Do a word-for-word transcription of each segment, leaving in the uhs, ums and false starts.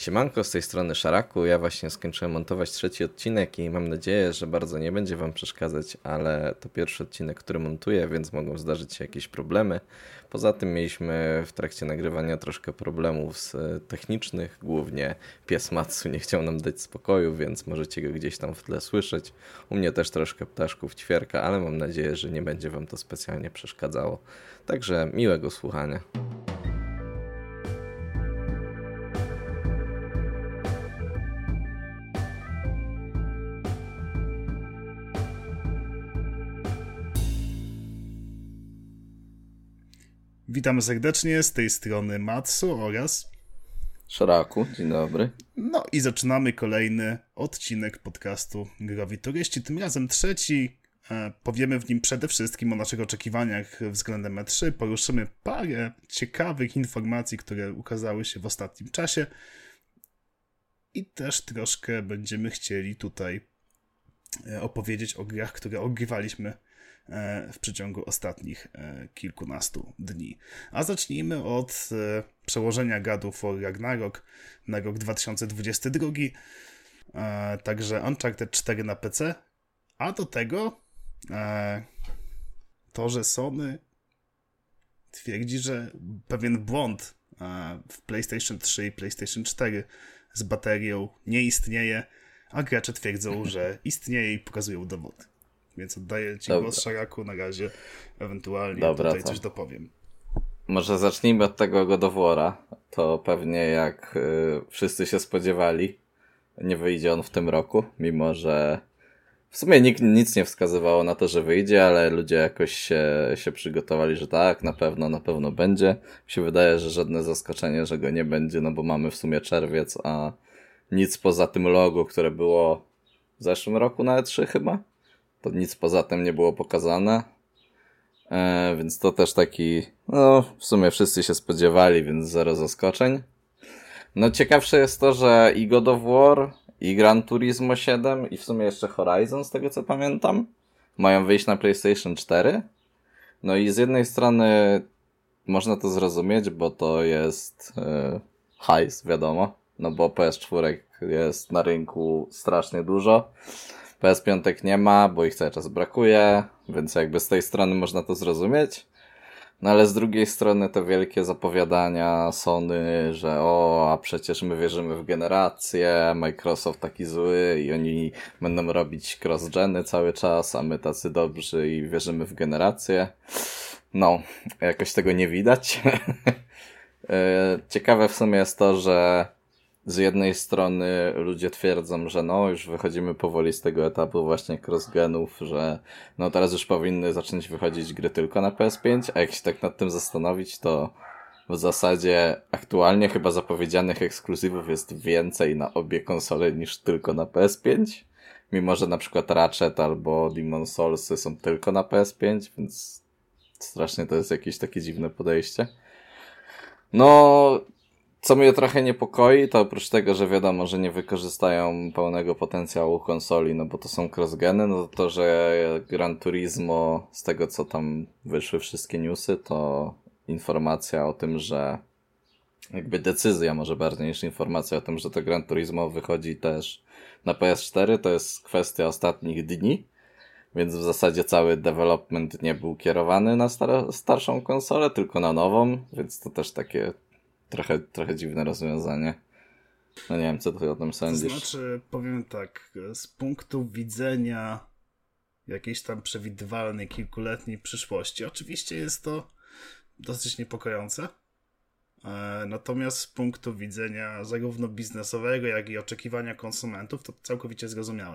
Siemanko, z tej strony Szaraku. Ja właśnie skończyłem montować trzeci odcinek i mam nadzieję, że bardzo nie będzie wam przeszkadzać, ale to pierwszy odcinek, który montuję, więc mogą zdarzyć się jakieś problemy. Poza tym mieliśmy w trakcie nagrywania troszkę problemów z technicznych, głównie pies Matsu nie chciał nam dać spokoju, więc możecie go gdzieś tam w tle słyszeć. U mnie też troszkę ptaszków ćwierka, ale mam nadzieję, że nie będzie wam to specjalnie przeszkadzało. Także miłego słuchania. Witamy serdecznie, z tej strony Matsu oraz Szaraku, dzień dobry. No i zaczynamy kolejny odcinek podcastu Growi Turyści, tym razem trzeci. E, powiemy w nim przede wszystkim o naszych oczekiwaniach względem E trzy, poruszymy parę ciekawych informacji, które ukazały się w ostatnim czasie i też troszkę będziemy chcieli tutaj opowiedzieć o grach, które ogrywaliśmy w przeciągu ostatnich kilkunastu dni. A zacznijmy od przełożenia God of War Ragnarok na rok dwa tysiące dwudziesty drugi, także Uncharted cztery na P C, a do tego to, że Sony twierdzi, że pewien błąd w PlayStation trzy i PlayStation cztery z baterią nie istnieje, a gracze twierdzą, że istnieje i pokazują dowody. Więc oddaję ci Dobra. głos, Szaraku, na razie, ewentualnie Dobra, tutaj to. coś dopowiem. Może zacznijmy od tego God of War'a. To pewnie jak y, wszyscy się spodziewali, nie wyjdzie on w tym roku, mimo że w sumie nikt, nic nie wskazywało na to, że wyjdzie, ale ludzie jakoś się, się przygotowali, że tak, na pewno, na pewno będzie. Mi się wydaje, że żadne zaskoczenie, że go nie będzie, no bo mamy w sumie czerwiec, a nic poza tym logo, które było w zeszłym roku na E trzy chyba. To nic poza tym nie było pokazane, e, więc to też taki, no w sumie wszyscy się spodziewali, więc zero zaskoczeń. No ciekawsze jest to, że i God of War, i Gran Turismo siedem, i w sumie jeszcze Horizon, z tego co pamiętam, mają wyjść na PlayStation cztery. No i z jednej strony można to zrozumieć, bo to jest e, hajs, wiadomo, no bo P S cztery jest na rynku strasznie dużo. P S pięć nie ma, bo ich cały czas brakuje, więc jakby z tej strony można to zrozumieć. No ale z drugiej strony te wielkie zapowiadania Sony, że o, a przecież my wierzymy w generację, Microsoft taki zły i oni będą robić cross-geny cały czas, a my tacy dobrzy i wierzymy w generację. No, jakoś tego nie widać. Ciekawe w sumie jest to, że z jednej strony ludzie twierdzą, że no już wychodzimy powoli z tego etapu właśnie cross-genów, że no teraz już powinny zacząć wychodzić gry tylko na P S pięć, a jak się tak nad tym zastanowić, to w zasadzie aktualnie chyba zapowiedzianych ekskluzywów jest więcej na obie konsole niż tylko na P S pięć, mimo że na przykład Ratchet albo Demon's Soulsy są tylko na P S pięć, więc strasznie to jest jakieś takie dziwne podejście. No... Co mnie trochę niepokoi, to oprócz tego, że wiadomo, że nie wykorzystają pełnego potencjału konsoli, no bo to są cross-geny, no to to, że Gran Turismo, z tego co tam wyszły wszystkie newsy, to informacja o tym, że jakby decyzja może bardziej niż informacja o tym, że to Gran Turismo wychodzi też na P S cztery, to jest kwestia ostatnich dni, więc w zasadzie cały development nie był kierowany na star- starszą konsolę, tylko na nową, więc to też takie Trochę, trochę dziwne rozwiązanie. No nie wiem, co ty o tym sądzisz. To znaczy, powiem tak, z punktu widzenia jakiejś tam przewidywalnej, kilkuletniej przyszłości, oczywiście jest to dosyć niepokojące. Natomiast z punktu widzenia zarówno biznesowego, jak i oczekiwania konsumentów, to całkowicie zrozumiałe.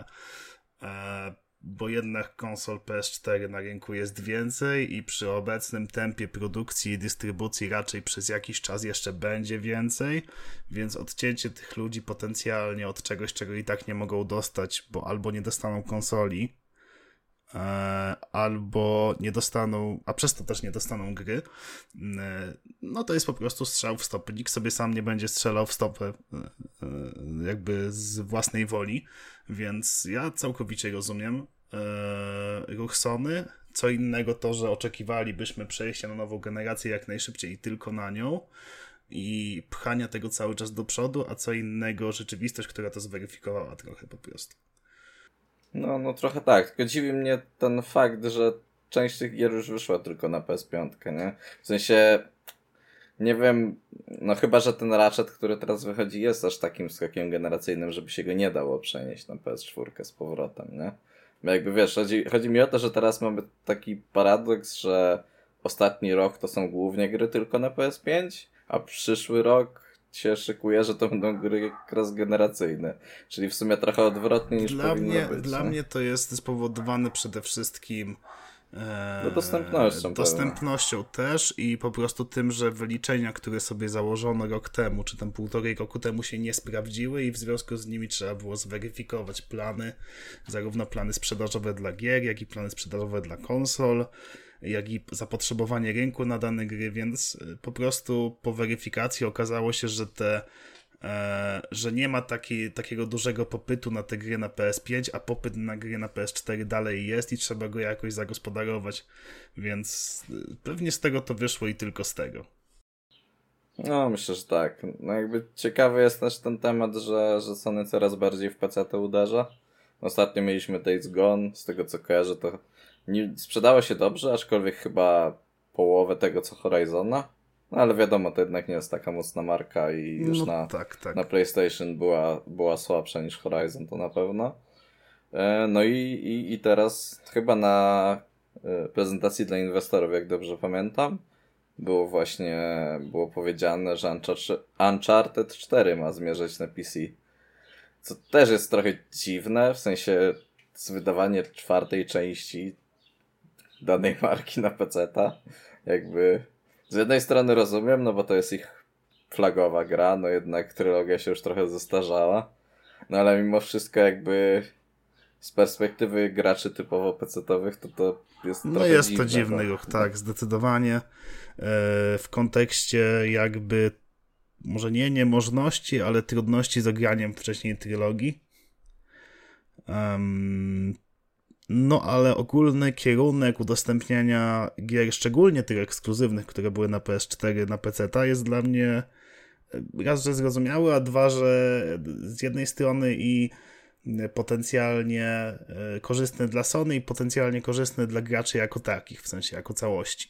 Bo jednak konsol P S cztery na rynku jest więcej i przy obecnym tempie produkcji i dystrybucji raczej przez jakiś czas jeszcze będzie więcej, więc odcięcie tych ludzi potencjalnie od czegoś, czego i tak nie mogą dostać, bo albo nie dostaną konsoli, e, albo nie dostaną, a przez to też nie dostaną gry, e, no to jest po prostu strzał w stopę. Nikt sobie sam nie będzie strzelał w stopę e, e, jakby z własnej woli, więc ja całkowicie rozumiem e, ruch Sony. Co innego to, że oczekiwalibyśmy przejścia na nową generację jak najszybciej i tylko na nią. i pchania tego cały czas do przodu, a co innego rzeczywistość, która to zweryfikowała trochę po prostu. No, no trochę tak, tylko dziwi mnie ten fakt, że część tych gier już wyszła tylko na P S pięć, nie? W sensie, nie wiem, no chyba, że ten Ratchet, który teraz wychodzi, jest aż takim skokiem generacyjnym, żeby się go nie dało przenieść na P S cztery z powrotem, nie? Bo jakby wiesz, chodzi, chodzi mi o to, że teraz mamy taki paradoks, że ostatni rok to są głównie gry tylko na P S pięć, a przyszły rok się szykuje, że to będą gry cross-generacyjne. Czyli w sumie trochę odwrotnie niż dla powinno mnie, być. Dla nie? mnie to jest spowodowane przede wszystkim e, No dostępnością. dostępnością też i po prostu tym, że wyliczenia, które sobie założono rok temu, czy tam półtorej roku temu się nie sprawdziły i w związku z nimi trzeba było zweryfikować plany, zarówno plany sprzedażowe dla gier, jak i plany sprzedażowe dla konsol, jak i zapotrzebowanie rynku na dane gry, więc po prostu po weryfikacji okazało się, że te e, że nie ma taki, takiego dużego popytu na te gry na P S pięć, a popyt na gry na P S cztery dalej jest i trzeba go jakoś zagospodarować, więc pewnie z tego to wyszło i tylko z tego. No, myślę, że tak. No jakby ciekawy jest też ten temat, że, że Sony coraz bardziej w P C to uderza. Ostatnio mieliśmy Days Gone, z tego co kojarzę to nie, sprzedało się dobrze, aczkolwiek chyba połowę tego co Horizona. No ale wiadomo, to jednak nie jest taka mocna marka i już no, na, tak, tak. na PlayStation była, była słabsza niż Horizon, to na pewno. E, no i, i, i teraz chyba na e, prezentacji dla inwestorów, jak dobrze pamiętam, było właśnie było powiedziane, że Uncharted cztery ma zmierzać na P C. Co też jest trochę dziwne, w sensie wydawanie czwartej części danej marki na peceta. Jakby z jednej strony rozumiem, no bo to jest ich flagowa gra, no jednak trylogia się już trochę zestarzała. No ale mimo wszystko jakby z perspektywy graczy typowo pecetowych to to jest no trochę jest dziwne. to dziwny no. ruch, tak, zdecydowanie. W kontekście jakby może nie niemożności, ale trudności z ograniem wcześniej trylogii. Um, no ale ogólny kierunek udostępniania gier, szczególnie tych ekskluzywnych, które były na P S cztery, na peceta, jest dla mnie raz, że zrozumiały, a dwa, że z jednej strony i potencjalnie korzystny dla Sony i potencjalnie korzystny dla graczy jako takich, w sensie jako całości.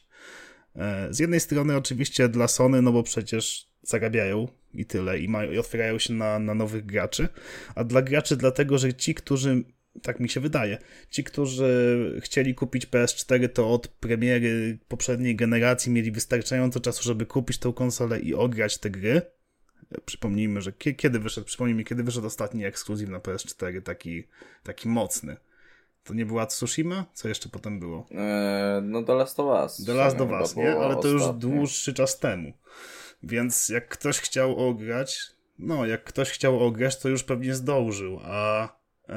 Z jednej strony oczywiście dla Sony, no bo przecież zarabiają i tyle i, mają, i otwierają się na, na nowych graczy, a dla graczy dlatego, że ci, którzy, tak mi się wydaje, ci, którzy chcieli kupić P S cztery, to od premiery poprzedniej generacji mieli wystarczająco czasu, żeby kupić tą konsolę i ograć te gry. Przypomnijmy, że kiedy wyszedł, przypomnijmy, kiedy wyszedł ostatni ekskluzyw na P S cztery, taki, taki mocny. To nie była Tsushima? Co jeszcze potem było? Eee, no The Last of Us. The Last of Us, nie? Ale to już ostatnie. dłuższy czas temu. Więc jak ktoś chciał ograć, no jak ktoś chciał ograć, to już pewnie zdążył, a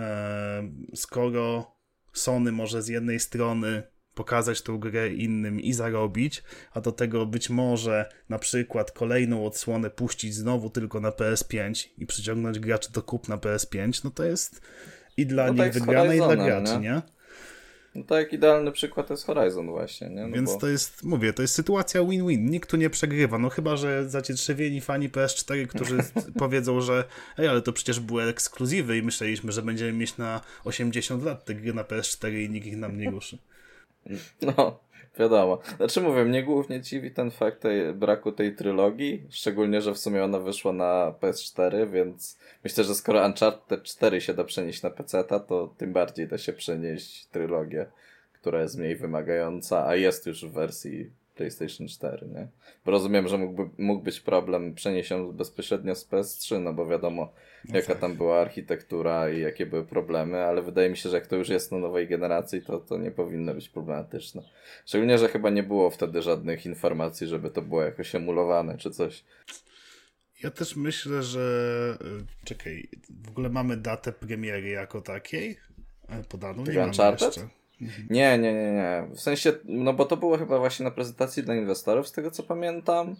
e, skoro Sony może z jednej strony pokazać tą grę innym i zarobić, a do tego być może na przykład kolejną odsłonę puścić znowu tylko na P S pięć i przyciągnąć graczy do kup na P S pięć, no to jest i dla no nich tak wygrane, i dla graczy, nie? nie? No to jak idealny przykład to jest Horizon właśnie, nie? No Więc bo... to jest, mówię, to jest sytuacja win-win. Nikt tu nie przegrywa. No chyba, że zacietrzewieni fani P S cztery, którzy powiedzą, że ej, ale to przecież były ekskluzywy i myśleliśmy, że będziemy mieć na osiemdziesiąt lat te gry na P S cztery i nikt ich nam nie ruszy. No, wiadomo. Znaczy mówię, mnie głównie dziwi ten fakt tej, braku tej trylogii, szczególnie, że w sumie ona wyszła na P S cztery, więc myślę, że skoro Uncharted cztery się da przenieść na peceta, to tym bardziej da się przenieść trylogię, która jest mniej wymagająca, a jest już w wersji PlayStation cztery, nie? Bo rozumiem, że mógłby, mógł być problem przeniesiony bezpośrednio z P S trzy, no bo wiadomo, no jaka tak. tam była architektura i jakie były problemy, ale wydaje mi się, że jak to już jest na nowej generacji, to to nie powinno być problematyczne. Szczególnie, że chyba nie było wtedy żadnych informacji, żeby to było jakoś emulowane czy coś. Ja też myślę, że czekaj, w ogóle mamy datę premiery jako takiej podaną? Nie mamy jeszcze. Nie, nie, nie, nie. W sensie, no bo to było chyba właśnie na prezentacji dla inwestorów, z tego co pamiętam,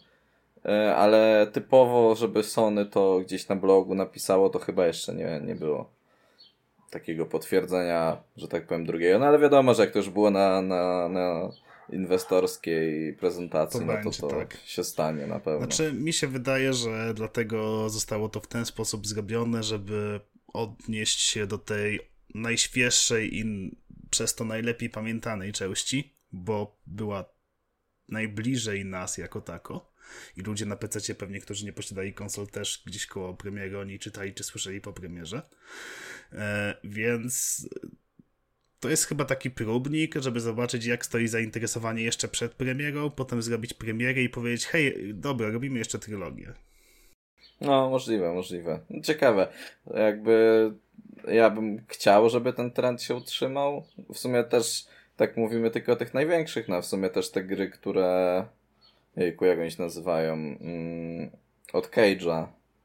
ale typowo, żeby Sony to gdzieś na blogu napisało, to chyba jeszcze nie, nie było takiego potwierdzenia, że tak powiem, drugiego. No ale wiadomo, że jak to już było na, na, na inwestorskiej prezentacji, To no będzie, to to tak. się stanie na pewno. Znaczy, mi się wydaje, że dlatego zostało to w ten sposób zrobione, żeby odnieść się do tej najświeższej i przez to najlepiej pamiętanej części, bo była najbliżej nas jako tako. I ludzie na pececie pewnie, którzy nie posiadali konsol, też gdzieś koło premiery oni czytali czy słyszeli po premierze. E, więc to jest chyba taki próbnik, żeby zobaczyć, jak stoi zainteresowanie jeszcze przed premierą, potem zrobić premierę i powiedzieć, hej, dobra, robimy jeszcze trylogię. No, możliwe, możliwe. Ciekawe. Jakby ja bym chciał, żeby ten trend się utrzymał. W sumie też, tak mówimy tylko o tych największych, no w sumie też te gry, które jejku, jak oni się nazywają? Mm, od Cage'a.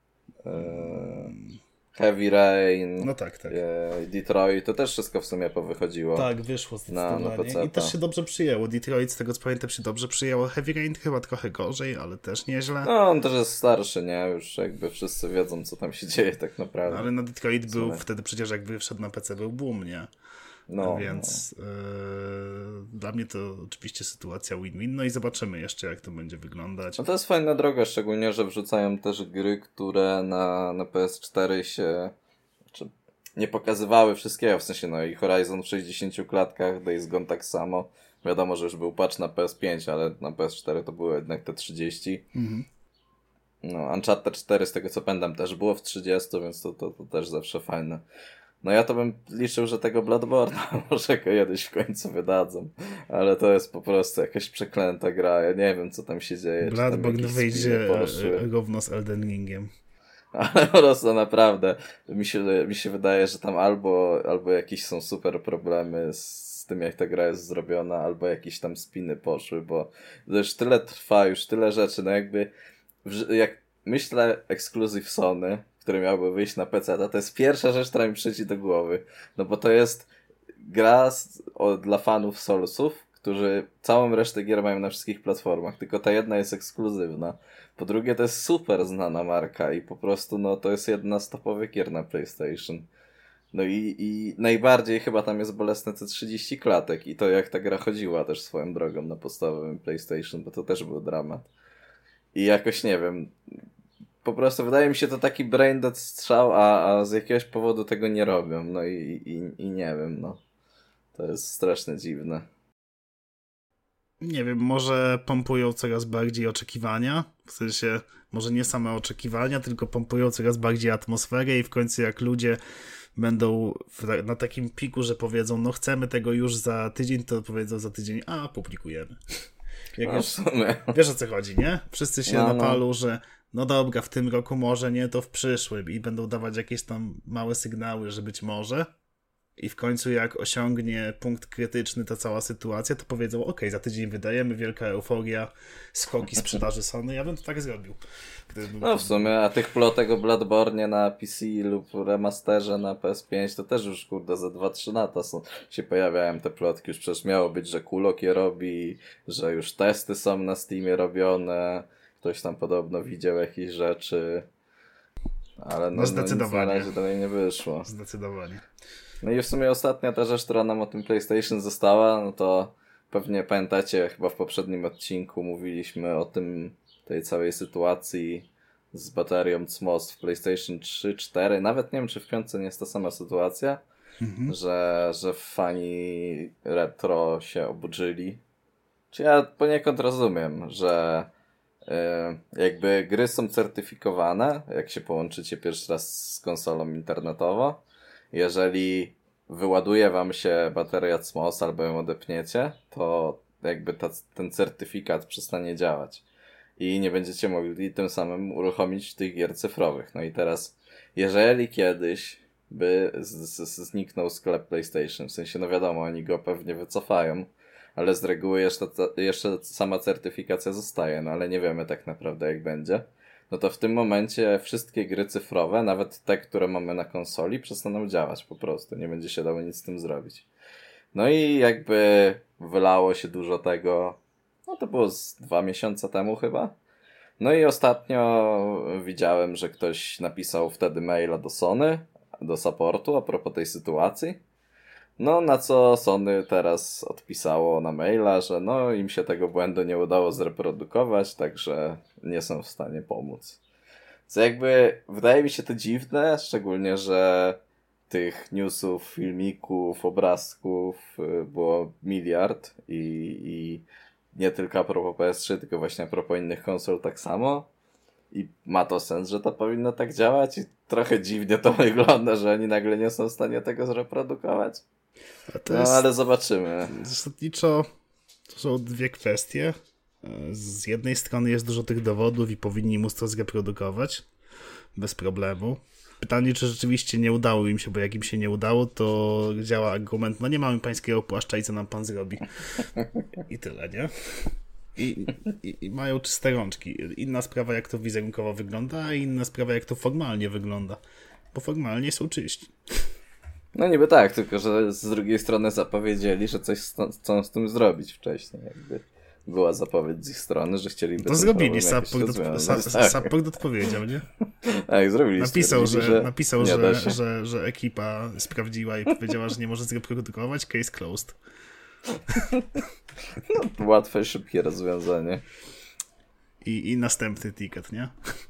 Yy, Heavy Rain. No tak, tak. Yy, Detroit. To też wszystko w sumie powychodziło. Tak, wyszło zdecydowanie. Na, na I też się dobrze przyjęło. Detroit, z tego co pamiętam, się dobrze przyjęło. Heavy Rain chyba trochę gorzej, ale też nieźle. No, on też jest starszy, nie? Już jakby wszyscy wiedzą, co tam się dzieje tak naprawdę. Ale na Detroit był wtedy przecież jakby wszedł na P C, był boom, nie? No, więc no. Yy, dla mnie to oczywiście sytuacja win-win. No i zobaczymy jeszcze, jak to będzie wyglądać. No to jest fajna droga, szczególnie, że wrzucają też gry, które na, na P S cztery się czy nie pokazywały wszystkiego. W sensie, no i Horizon w sześćdziesięciu klatkach, Days Gone tak samo. Wiadomo, że już był patch na P S pięć, ale na P S cztery to było jednak te trzydzieści. Mhm. No, Uncharted cztery, z tego co pamiętam, też było w trzydziestu, więc to, to, to też zawsze fajne. No ja to bym liczył, że tego Bloodborne'a może kiedyś w końcu wydadzą, ale to jest po prostu jakaś przeklęta gra, ja nie wiem co tam się dzieje. Bloodborne wyjdzie równo z Elden Ringiem. Ale po prostu naprawdę mi się, mi się wydaje, że tam albo, albo jakieś są super problemy z, z tym jak ta gra jest zrobiona, albo jakieś tam spiny poszły, bo to już tyle trwa, już tyle rzeczy, no jakby jak myślę ekskluzyw Sony, który miałby wyjść na P C, to jest pierwsza rzecz, która mi przychodzi do głowy. No bo to jest gra z, o, dla fanów Soulsów, którzy całą resztę gier mają na wszystkich platformach, tylko ta jedna jest ekskluzywna. Po drugie, to jest super znana marka i po prostu no to jest jedna z topowych gier na PlayStation. No i, i najbardziej chyba tam jest bolesne te trzydzieści klatek i to jak ta gra chodziła też swoją drogą na podstawowym PlayStation, bo to też był dramat. I jakoś nie wiem... Po prostu wydaje mi się to taki brain dead strzał, a, a z jakiegoś powodu tego nie robią. No i, i, i nie wiem, no. To jest strasznie dziwne. Nie wiem, może pompują coraz bardziej oczekiwania. W sensie, może nie same oczekiwania, tylko pompują coraz bardziej atmosferę i w końcu jak ludzie będą w, na takim piku, że powiedzą, no chcemy tego już za tydzień, to powiedzą za tydzień, a publikujemy. Jak no, już, wiesz o co chodzi, nie? Wszyscy się no, napalu, no. że no dobra, w tym roku może nie, to w przyszłym i będą dawać jakieś tam małe sygnały, że być może i w końcu jak osiągnie punkt krytyczny ta cała sytuacja, to powiedzą, ok, za tydzień wydajemy, wielka euforia, skoki sprzedaży Sony, ja bym to tak zrobił. Gdybym... No w sumie, a tych plotek o Bloodborne na P C lub remasterze na P S pięć to też już kurde za dwa trzy lata są, się pojawiają te plotki, już przecież miało być, że Kulok je robi, że już testy są na Steamie robione, ktoś tam podobno widział jakieś rzeczy, ale no, no zdecydowanie. No, nic na razie dalej nie wyszło. Zdecydowanie. No i w sumie ostatnia ta rzecz, która nam o tym PlayStation została, no to pewnie pamiętacie, chyba w poprzednim odcinku mówiliśmy o tym, tej całej sytuacji z baterią C M O S w PlayStation trzy, cztery, nawet nie wiem, czy w piątce nie jest ta sama sytuacja, mhm. że, że fani retro się oburzyli. Czy ja poniekąd rozumiem, że yy, jakby gry są certyfikowane, jak się połączycie pierwszy raz z konsolą internetowo. Jeżeli wyładuje wam się bateria C M O S albo ją odepniecie, to jakby ta, ten certyfikat przestanie działać i nie będziecie mogli tym samym uruchomić tych gier cyfrowych. No i teraz, jeżeli kiedyś by z, z, zniknął sklep PlayStation, w sensie no wiadomo, oni go pewnie wycofają, ale z reguły jeszcze, jeszcze sama certyfikacja zostaje, no ale nie wiemy tak naprawdę jak będzie. No to w tym momencie wszystkie gry cyfrowe, nawet te, które mamy na konsoli, przestaną działać po prostu. Nie będzie się dało nic z tym zrobić. No i jakby wylało się dużo tego, no to było z dwa miesiące temu chyba. No i ostatnio widziałem, że ktoś napisał wtedy maila do Sony, do supportu a propos tej sytuacji. No, na co Sony teraz odpisało na maila, że no im się tego błędu nie udało zreprodukować, także nie są w stanie pomóc. Co jakby wydaje mi się to dziwne, szczególnie, że tych newsów, filmików, obrazków było miliard i, i nie tylko a propos P S trzy, tylko właśnie a propos innych konsol tak samo. I ma to sens, że to powinno tak działać i trochę dziwnie to wygląda, że oni nagle nie są w stanie tego zreprodukować. No jest... ale zobaczymy. Zasadniczo to są dwie kwestie. Z jednej strony jest dużo tych dowodów i powinni móc to zreprodukować bez problemu. Pytanie, czy rzeczywiście nie udało im się, bo jak im się nie udało, to działa argument, no nie mamy pańskiego płaszcza i co nam pan zrobi. I tyle, nie? I, i, i mają czyste rączki. Inna sprawa, jak to wizerunkowo wygląda, a inna sprawa, jak to formalnie wygląda. Bo formalnie są czyści. No niby tak, tylko że z drugiej strony zapowiedzieli, że coś chcą z tym zrobić wcześniej. Jakby była zapowiedź z ich strony, że chcieliby... To zrobili, Support odpowiedział, nie? Tak, zrobili. Napisał, że, że, napisał że, że, że, że ekipa sprawdziła i powiedziała, że nie może zreprodukować, case closed. No, łatwe, szybkie rozwiązanie. I, i następny ticket, nie?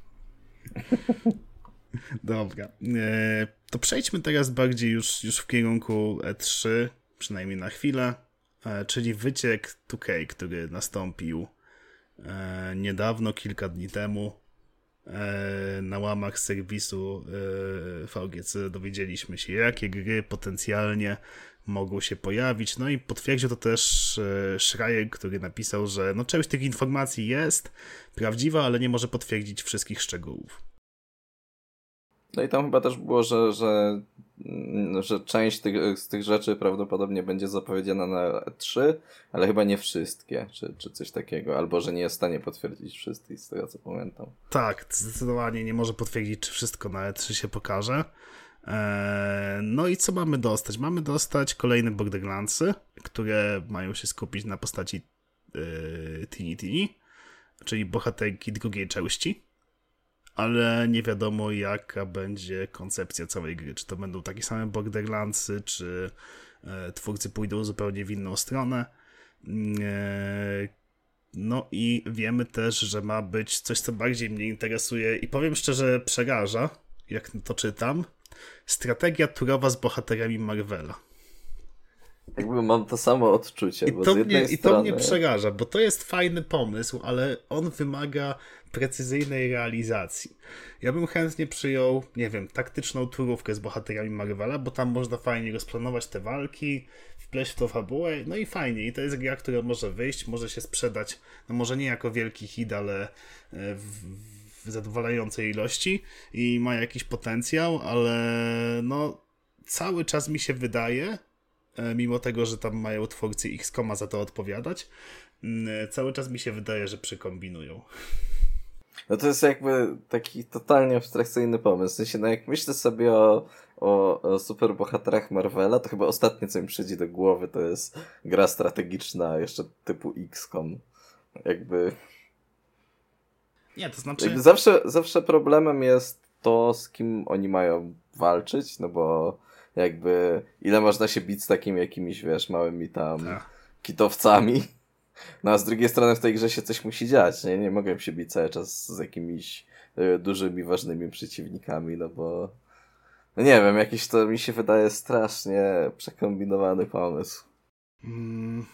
Dobra. E, to przejdźmy teraz bardziej już, już w kierunku E trzy, przynajmniej na chwilę, e, czyli wyciek two K, który nastąpił e, niedawno, kilka dni temu. E, na łamach serwisu e, V G C dowiedzieliśmy się, jakie gry potencjalnie mogą się pojawić. No i potwierdził to też e, Schreier, który napisał, że no część tych informacji jest prawdziwa, ale nie może potwierdzić wszystkich szczegółów. No i tam chyba też było, że, że, że część tych, z tych rzeczy prawdopodobnie będzie zapowiedziana na E trzy, ale chyba nie wszystkie, czy, czy coś takiego, albo że nie jest w stanie potwierdzić wszystkich, z tego co pamiętam. Tak, zdecydowanie nie może potwierdzić, czy wszystko na E trzy się pokaże. Eee, no i co mamy dostać? Mamy dostać kolejne Borderlandsy, które mają się skupić na postaci yy, Tini Tini, czyli bohaterki drugiej części. Ale nie wiadomo, jaka będzie koncepcja całej gry. Czy to będą takie same Borderlandsy, czy e, twórcy pójdą zupełnie w inną stronę. E, no i wiemy też, że ma być coś, co bardziej mnie interesuje i powiem szczerze, przeraża, jak to czytam. Strategia turowa z bohaterami Marvela. Jakby mam to samo odczucie. I, bo to, z jednej mnie, strony... I to mnie przeraża, bo to jest fajny pomysł, ale on wymaga precyzyjnej realizacji. Ja bym chętnie przyjął, nie wiem, taktyczną turówkę z bohaterami Marvela, bo tam można fajnie rozplanować te walki, wpleść w to fabułę, no i fajnie. I to jest gra, która może wyjść, może się sprzedać, no może nie jako wielki hit, ale w, w zadowalającej ilości i ma jakiś potencjał, ale no cały czas mi się wydaje, mimo tego, że tam mają twórcy X COMa za to odpowiadać, cały czas mi się wydaje, że przykombinują. No to jest jakby taki totalnie abstrakcyjny pomysł. W sensie, no jak myślę sobie o, o, o superbohaterach Marvela, to chyba ostatnie, co mi przyjdzie do głowy, to jest gra strategiczna jeszcze typu X COM. Jakby... Nie, to znaczy... Jakby zawsze, zawsze problemem jest to, z kim oni mają walczyć, no bo jakby ile można się bić z takimi jakimiś, wiesz, małymi tam Ta. kitowcami. No a z drugiej strony w tej grze się coś musi dziać, nie? Nie mogę się bić cały czas z jakimiś y, dużymi, ważnymi przeciwnikami, no bo no nie wiem, jakiś to mi się wydaje strasznie przekombinowany pomysł. Mm.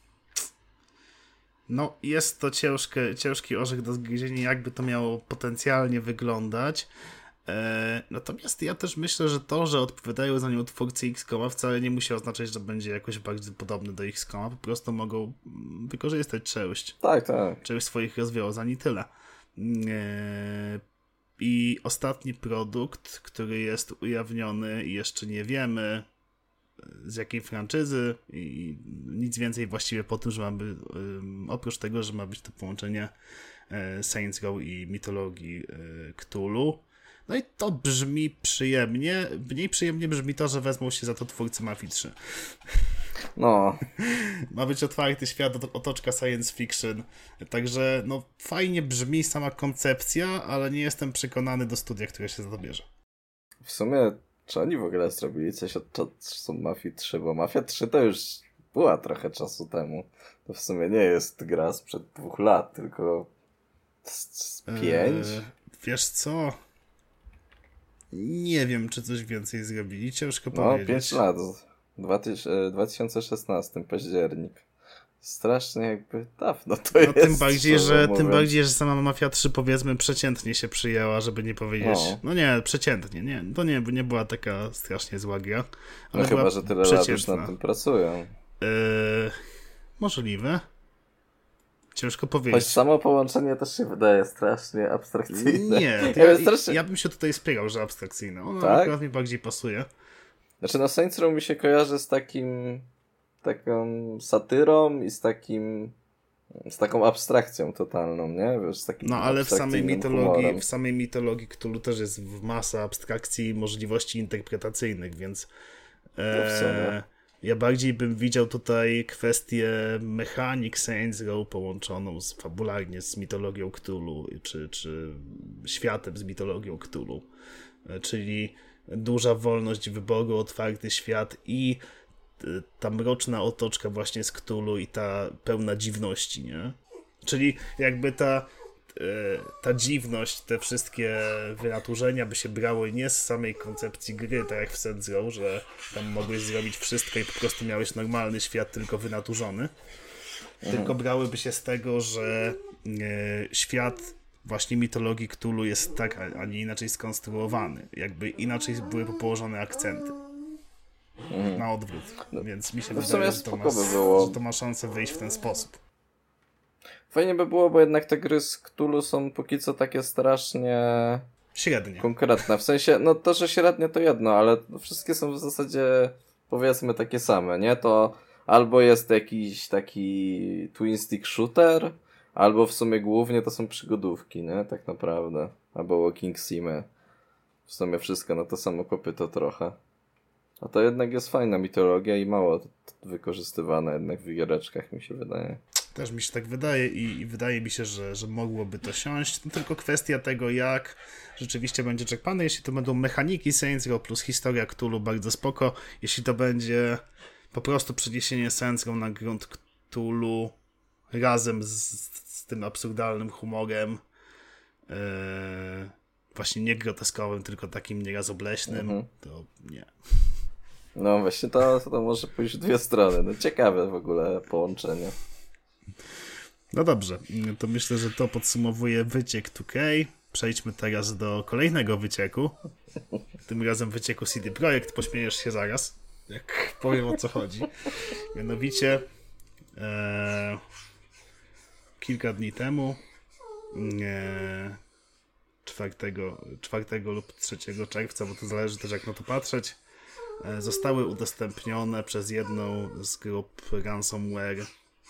No jest to ciężkie, ciężki orzech do zgryzienia, jakby to miało potencjalnie wyglądać. E, natomiast ja też myślę, że to, że odpowiadają za nią twórcy X COMa wcale nie musi oznaczać, że będzie jakoś bardzo podobny do X COMa, po prostu mogą wykorzystać część, tak, tak. część swoich rozwiązań i tyle. E, I ostatni produkt, który jest ujawniony i jeszcze nie wiemy z jakiej franczyzy i nic więcej właściwie po tym, że ma być, oprócz tego, że ma być to połączenie Saints Row i mitologii Cthulhu. No i to brzmi przyjemnie. Mniej przyjemnie brzmi to, że wezmą się za to twórcy Mafii trzy. No. Ma być otwarty świat, otoczka science fiction. Także no fajnie brzmi sama koncepcja, ale nie jestem przekonany do studia, które się za to bierze. W sumie Czy oni w ogóle zrobili coś od czasu Mafii trzy? Bo Mafia trzy to już była trochę czasu temu. To w sumie nie jest gra sprzed dwóch lat, tylko z, z pięć? Eee, wiesz co? Nie wiem, czy coś więcej zrobili. Ciężko no, powiedzieć. No, pięć lat. dwa tysiące szesnasty październik. Strasznie jakby dawno to no, jest. Tym bardziej, że, tym bardziej, że sama Mafia trzy powiedzmy przeciętnie się przyjęła, żeby nie powiedzieć. No, no nie, przeciętnie, nie. To nie, nie była taka strasznie zła gra. Ale no chyba, że tyle lat już nad tym pracują. Yy, możliwe. Ciężko powiedzieć. Choć samo połączenie też się wydaje strasznie abstrakcyjne. Nie, ja, strasznie... ja bym się tutaj spierał, że abstrakcyjne. Ono tak? akurat mi bardziej pasuje. Znaczy no Saints Row mi się kojarzy z takim taką satyrą i z takim z taką abstrakcją totalną, nie? Wiesz, z takim no ale w samej mitologii, humorem. w samej mitologii Cthulhu też jest masa abstrakcji i możliwości interpretacyjnych, więc e, ja bardziej bym widział tutaj kwestię mechanik Saints Row połączoną z, fabularnie z mitologią Cthulhu, czy, czy światem z mitologią Cthulhu. E, czyli duża wolność wyboru, otwarty świat i ta mroczna otoczka właśnie z Cthulhu i ta pełna dziwności, nie? Czyli jakby ta, ta dziwność, te wszystkie wynaturzenia by się brały nie z samej koncepcji gry, tak jak w Saints Row, że tam mogłeś zrobić wszystko i po prostu miałeś normalny świat, tylko wynaturzony, mhm. tylko brałyby się z tego, że świat właśnie mitologii Cthulhu jest tak, a nie inaczej skonstruowany. Jakby inaczej były położone akcenty. Mm. Na odwrót. No, więc mi się no wydaje, że to, ma, że to ma szansę wyjść w ten sposób. Fajnie by było, bo jednak te gry z Cthulhu są póki co takie strasznie średnie. Konkretne. W sensie, no to, że średnie to jedno, ale wszystkie są w zasadzie powiedzmy takie same, nie? To albo jest jakiś taki twin stick shooter, albo w sumie głównie to są przygodówki, nie? Tak naprawdę. Albo walking simy. W sumie wszystko na to samo kopyto trochę. A to jednak jest fajna mitologia i mało wykorzystywana jednak w giereczkach, mi się wydaje. Też mi się tak wydaje i, i wydaje mi się, że, że mogłoby to siąść. To tylko kwestia tego, jak rzeczywiście będzie czerpane. Jeśli to będą mechaniki Saints Row plus historia Cthulhu, bardzo spoko. Jeśli to będzie po prostu przeniesienie Saints Row na grunt Cthulhu razem z, z tym absurdalnym humorem, yy, właśnie nie groteskowym, tylko takim nieraz obleśnym, mhm. to nie. No właśnie, to, to może pójść w dwie strony. No ciekawe w ogóle połączenie. No dobrze, to myślę, że to podsumowuje wyciek two K. Przejdźmy teraz do kolejnego wycieku. Tym razem wycieku C D Projekt. Pośmiejesz się zaraz, jak powiem o co chodzi. Mianowicie e, kilka dni temu e, czwartego, czwartego lub trzeciego czerwca, bo to zależy też jak na to patrzeć, zostały udostępnione przez jedną z grup ransomware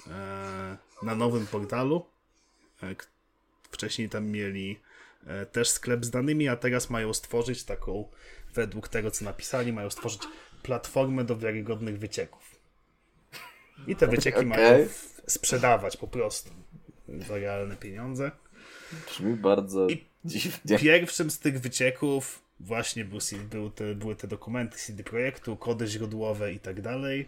na nowym portalu. Wcześniej tam mieli też sklep z danymi, a teraz mają stworzyć taką, według tego co napisali, mają stworzyć platformę do wiarygodnych wycieków. I te wycieki okay. mają sprzedawać po prostu za realne pieniądze. Brzmi bardzo I dziwnie. Pierwszym z tych wycieków właśnie był, był te, były te dokumenty C D Projektu, kody źródłowe i tak dalej.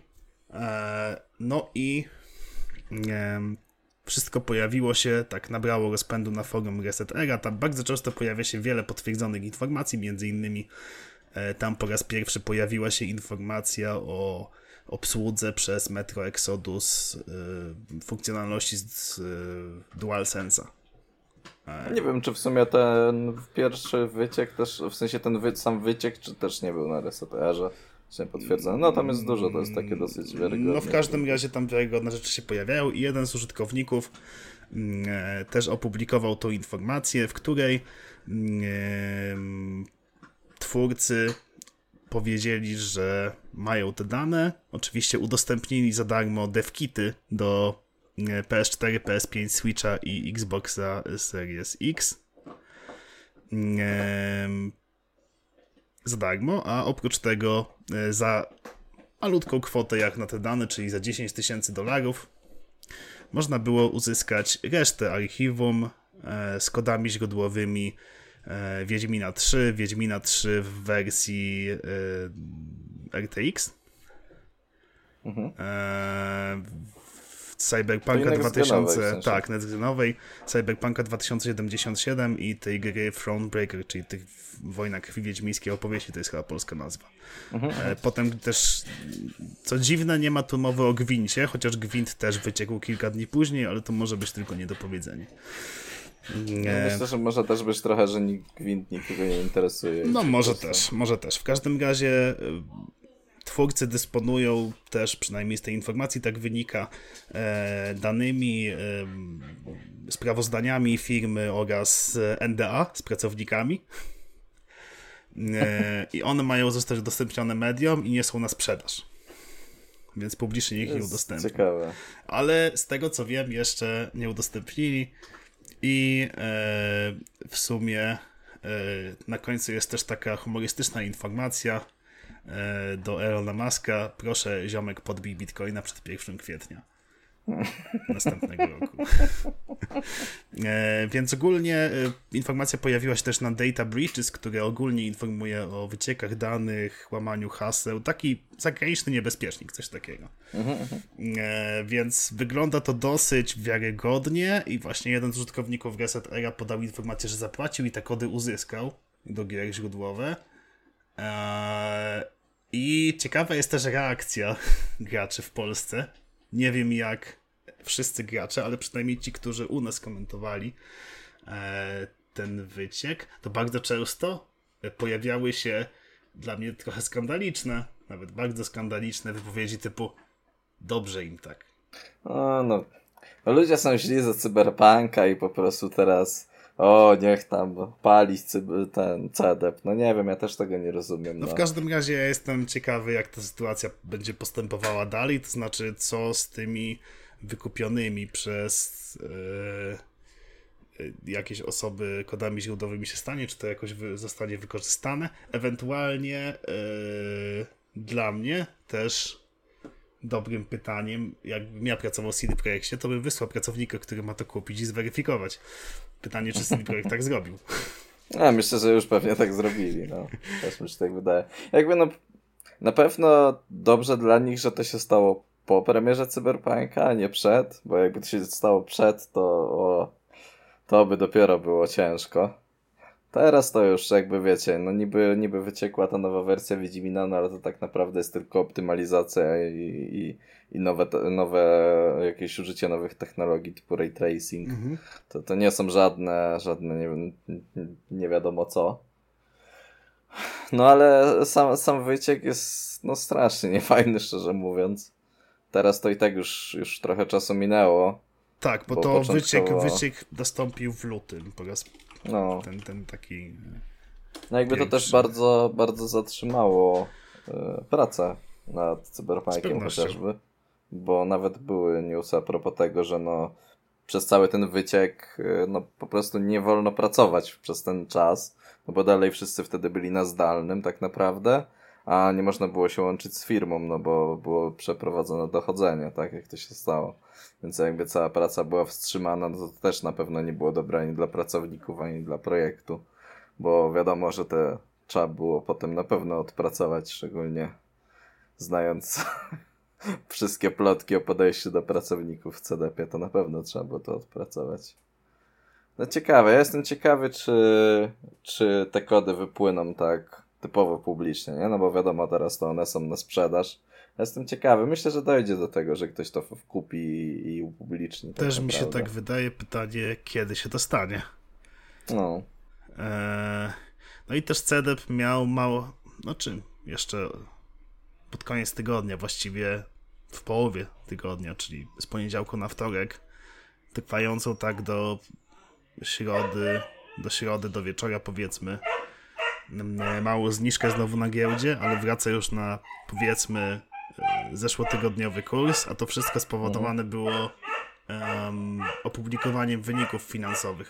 No i e, wszystko pojawiło się, tak nabrało rozpędu na forum Reset Era. Tam bardzo często pojawia się wiele potwierdzonych informacji, między innymi e, tam po raz pierwszy pojawiła się informacja o obsłudze przez Metro Exodus e, funkcjonalności z, z e, DualSense'a. Nie wiem, czy w sumie ten pierwszy wyciek też, w sensie ten wy, sam wyciek, czy też nie był na Reset Erze, czy nie potwierdzone. No tam jest dużo, to jest takie dosyć wiarygodne. No w każdym razie tam wiarygodne rzeczy się pojawiają i jeden z użytkowników e, też opublikował tą informację, w której e, twórcy powiedzieli, że mają te dane. Oczywiście udostępnili za darmo devkity do P S cztery, P S pięć, Switcha i Xboxa Series X ehm, za darmo, a oprócz tego e, za malutką kwotę jak na te dane, czyli za dziesięć tysięcy dolarów można było uzyskać resztę archiwum e, z kodami źródłowymi e, Wiedźmina trzy, Wiedźmina trzy w wersji e, R T X. Mhm. E, Cyberpunka dwa tysiące, w sensie. Tak, next-genowej, Cyberpunka dwa tysiące siedemdziesiąt siedem i tej gry Thronebreaker, czyli tych Wojna Krwi Wiedźmińskiej opowieści, to jest chyba polska nazwa. Mhm. Potem też, co dziwne, nie ma tu mowy o gwincie, chociaż gwint też wyciekł kilka dni później, ale to może być tylko niedopowiedzenie. Nie. No myślę, że może też być trochę, że nikt gwint nikogo nie interesuje. No może też, może też. W każdym razie twórcy dysponują też, przynajmniej z tej informacji tak wynika, e, danymi, e, sprawozdaniami firmy oraz N D A z pracownikami. E, I one mają zostać udostępnione mediom i nie są na sprzedaż. Więc publicznie nikt nie udostępni. Ciekawe. Ale z tego co wiem, jeszcze nie udostępnili i e, w sumie e, na końcu jest też taka humorystyczna informacja do Elona Muska: proszę ziomek, podbij Bitcoina przed pierwszego kwietnia następnego roku. e, więc ogólnie e, informacja pojawiła się też na Data Breaches, które ogólnie informuje o wyciekach danych, łamaniu haseł, taki zagraniczny niebezpiecznik, coś takiego. E, więc wygląda to dosyć wiarygodnie i właśnie jeden z użytkowników Reset Era podał informację, że zapłacił i te kody uzyskał do gier źródłowe. Eee, I ciekawa jest też reakcja graczy w Polsce. Nie wiem jak wszyscy gracze, ale przynajmniej ci, którzy u nas komentowali e, ten wyciek, to bardzo często pojawiały się dla mnie trochę skandaliczne, nawet bardzo skandaliczne wypowiedzi typu dobrze im tak. O, no. no ludzie są źli za Cyberpunka i po prostu teraz o, niech tam palić ten C D P. No nie wiem, ja też tego nie rozumiem. No, no w każdym razie ja jestem ciekawy, jak ta sytuacja będzie postępowała dalej, to znaczy co z tymi wykupionymi przez yy, jakieś osoby kodami źródłowymi się stanie, czy to jakoś wy, zostanie wykorzystane. Ewentualnie yy, dla mnie też dobrym pytaniem, jakbym ja pracował w C D Projekcie, to bym wysłał pracownika, który ma to kupić i zweryfikować. Pytanie, czy C D Projekt tak zrobił. Ja myślę, że już pewnie tak zrobili. No. Też mi się tak wydaje. Jakby no, na pewno dobrze dla nich, że to się stało po premierze Cyberpunka, a nie przed, bo jakby to się stało przed, to o, to by dopiero było ciężko. Teraz to już jakby wiecie, no niby, niby wyciekła ta nowa wersja Wiedźmina, no ale to tak naprawdę jest tylko optymalizacja i, i, i nowe, nowe jakieś użycie nowych technologii typu ray tracing. Mhm. To, to nie są żadne, żadne nie, nie wiadomo co. No ale sam, sam wyciek jest no strasznie niefajny, szczerze mówiąc. Teraz to i tak już, już trochę czasu minęło. Tak, bo, bo to początkowo... wyciek, wyciek nastąpił w lutym po raz no. ten, ten taki no jakby pierwszy. To też bardzo, bardzo zatrzymało y, pracę nad Cyberpunkiem chociażby, bo nawet były newsy a propos tego, że no przez cały ten wyciek y, no po prostu nie wolno pracować przez ten czas, no bo dalej wszyscy wtedy byli na zdalnym tak naprawdę, a nie można było się łączyć z firmą, no bo było przeprowadzone dochodzenie, tak jak to się stało. Więc jakby cała praca była wstrzymana, no to też na pewno nie było dobre ani dla pracowników, ani dla projektu. Bo wiadomo, że te trzeba było potem na pewno odpracować, szczególnie znając wszystkie plotki o podejściu do pracowników w C D P, to na pewno trzeba było to odpracować. No ciekawe, ja jestem ciekawy, czy, czy te kody wypłyną tak typowo publicznie, nie? No bo wiadomo, teraz to one są na sprzedaż. Ja jestem ciekawy. Myślę, że dojdzie do tego, że ktoś to kupi i, i upubliczni. Też tak mi się tak wydaje. Pytanie, kiedy się to stanie. No. Eee, no i też C D P miał mało, znaczy jeszcze pod koniec tygodnia, właściwie w połowie tygodnia, czyli z poniedziałku na wtorek, trwającą tak do środy, do środy, do wieczora powiedzmy, małą zniżkę znowu na giełdzie, ale wraca już na powiedzmy zeszłotygodniowy kurs, a to wszystko spowodowane było um, opublikowaniem wyników finansowych,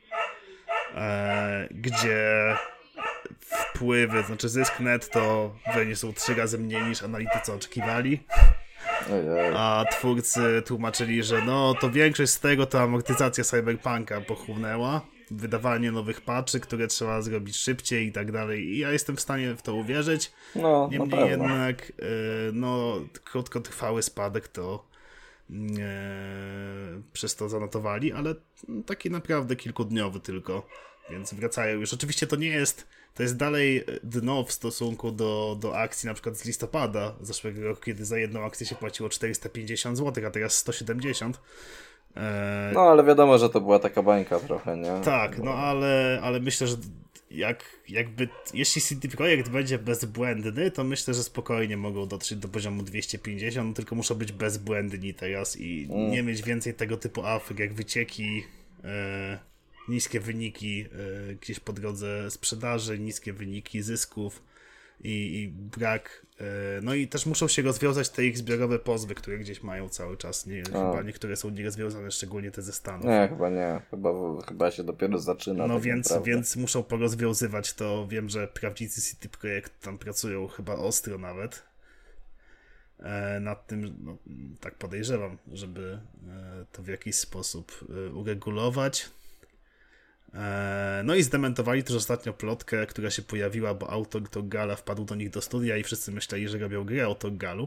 e, gdzie wpływy, znaczy zysk netto wyniósł trzy razy mniej niż analitycy oczekiwali. Ojej. A twórcy tłumaczyli, że no to większość z tego to amortyzacja Cyberpunka pochłonęła, wydawanie nowych patchy, które trzeba zrobić szybciej i tak dalej. I ja jestem w stanie w to uwierzyć. No, Niemniej jednak yy, no, krótkotrwały spadek to yy, przez to zanotowali, ale taki naprawdę kilkudniowy tylko. Więc wracają już. Oczywiście to nie jest, to jest dalej dno w stosunku do, do akcji na przykład z listopada zeszłego roku, kiedy za jedną akcję się płaciło czterysta pięćdziesiąt złotych, a teraz sto siedemdziesiąt. E... No, ale wiadomo, że to była taka bańka trochę, nie? Tak, no ale, ale myślę, że jak, jakby, jeśli C D Projekt będzie bezbłędny, to myślę, że spokojnie mogą dotrzeć do poziomu dwieście pięćdziesiąt, tylko muszą być bezbłędni teraz i mm. nie mieć więcej tego typu afer, jak wycieki, e... niskie wyniki y, gdzieś po drodze sprzedaży, niskie wyniki zysków i, i brak. Y, no i też muszą się rozwiązać te ich zbiorowe pozwy, które gdzieś mają cały czas. Nie, chyba niektóre są nierozwiązane, szczególnie te ze Stanów. Nie, chyba nie. Chyba, chyba się dopiero zaczyna. No tak więc, naprawdę. więc muszą porozwiązywać to. Wiem, że prawnicy C D Projekt tam pracują chyba ostro nawet e, nad tym, no, tak podejrzewam, żeby e, to w jakiś sposób e, uregulować. No i zdementowali też ostatnio plotkę, która się pojawiła, bo autor Toggala wpadł do nich do studia i wszyscy myśleli, że robią grę o Toggalu.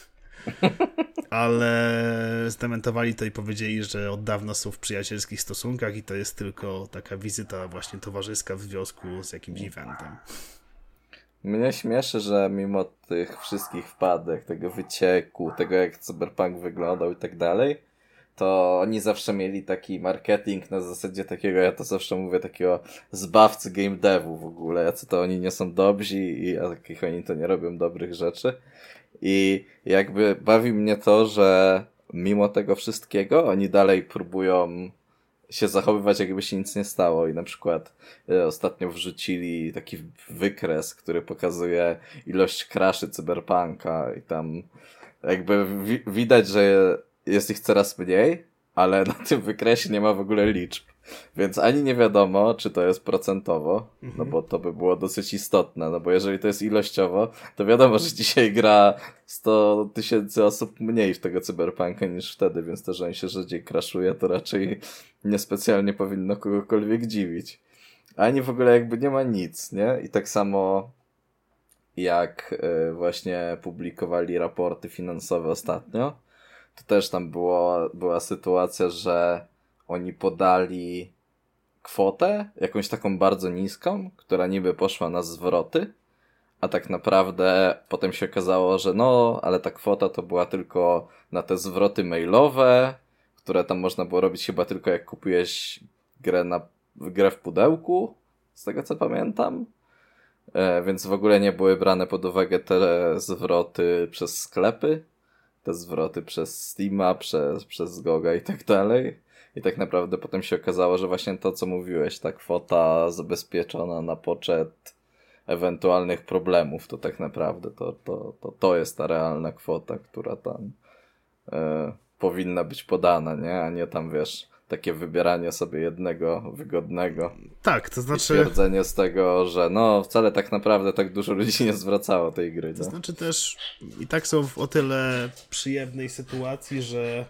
Ale zdementowali to i powiedzieli, że od dawna są w przyjacielskich stosunkach i to jest tylko taka wizyta właśnie towarzyska w związku z jakimś eventem. Mnie śmieszy, że mimo tych wszystkich wpadek, tego wycieku, tego jak Cyberpunk wyglądał i tak dalej, to oni zawsze mieli taki marketing na zasadzie takiego, ja to zawsze mówię, takiego zbawcy game devu w ogóle, jacy to oni nie są dobrzy i jakich oni to nie robią dobrych rzeczy. I jakby bawi mnie to, że mimo tego wszystkiego oni dalej próbują się zachowywać, jakby się nic nie stało i na przykład e, ostatnio wrzucili taki wykres, który pokazuje ilość crashy Cyberpunka i tam jakby wi- widać, że jest ich coraz mniej, ale na tym wykresie nie ma w ogóle liczb. Więc ani nie wiadomo, czy to jest procentowo, mhm. no bo to by było dosyć istotne, no bo jeżeli to jest ilościowo, to wiadomo, że dzisiaj gra sto tysięcy osób mniej w tego Cyberpunka niż wtedy, więc to, że on się rzadziej crashuje, to raczej niespecjalnie powinno kogokolwiek dziwić. Ani w ogóle jakby nie ma nic, nie? I tak samo jak y, właśnie publikowali raporty finansowe ostatnio, to też tam było, była sytuacja, że oni podali kwotę, jakąś taką bardzo niską, która niby poszła na zwroty, a tak naprawdę potem się okazało, że no, ale ta kwota to była tylko na te zwroty mailowe, które tam można było robić chyba tylko jak kupujesz grę, na, grę w pudełku, z tego co pamiętam. E, więc w ogóle nie były brane pod uwagę te zwroty przez sklepy, te zwroty przez Steama, przez, przez Goga i tak dalej. I tak naprawdę potem się okazało, że właśnie to, co mówiłeś, ta kwota zabezpieczona na poczet ewentualnych problemów, to tak naprawdę to, to, to, to jest ta realna kwota, która tam e, powinna być podana, nie? A nie tam, wiesz, takie wybieranie sobie jednego wygodnego. Tak, to znaczy... I stwierdzenie z tego, że no wcale tak naprawdę tak dużo ludzi nie zwracało tej gry. To no. znaczy też i tak są w o tyle przyjemnej sytuacji, że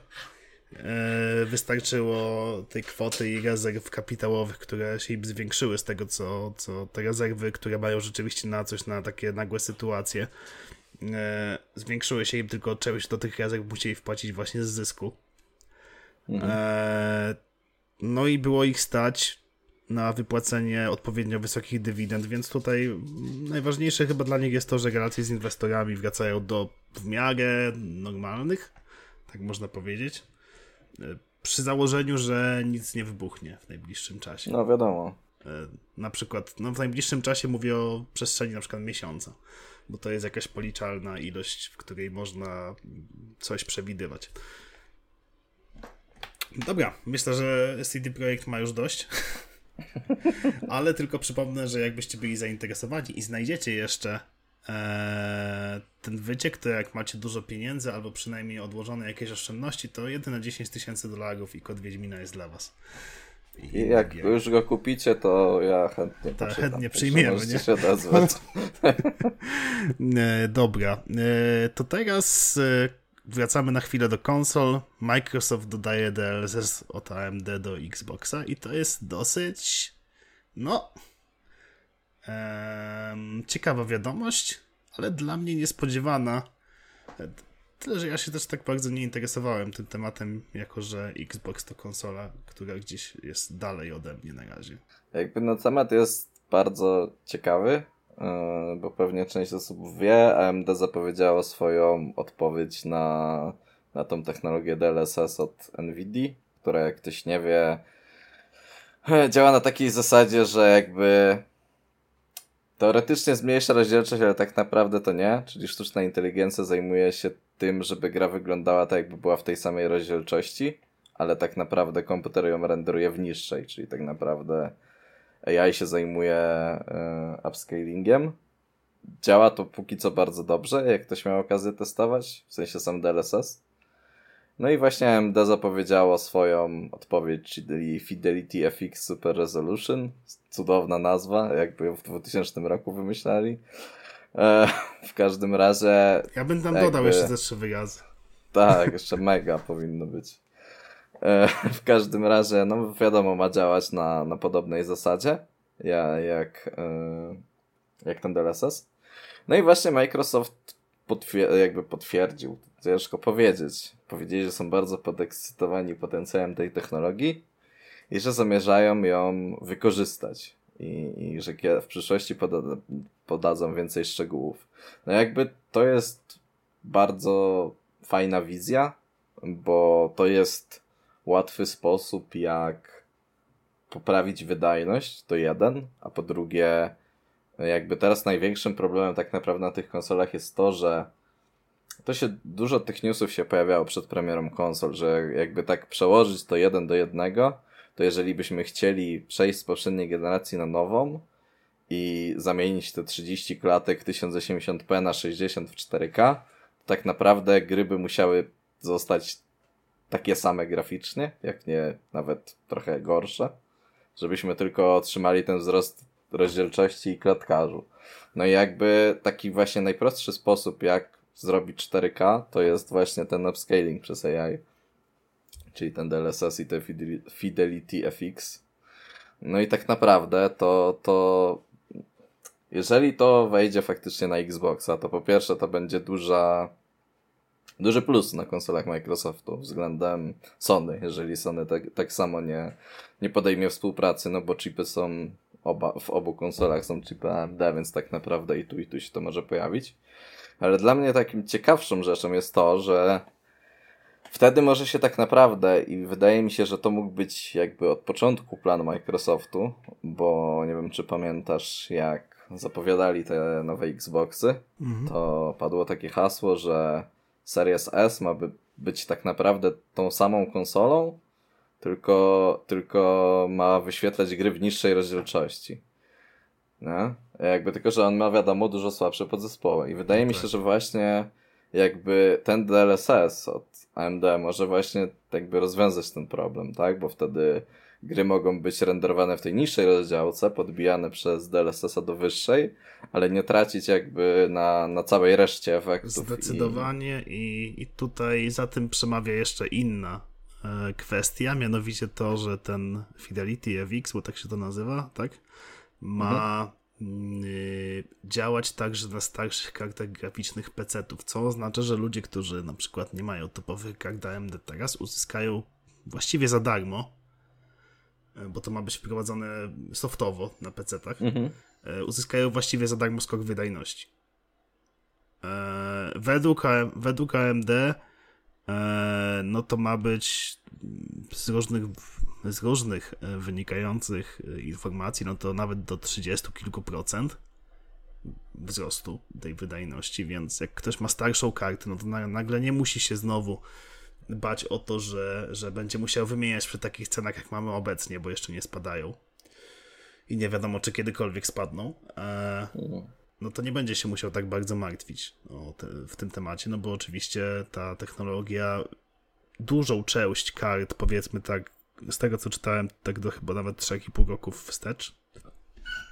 e, wystarczyło tej kwoty i rezerw kapitałowych, które się im zwiększyły z tego, co, co te rezerwy, które mają rzeczywiście na coś, na takie nagłe sytuacje, e, zwiększyły się im, tylko czegoś do tych rezerw musieli wpłacić właśnie z zysku. Mhm. E, no i było ich stać na wypłacenie odpowiednio wysokich dywidend, więc tutaj najważniejsze chyba dla nich jest to, że relacje z inwestorami wracają do w miarę normalnych, tak można powiedzieć, przy założeniu, że nic nie wybuchnie w najbliższym czasie. No wiadomo. Na przykład, no w najbliższym czasie mówię o przestrzeni na przykład miesiąca, bo to jest jakaś policzalna ilość, w której można coś przewidywać. Dobra, myślę, że C D Projekt ma już dość. Ale tylko przypomnę, że jakbyście byli zainteresowani i znajdziecie jeszcze e, ten wyciek, to jak macie dużo pieniędzy albo przynajmniej odłożone jakieś oszczędności, to jedyne dziesięć tysięcy dolarów i kod Wiedźmina jest dla was. I, I jak gier. Już go kupicie, to ja chętnie Ta, poczytam. chętnie przyjmiemy, nie? Się odezwać. e, dobra. E, to teraz e, wracamy na chwilę do konsol. Microsoft dodaje D L S S od A M D do Xboxa i to jest dosyć no em, ciekawa wiadomość, ale dla mnie niespodziewana. Tyle, że ja się też tak bardzo nie interesowałem tym tematem, jako że Xbox to konsola, która gdzieś jest dalej ode mnie na razie. Jakby no temat jest bardzo ciekawy, bo pewnie część osób wie, A M D zapowiedziało swoją odpowiedź na, na tą technologię D L S S od Nvidia, która jak ktoś nie wie, działa na takiej zasadzie, że jakby teoretycznie zmniejsza rozdzielczość, ale tak naprawdę to nie, czyli sztuczna inteligencja zajmuje się tym, żeby gra wyglądała tak, jakby była w tej samej rozdzielczości, ale tak naprawdę komputer ją renderuje w niższej, czyli tak naprawdę A I się zajmuje y, upscalingiem. Działa to póki co bardzo dobrze, jak ktoś miał okazję testować, w sensie sam D L S S. No i właśnie A M D zapowiedziało swoją odpowiedź, czyli Fidelity F X Super Resolution. Cudowna nazwa, jakby ją w dwutysięcznym roku wymyślali. E, w każdym razie... Ja bym tam jakby, dodał jeszcze ze trzy wyrazy. Tak, jeszcze mega powinno być. E, w każdym razie, no wiadomo, ma działać na, na podobnej zasadzie, ja, jak, e, jak ten D L S S. No i właśnie Microsoft potwier- jakby potwierdził, ciężko powiedzieć. Powiedzieli, że są bardzo podekscytowani potencjałem tej technologii i że zamierzają ją wykorzystać. I, i że w przyszłości poda- podadzą więcej szczegółów. No jakby to jest bardzo fajna wizja, bo to jest łatwy sposób, jak poprawić wydajność, to jeden, a po drugie, jakby teraz największym problemem tak naprawdę na tych konsolach jest to, że to się, dużo tych newsów się pojawiało przed premierą konsol, że jakby tak przełożyć to jeden do jednego, to jeżeli byśmy chcieli przejść z poprzedniej generacji na nową i zamienić te trzydzieści klatek tysiąc osiemdziesiąt p na sześćdziesiąt w cztery K, to tak naprawdę gry by musiały zostać takie same graficznie, jak nie nawet trochę gorsze, żebyśmy tylko otrzymali ten wzrost rozdzielczości i klatkarzu. No i jakby taki właśnie najprostszy sposób, jak zrobić cztery K, to jest właśnie ten upscaling przez A I, czyli ten D L S S i te Fidelity F X. No i tak naprawdę to, to jeżeli to wejdzie faktycznie na Xboxa, to po pierwsze to będzie duża duży plus na konsolach Microsoftu względem Sony, jeżeli Sony tak, tak samo nie, nie podejmie współpracy, no bo chipy są oba, w obu konsolach są chipy A M D, więc tak naprawdę i tu i tu się to może pojawić. Ale dla mnie takim ciekawszą rzeczą jest to, że wtedy może się tak naprawdę, i wydaje mi się, że to mógł być jakby od początku plan Microsoftu, bo nie wiem, czy pamiętasz, jak zapowiadali te nowe Xboxy, mhm. to padło takie hasło, że Series S ma by być tak naprawdę tą samą konsolą, tylko, tylko ma wyświetlać gry w niższej rozdzielczości. Nie? Jakby tylko, że on ma wiadomo dużo słabsze podzespoły. I wydaje mi się, że właśnie jakby ten D L S S od A M D może właśnie jakby rozwiązać ten problem, tak? Bo wtedy gry mogą być renderowane w tej niższej rozdziałce, podbijane przez D L S S a do wyższej, ale nie tracić jakby na, na całej reszcie efektów. Zdecydowanie i... I, i tutaj za tym przemawia jeszcze inna e, kwestia, mianowicie to, że ten Fidelity F X, bo tak się to nazywa, tak? Ma mhm. y, działać także na starszych kartach graficznych pecetów, co oznacza, że ludzie, którzy na przykład nie mają topowych kart A M D teraz, uzyskają właściwie za darmo, bo to ma być wprowadzone softowo na pecetach, mhm. uzyskają właściwie za darmo skok wydajności. Według, według A M D no to ma być z różnych, z różnych wynikających informacji, no to nawet do trzydziestu kilku procent wzrostu tej wydajności, więc jak ktoś ma starszą kartę, no to nagle nie musi się znowu bać o to, że, że będzie musiał wymieniać przy takich cenach, jak mamy obecnie, bo jeszcze nie spadają i nie wiadomo, czy kiedykolwiek spadną, e, no to nie będzie się musiał tak bardzo martwić o te, w tym temacie, no bo oczywiście ta technologia dużą część kart, powiedzmy tak, z tego co czytałem, tak do chyba nawet trzy i pół roku wstecz,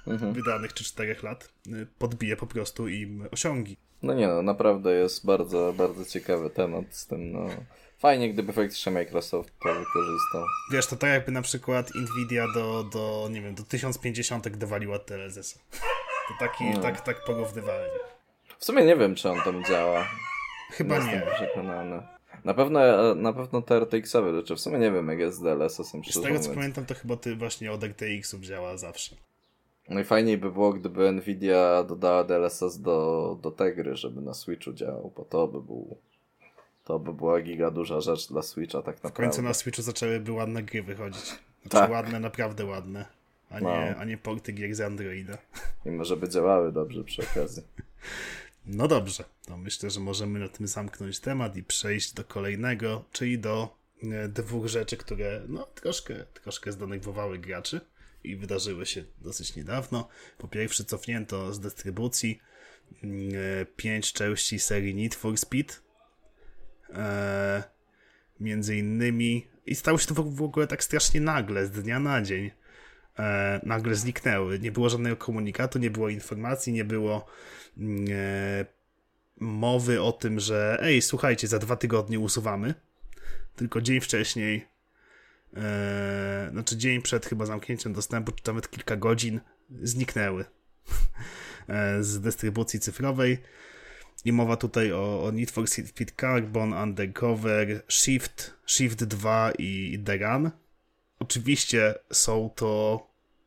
mhm. wydanych czy czterech lat podbije po prostu im osiągi. No nie no, naprawdę jest bardzo, bardzo ciekawy temat z tym, no. Fajnie, gdyby faktycznie Microsoft to wykorzystał. Wiesz, to tak jakby na przykład Nvidia do, do nie wiem, do tysiąc pięćdziesiąt dowaliła T L S S. To taki, no. tak, tak porównywalnie. W sumie nie wiem, czy on tam działa. Chyba nie. Jestem przekonany. Na pewno, na pewno te R T X-owe rzeczy. W sumie nie wiem, jak jest z D L S S-em. Z tego, co pamiętam, to chyba ty właśnie od R T X-ów działa zawsze. Najfajniej by było, gdyby Nvidia dodała D L S S do, do tej gry, żeby na Switchu działał, bo to by był, to by była giga duża rzecz dla Switcha tak naprawdę. W końcu na Switchu zaczęłyby ładne gry wychodzić. Znaczy tak. ładne, naprawdę ładne, a nie, no. a nie porty gier z Androida. I może by działały dobrze przy okazji. No dobrze, to myślę, że możemy na tym zamknąć temat i przejść do kolejnego, czyli do e, dwóch rzeczy, które no troszkę, troszkę zdenerwowały graczy i wydarzyły się dosyć niedawno. Po pierwsze cofnięto z dystrybucji e, pięć części serii Need for Speed. E, między innymi i stało się to w ogóle tak strasznie nagle, z dnia na dzień. E, nagle zniknęły. Nie było żadnego komunikatu, nie było informacji, nie było e, mowy o tym, że ej, słuchajcie, za dwa tygodnie usuwamy. Tylko dzień wcześniej, e, znaczy dzień przed chyba zamknięciem dostępu, czy nawet kilka godzin, zniknęły e, z dystrybucji cyfrowej. I mowa tutaj o, o Need for Speed Carbon, Undercover, Shift, Shift dwa i The Run. Oczywiście są to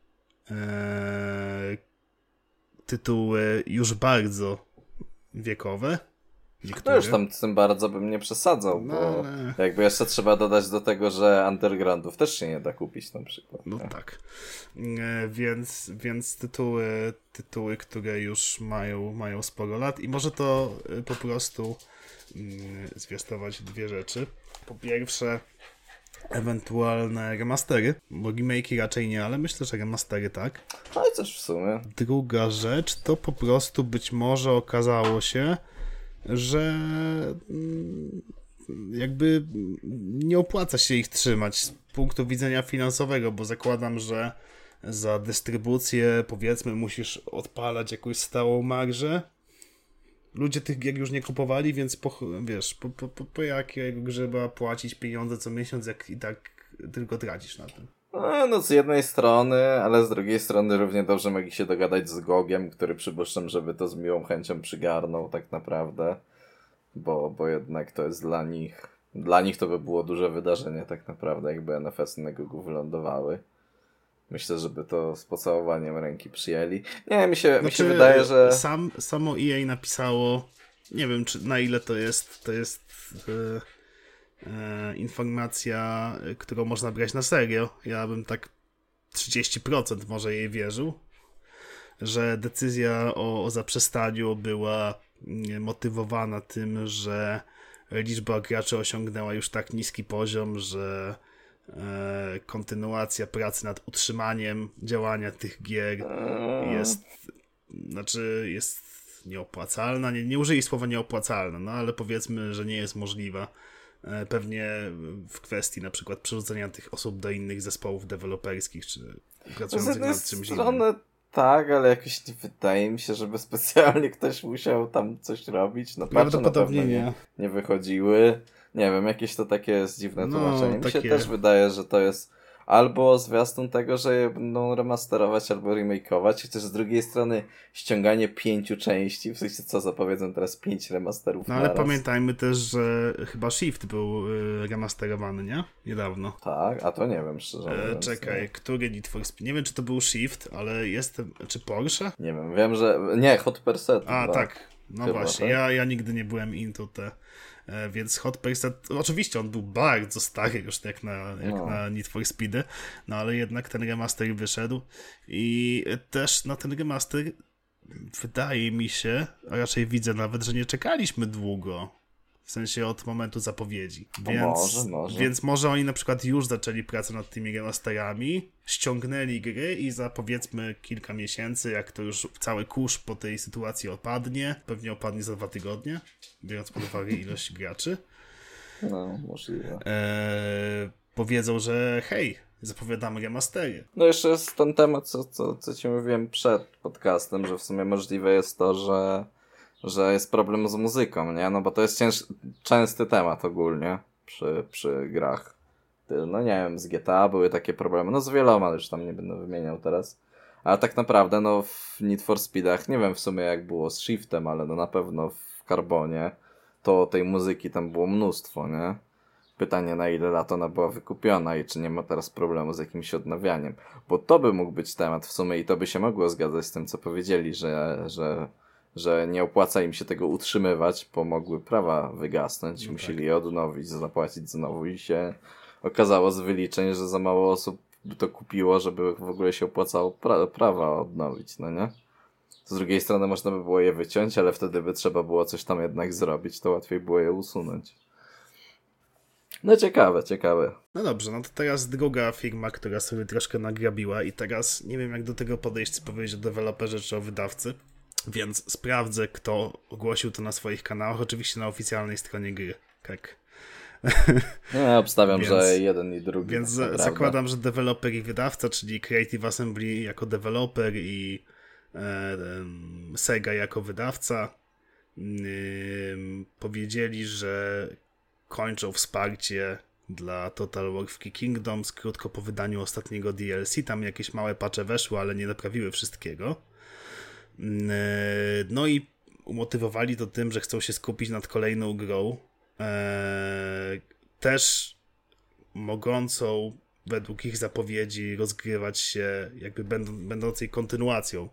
e, tytuły już bardzo wiekowe. Niektóre. No już tam z tym bardzo bym nie przesadzał, no, bo ale... jakby jeszcze trzeba dodać do tego, że Undergroundów też się nie da kupić na przykład. No tak, tak. E, więc, więc tytuły, tytuły, które już mają, mają sporo lat i może to po prostu mm, zwiastować dwie rzeczy. Po pierwsze ewentualne remastery, bo remake'i raczej nie, ale myślę, że remastery tak. No i coś w sumie. Druga rzecz to po prostu być może okazało się, że jakby nie opłaca się ich trzymać z punktu widzenia finansowego, bo zakładam, że za dystrybucję powiedzmy musisz odpalać jakąś stałą marżę. Ludzie tych gier już nie kupowali, więc po, wiesz, po, po, po, po jakiego grzyba płacić pieniądze co miesiąc, jak i tak tylko tracisz na tym. No, no z jednej strony, ale z drugiej strony równie dobrze mogli się dogadać z Gogiem, który przypuszczam, żeby to z miłą chęcią przygarnął tak naprawdę, bo, bo jednak to jest dla nich, dla nich to by było duże wydarzenie tak naprawdę, jakby N F S-y na Gogu wylądowały. Myślę, żeby to z pocałowaniem ręki przyjęli. Nie, mi się, znaczy, mi się wydaje, że... Sam, samo E A napisało, nie wiem czy na ile to jest, to jest yy, yy, informacja, którą można brać na serio. Ja bym tak trzydzieści procent może jej wierzył, że decyzja o, o zaprzestaniu była motywowana tym, że liczba graczy osiągnęła już tak niski poziom, że E, kontynuacja pracy nad utrzymaniem działania tych gier jest znaczy jest nieopłacalna, nie, nie użyję słowa nieopłacalna, no ale powiedzmy, że nie jest możliwa e, pewnie w kwestii na przykład przerzucenia tych osób do innych zespołów deweloperskich czy pracujących nad czymś strony, innym. Tak, ale jakoś nie wydaje mi się, żeby specjalnie ktoś musiał tam coś robić. No, prawdopodobnie nie. nie. Nie wychodziły. Nie wiem, jakieś to takie jest dziwne no, tłumaczenie. Mi takie... się też wydaje, że to jest albo zwiastun tego, że je będą remasterować albo remakeować, chociaż z drugiej strony ściąganie pięciu części, w sensie co zapowiedzą teraz pięć remasterów. No ale naraz. Pamiętajmy też, że chyba Shift był y, remasterowany, nie? Niedawno. Tak, a to nie wiem szczerze mówiąc. E, czekaj, nie. Który Need for Speed? Nie wiem, czy to był Shift, ale jestem... Czy Porsche? Nie wiem, wiem, że... Nie, Hot Pursuit. A, dwa. Tak. No chyba, właśnie, tak? ja, ja nigdy nie byłem into te... Więc Hot Pursuit, oczywiście on był bardzo stary już jak na, jak no. na Need for Speedy, no ale jednak ten remaster wyszedł i też na ten remaster wydaje mi się, a raczej widzę nawet, że nie czekaliśmy długo. W sensie od momentu zapowiedzi. Więc, może, może. więc może oni na przykład już zaczęli pracę nad tymi remasterami, ściągnęli gry i za powiedzmy kilka miesięcy, jak to już cały kurz po tej sytuacji opadnie, pewnie opadnie za dwa tygodnie, biorąc pod uwagę ilość graczy. No, możliwe. E, powiedzą, że hej, zapowiadamy remastery. No jeszcze jest ten temat, co, co, co ci mówiłem przed podcastem, że w sumie możliwe jest to, że, że jest problem z muzyką, nie? No bo to jest cięż, częsty temat ogólnie przy, przy grach. No nie wiem, z G T A były takie problemy, no z wieloma już tam nie będę wymieniał teraz. Ale tak naprawdę no w Need for Speedach, nie wiem w sumie jak było z Shiftem, ale no na pewno w Carbonie to tej muzyki tam było mnóstwo, nie? Pytanie, na ile lat ona była wykupiona i czy nie ma teraz problemu z jakimś odnawianiem. Bo to by mógł być temat w sumie i to by się mogło zgadzać z tym, co powiedzieli, że, że, że nie opłaca im się tego utrzymywać, bo mogły prawa wygasnąć, no musieli tak. je odnowić, zapłacić znowu i się okazało z wyliczeń, że za mało osób by to kupiło, żeby w ogóle się opłacało pra- prawa odnowić, no nie? Z drugiej strony można by było je wyciąć, ale wtedy by trzeba było coś tam jednak zrobić, to łatwiej było je usunąć. No ciekawe, ciekawe. No dobrze, no to teraz druga firma, która sobie troszkę nagrabiła i teraz nie wiem jak do tego podejść, czy powiedzieć o deweloperze, czy o wydawcy, więc sprawdzę, kto ogłosił to na swoich kanałach, oczywiście na oficjalnej stronie gry, tak. No ja obstawiam, więc, że jeden i drugi. Więc za, zakładam, że deweloper i wydawca, czyli Creative Assembly jako deweloper i e, e, Sega jako wydawca e, powiedzieli, że kończą wsparcie dla Total War Three Kingdoms krótko po wydaniu ostatniego D L C. Tam jakieś małe patche weszły, ale nie naprawiły wszystkiego. No i umotywowali to tym, że chcą się skupić nad kolejną grą. Też mogącą według ich zapowiedzi rozgrywać się jakby będą, będącej kontynuacją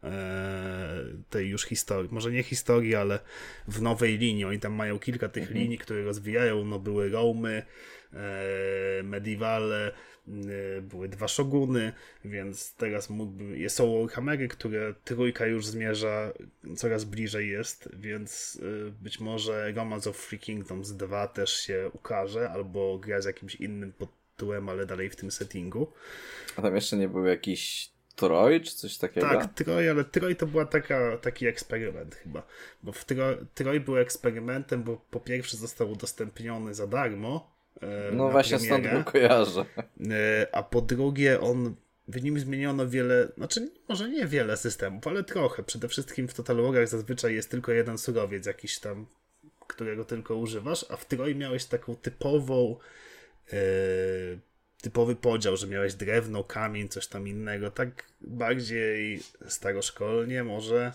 tej już historii, może nie historii, ale w nowej linii. Oni tam mają kilka tych mhm. linii, które rozwijają, no były Romy, e, Medievale, e, były dwa Shoguny, więc teraz mógłby, są Warhammery, które trójka już zmierza, coraz bliżej jest, więc e, być może Romance of Three Kingdoms dwa też się ukaże, albo gra z jakimś innym podtytułem, ale dalej w tym settingu. A tam jeszcze nie był jakiś Troj, czy coś takiego? Tak, Troj, ale Troj to była taka, taki eksperyment chyba, bo w Troj, Troj był eksperymentem, bo po pierwsze został udostępniony za darmo e, no właśnie premierę, stąd go kojarzę. E, a po drugie on, w nim zmieniono wiele, znaczy może nie wiele systemów, ale trochę. Przede wszystkim w Total War'ach zazwyczaj jest tylko jeden surowiec jakiś tam, którego tylko używasz, a w Troj miałeś taką typową e, typowy podział, że miałeś drewno, kamień, coś tam innego, tak bardziej staroszkolnie może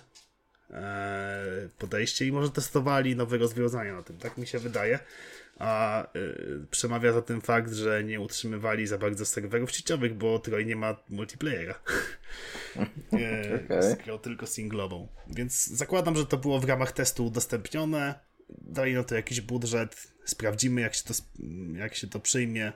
e, podejście i może testowali nowe rozwiązania na tym, tak mi się wydaje, a e, przemawia za tym fakt, że nie utrzymywali za bardzo serwerów sieciowych, bo Troj nie ma multiplayera. e, okay. Grał tylko singlową, więc zakładam, że to było w ramach testu udostępnione, dali na to jakiś budżet, sprawdzimy jak się to, jak się to przyjmie.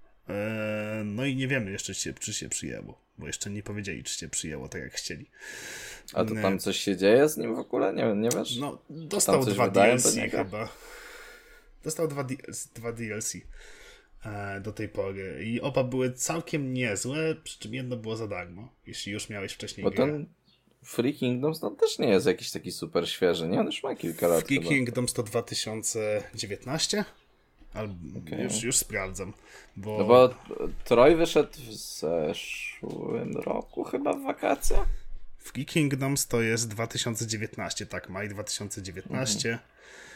No i nie wiemy jeszcze, czy się, czy się przyjęło, bo jeszcze nie powiedzieli, czy się przyjęło tak, jak chcieli. A to tam coś się dzieje z nim w ogóle? Nie, nie wiesz? No, dostał dwa D L C chyba. Dostał dwa, dwa D L C e, do tej pory i oba były całkiem niezłe, przy czym jedno było za darmo, jeśli już miałeś wcześniej bo grę. Ten Free Kingdoms no, też nie jest jakiś taki super świeży, nie? On już ma kilka lat Free chyba. Kingdoms to dwa tysiące dziewiętnaście? Albo okay. już, już sprawdzam. Bo... No bo Troj wyszedł w zeszłym roku chyba w wakacje? Free Kingdoms to jest dwa tysiące dziewiętnaście, tak, maj dwa tysiące dziewiętnaście. Mhm.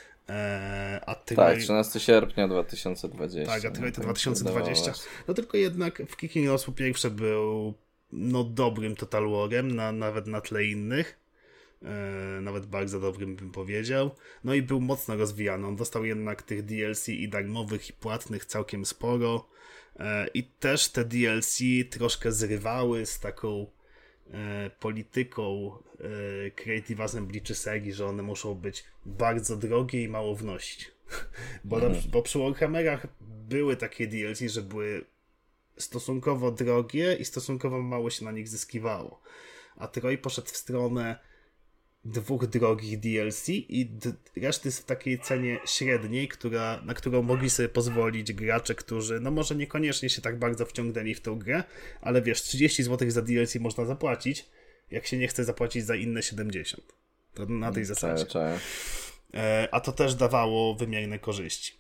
E, a Troj... Tak, trzynastego sierpnia dwa tysiące dwudziestego. Tak, a Troj to dwa tysiące dwudziestego. No tylko jednak Free Kingdoms po pierwsze był no dobrym Total War'em, na, nawet na tle innych. E, nawet bardzo dobrym bym powiedział. No i był mocno rozwijany. On dostał jednak tych D L C i darmowych i płatnych całkiem sporo. E, I też te D L C troszkę zrywały z taką e, polityką e, Creative Assembly czy Segi, że one muszą być bardzo drogie i mało wnosić. bo, mhm. na, bo przy Warhammerach były takie D L C, że były stosunkowo drogie i stosunkowo mało się na nich zyskiwało. A Troj poszedł w stronę dwóch drogich D L C i d- reszty jest w takiej cenie średniej, która, na którą mogli sobie pozwolić gracze, którzy no może niekoniecznie się tak bardzo wciągnęli w tą grę, ale wiesz, trzydzieści złotych za D L C można zapłacić, jak się nie chce zapłacić za inne siedemdziesiąt. To na tej zasadzie. Czaję, czaję. E, a to też dawało wymierne korzyści.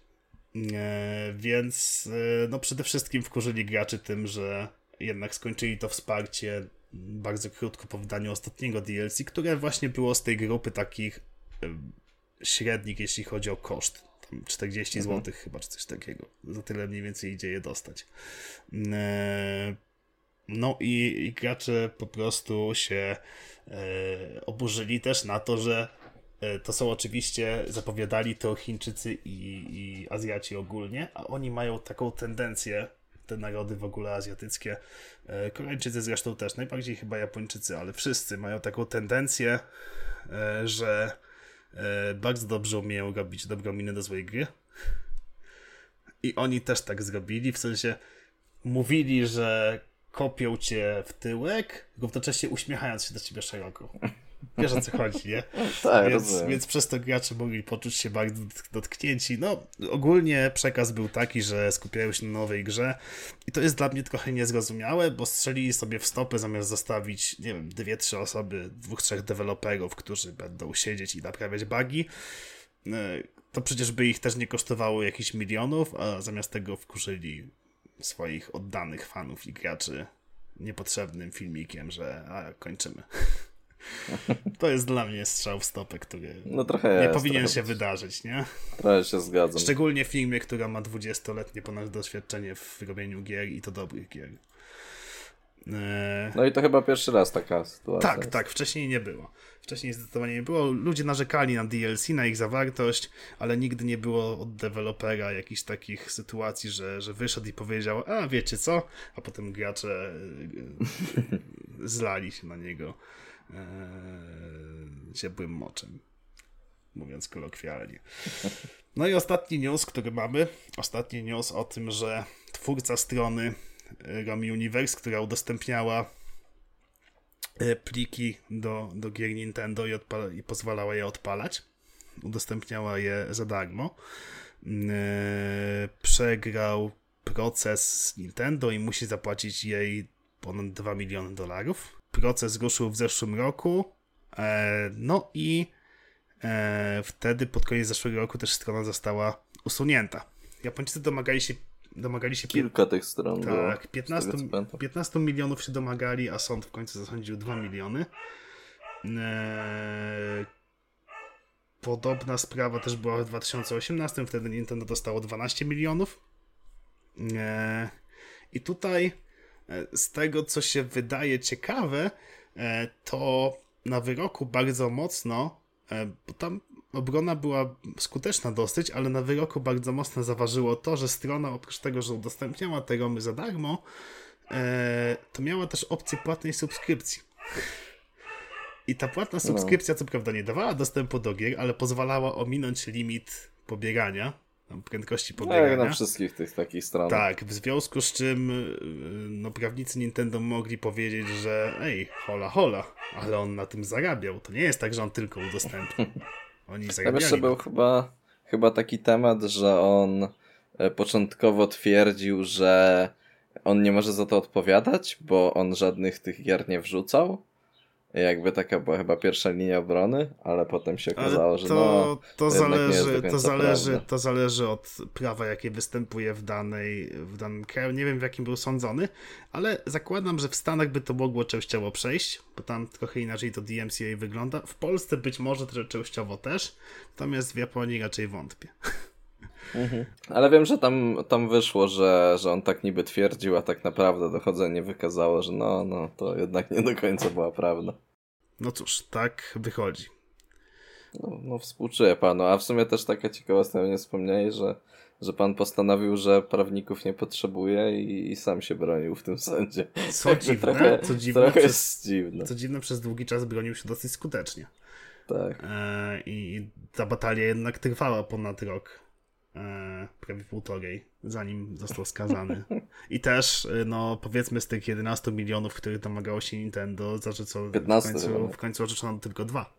E, więc e, no przede wszystkim wkurzyli graczy tym, że jednak skończyli to wsparcie bardzo krótko po wydaniu ostatniego D L C, które właśnie było z tej grupy takich e, średnich, jeśli chodzi o koszt. Tam czterdzieści mhm. złotych chyba, czy coś takiego. Za tyle mniej więcej idzie je dostać. E, no i, i gracze po prostu się e, oburzyli też na to, że to są oczywiście, zapowiadali to Chińczycy i, i Azjaci ogólnie, a oni mają taką tendencję, te narody w ogóle azjatyckie, Koreańczycy zresztą też, najbardziej chyba Japończycy, ale wszyscy mają taką tendencję, że bardzo dobrze umieją robić dobrą minę do złej gry. I oni też tak zrobili, w sensie mówili, że kopią cię w tyłek, równocześnie uśmiechając się do ciebie szeroko. Wiesz, o co chodzi, nie? Tak, więc, więc przez to gracze mogli poczuć się bardzo dotknięci. No, ogólnie przekaz był taki, że skupiają się na nowej grze i to jest dla mnie trochę niezrozumiałe, bo strzelili sobie w stopę zamiast zostawić, nie wiem, dwie, trzy osoby, dwóch, trzech deweloperów, którzy będą siedzieć i naprawiać bugi. To przecież by ich też nie kosztowało jakichś milionów, a zamiast tego wkurzyli swoich oddanych fanów i graczy niepotrzebnym filmikiem, że a, kończymy. To jest dla mnie strzał w stopę, który no trochę nie jest, powinien trochę się wydarzyć, nie? Trochę się zgadzam. Szczególnie w firmie, która ma dwudziestoletnie ponad doświadczenie w robieniu gier i to dobrych gier. No i to chyba pierwszy raz taka sytuacja. Tak, jest. tak, wcześniej nie było. Wcześniej zdecydowanie nie było. Ludzie narzekali na D L C, na ich zawartość, ale nigdy nie było od dewelopera jakichś takich sytuacji, że, że wyszedł i powiedział, a wiecie co? A potem gracze zlali się na niego Eee, ciepłym moczem, mówiąc kolokwialnie. No i ostatni news, który mamy, ostatni news o tym, że twórca strony ROM Universe, która udostępniała pliki do, do gier Nintendo i, odpala, i pozwalała je odpalać, udostępniała je za darmo, eee, przegrał proces z Nintendo i musi zapłacić jej ponad dwa miliony dolarów. Proces ruszył w zeszłym roku, e, no i e, wtedy pod koniec zeszłego roku też strona została usunięta. Japończycy domagali się domagali się kilka tych stron tak, piętnaście milionów się domagali, a sąd w końcu zasądził dwa miliony. E, podobna sprawa też była w dwa tysiące osiemnastym, wtedy Nintendo dostało dwanaście milionów. E, I tutaj z tego, co się wydaje ciekawe, to na wyroku bardzo mocno, bo tam obrona była skuteczna dosyć, ale na wyroku bardzo mocno zaważyło to, że strona oprócz tego, że udostępniała te romy za darmo, to miała też opcję płatnej subskrypcji. I ta płatna subskrypcja, co prawda, nie dawała dostępu do gier, ale pozwalała ominąć limit pobierania, prędkości pobierania. Jak na wszystkich tych takich stronach. Tak, w związku z czym no, prawnicy Nintendo mogli powiedzieć, że ej, hola, hola, ale on na tym zarabiał. To nie jest tak, że on tylko udostępnił. Oni zarabiali. Tam jeszcze był chyba, chyba taki temat, że on początkowo twierdził, że on nie może za to odpowiadać, bo on żadnych tych gier nie wrzucał. Jakby taka była chyba pierwsza linia obrony, ale potem się okazało, ale to, że no, to, to zależy, to to zależy, prawda. to zależy od prawa, jakie występuje w danej, w danym kraju. Nie wiem, w jakim był sądzony, ale zakładam, że w Stanach by to mogło częściowo przejść, bo tam trochę inaczej to D M C A wygląda. W Polsce być może częściowo też, natomiast w Japonii raczej wątpię. Mhm. Ale wiem, że tam, tam wyszło, że, że on tak niby twierdził, a tak naprawdę dochodzenie wykazało, że no, no, to jednak nie do końca była prawda. No cóż, tak wychodzi. No, no współczuję panu, a w sumie też taka ciekawostka, nie wspomniałeś, że, że pan postanowił, że prawników nie potrzebuje i, i sam się bronił w tym sądzie. Co dziwne, trochę, co dziwne, trochę przez, jest dziwne. Co dziwne, przez długi czas bronił się dosyć skutecznie. Tak. E, I ta batalia jednak trwała ponad rok. E, prawie półtorej, zanim został skazany. I też, no powiedzmy z tych jedenastu milionów, których domagało się Nintendo, znaczy co w końcu, w końcu orzeczono tylko dwa.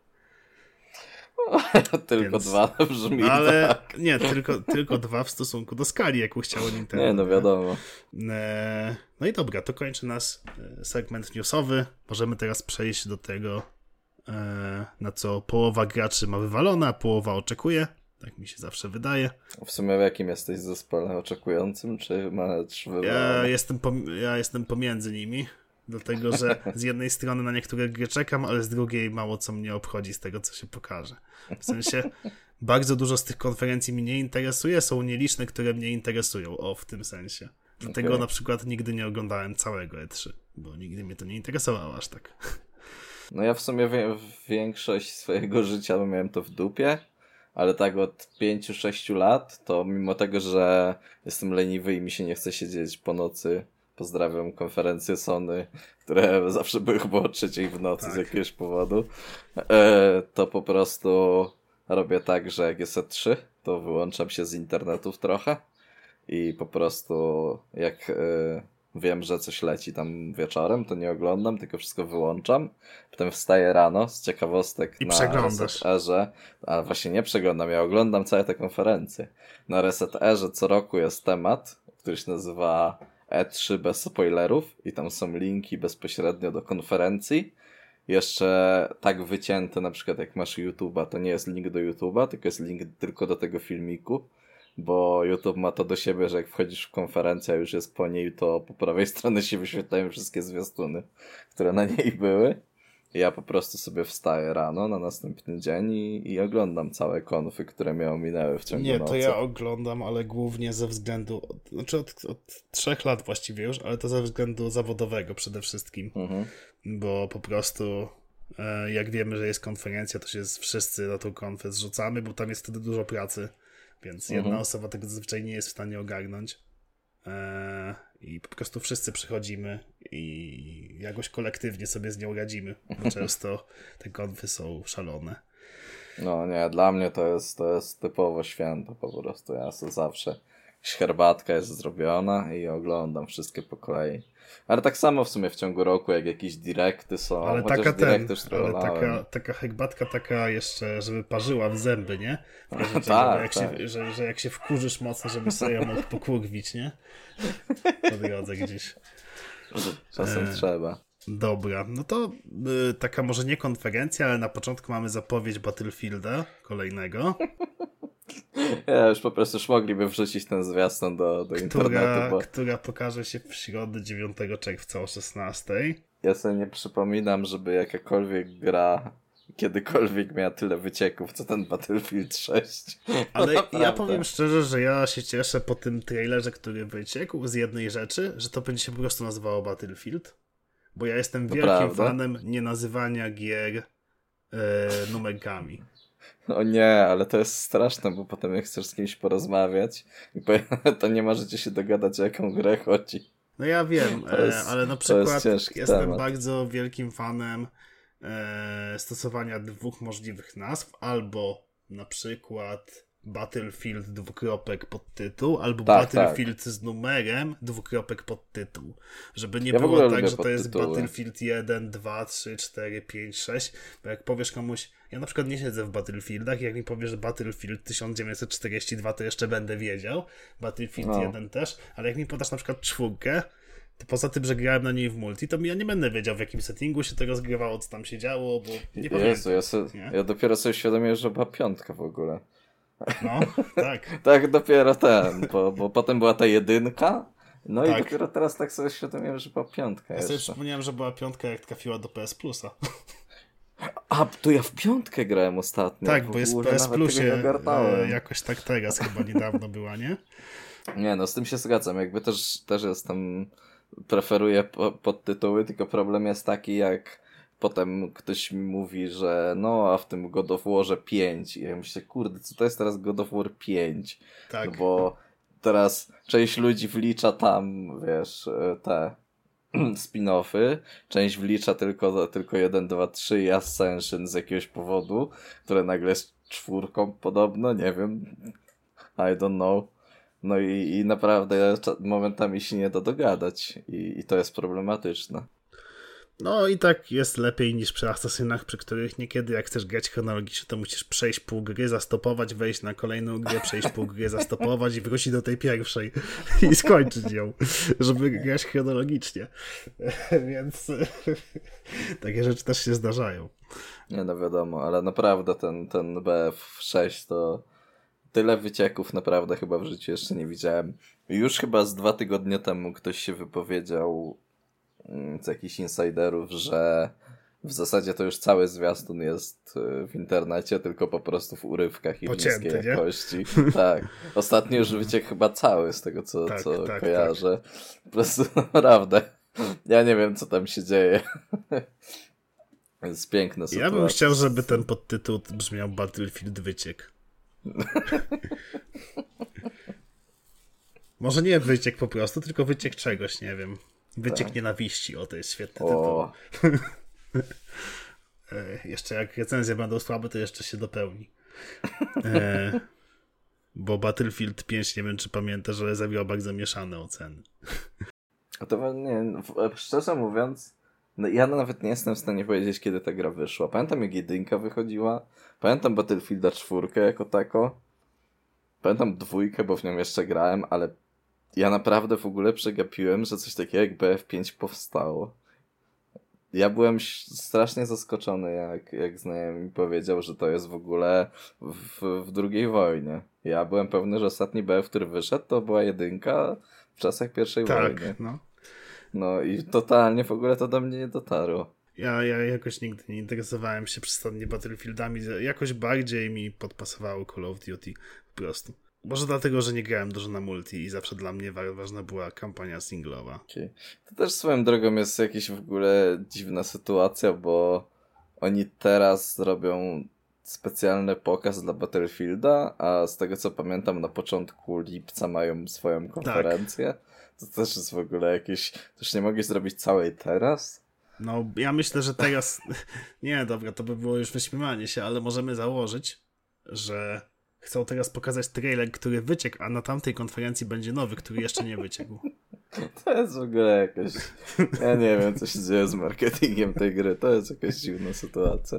tylko Więc, dwa brzmi ale tak. nie, tylko, tylko dwa w stosunku do skali, jaką chciało Nintendo. Nie, no wiadomo. E, no i dobra, to kończy nas segment newsowy. Możemy teraz przejść do tego, e, na co połowa graczy ma wywalone, a połowa oczekuje Tak mi się zawsze wydaje. W sumie w jakim jesteś zespole? Oczekującym, czy mecz Ja jestem, pom- ja jestem pomiędzy nimi, dlatego że z jednej strony na niektóre gry czekam, ale z drugiej mało co mnie obchodzi z tego, co się pokaże. W sensie bardzo dużo z tych konferencji mnie nie interesuje, są nieliczne, które mnie interesują, o, w tym sensie. Dlatego okay. na przykład nigdy nie oglądałem całego E trzy, bo nigdy mnie to nie interesowało aż tak. No ja w sumie wie- większość swojego życia miałem to w dupie, ale tak od pięciu sześciu lat, to mimo tego, że jestem leniwy i mi się nie chce siedzieć po nocy, pozdrawiam konferencje Sony, które zawsze były chyba o trzeciej w nocy tak. z jakiegoś powodu, e, to po prostu robię tak, że jak jest E trzy, to wyłączam się z internetów trochę i po prostu jak e, wiem, że coś leci tam wieczorem, to nie oglądam, tylko wszystko wyłączam. Potem wstaję rano z ciekawostek I na przeglądasz. Reset-Erze. A właśnie nie przeglądam, ja oglądam całe te konferencje. Na Reset-Erze co roku jest temat, który się nazywa E trzy bez spoilerów i tam są linki bezpośrednio do konferencji. Jeszcze tak wycięte, na przykład jak masz YouTube'a, to nie jest link do YouTube'a, tylko jest link tylko do tego filmiku. Bo YouTube ma to do siebie, że jak wchodzisz w konferencję, a już jest po niej, to po prawej stronie się wyświetlają wszystkie zwiastuny, które na niej były. I ja po prostu sobie wstaję rano na następny dzień i, i oglądam całe konfy, które mnie ominęły w ciągu Nie, nocy. to ja oglądam, ale głównie ze względu, znaczy od, od trzech lat właściwie już, ale to ze względu zawodowego przede wszystkim. Mhm. Bo po prostu e, jak wiemy, że jest konferencja, to się wszyscy na tą konfę zrzucamy, bo tam jest wtedy dużo pracy. Więc jedna mhm. osoba tego zazwyczaj nie jest w stanie ogarnąć. Eee, I po prostu wszyscy przychodzimy i jakoś kolektywnie sobie z nią radzimy. Bo często te konfy są szalone. No nie, dla mnie to jest, to jest typowo święto po prostu. Ja sobie zawsze herbatka jest zrobiona i oglądam wszystkie po kolei. Ale tak samo w sumie w ciągu roku, jak jakieś directy są. Ale taka ten, ale taka, taka herbatka taka jeszcze, żeby parzyła w zęby, nie? W każdym razie, tak, jak tak. się, że, że jak się wkurzysz mocno, żeby sobie ją mógł pokurwić, nie? Po drodze gdzieś. Czasem e, trzeba. Dobra, no to y, taka może nie konferencja, ale na początku mamy zapowiedź Battlefielda kolejnego. Ja już po prostu już mogliby wrzucić ten zwiastun do, do która, internetu. Bo... Która pokaże się w środę dziewiątego czerwca o szesnastej. Ja sobie nie przypominam, żeby jakakolwiek gra kiedykolwiek miała tyle wycieków, co ten Battlefield sześć. Ale ja powiem szczerze, że ja się cieszę po tym trailerze, który wyciekł z jednej rzeczy, że to będzie się po prostu nazywało Battlefield. Bo ja jestem to wielkim prawda. fanem nienazywania gier e, numerkami. O nie, ale to jest straszne, bo potem jak chcesz z kimś porozmawiać, to nie możecie się dogadać, o jaką grę chodzi. No ja wiem, jest, ale na przykład jestem temat. bardzo wielkim fanem e, stosowania dwóch możliwych nazw, albo na przykład Battlefield dwukropek podtytuł, albo tak, Battlefield tak. z numerem dwukropek podtytuł. Żeby nie ja było tak, że to jest Battlefield jeden, dwa, trzy, cztery, pięć, sześć, bo jak powiesz komuś, ja na przykład nie siedzę w Battlefieldach, jak mi powiesz Battlefield tysiąc dziewięćset czterdzieści dwa, to jeszcze będę wiedział, Battlefield no. jeden też, ale jak mi podasz na przykład czwórkę, to poza tym, że grałem na niej w multi, to ja nie będę wiedział, w jakim settingu się to rozgrywało, co tam się działo, bo nie Jezu, pamiętam. Ja, so, ja dopiero sobie świadomiłem, że była piątka w ogóle. No, tak. tak, dopiero ten, bo, bo potem była ta jedynka, no tak. i dopiero teraz tak sobie świadomiłem, że była piątka. Ja jeszcze. sobie przypomniałem, że była piątka, jak trafiła do P S Plusa. A, to ja w piątkę grałem ostatnio. Tak, bo jest w P S Plusie e, jakoś tak teraz chyba niedawno była, nie? Nie, no z tym się zgadzam, jakby też, też jestem, preferuję po, podtytuły, tylko problem jest taki, jak potem ktoś mi mówi, że no, a w tym God of Warze pięć. I ja myślę, kurde, co to jest teraz God of War pięć? Tak. No bo teraz część ludzi wlicza tam, wiesz, te spin-offy, część wlicza tylko, tylko jeden, dwa, trzy i Ascension z jakiegoś powodu, które nagle jest czwórką podobno, nie wiem, I don't know. No i, i naprawdę momentami się nie da dogadać i, i to jest problematyczne. No i tak jest lepiej niż przy asasynach, przy których niekiedy jak chcesz grać chronologicznie, to musisz przejść pół gry, zastopować, wejść na kolejną grę, przejść pół gry, zastopować i wrócić do tej pierwszej i skończyć ją, żeby grać chronologicznie. Więc takie rzeczy też się zdarzają. Nie no wiadomo, ale naprawdę ten, ten B F sześć to tyle wycieków naprawdę chyba w życiu jeszcze nie widziałem. Już chyba z dwa tygodnie temu ktoś się wypowiedział z jakichś insiderów, że w zasadzie to już cały zwiastun jest w internecie, tylko po prostu w urywkach i Pocięty, w niskiej nie? jakości. Tak. Ostatnio już wyciek chyba cały z tego, co, tak, co tak, kojarzę. Tak. Po prostu naprawdę. Ja nie wiem, co tam się dzieje. Jest piękna sytuacja. Ja bym chciał, żeby ten podtytuł brzmiał Battlefield Wyciek. Może nie wyciek po prostu, tylko wyciek czegoś, nie wiem. Wyciek tak. nienawiści, o to jest świetny tytuł. e, jeszcze jak recenzje będą słabe, to jeszcze się dopełni. E, bo Battlefield pięć, nie wiem czy pamiętasz, ale zawiła bardzo mieszane oceny. A to nie, szczerze mówiąc, no ja nawet nie jestem w stanie powiedzieć, kiedy ta gra wyszła. Pamiętam jak jedynka wychodziła, pamiętam Battlefielda czwórkę jako tako, pamiętam dwójkę, bo w nią jeszcze grałem, ale ja naprawdę w ogóle przegapiłem, że coś takiego jak B F pięć powstało. Ja byłem strasznie zaskoczony, jak, jak znajomy mi powiedział, że to jest w ogóle w, w drugiej wojnie. Ja byłem pewny, że ostatni B F, który wyszedł, to była jedynka w czasach pierwszej tak, wojny. No. no i totalnie w ogóle to do mnie nie dotarło. Ja, ja jakoś nigdy nie interesowałem się przesadnie Battlefieldami. Jakoś bardziej mi podpasowało Call of Duty po prostu. Może dlatego, że nie grałem dużo na multi i zawsze dla mnie ważna była kampania singlowa. Okay. To też swoją drogą jest jakaś w ogóle dziwna sytuacja, bo oni teraz robią specjalny pokaz dla Battlefielda, a z tego co pamiętam na początku lipca mają swoją konferencję. Tak. To też jest w ogóle jakieś... Też nie mogli zrobić całej teraz? No ja myślę, że teraz... nie, dobra, to by było już wyśmiewanie się, ale możemy założyć, że... chcą teraz pokazać trailer, który wyciekł, a na tamtej konferencji będzie nowy, który jeszcze nie wyciekł. To jest w ogóle jakaś... Ja nie wiem, co się dzieje z marketingiem tej gry. To jest jakaś dziwna sytuacja.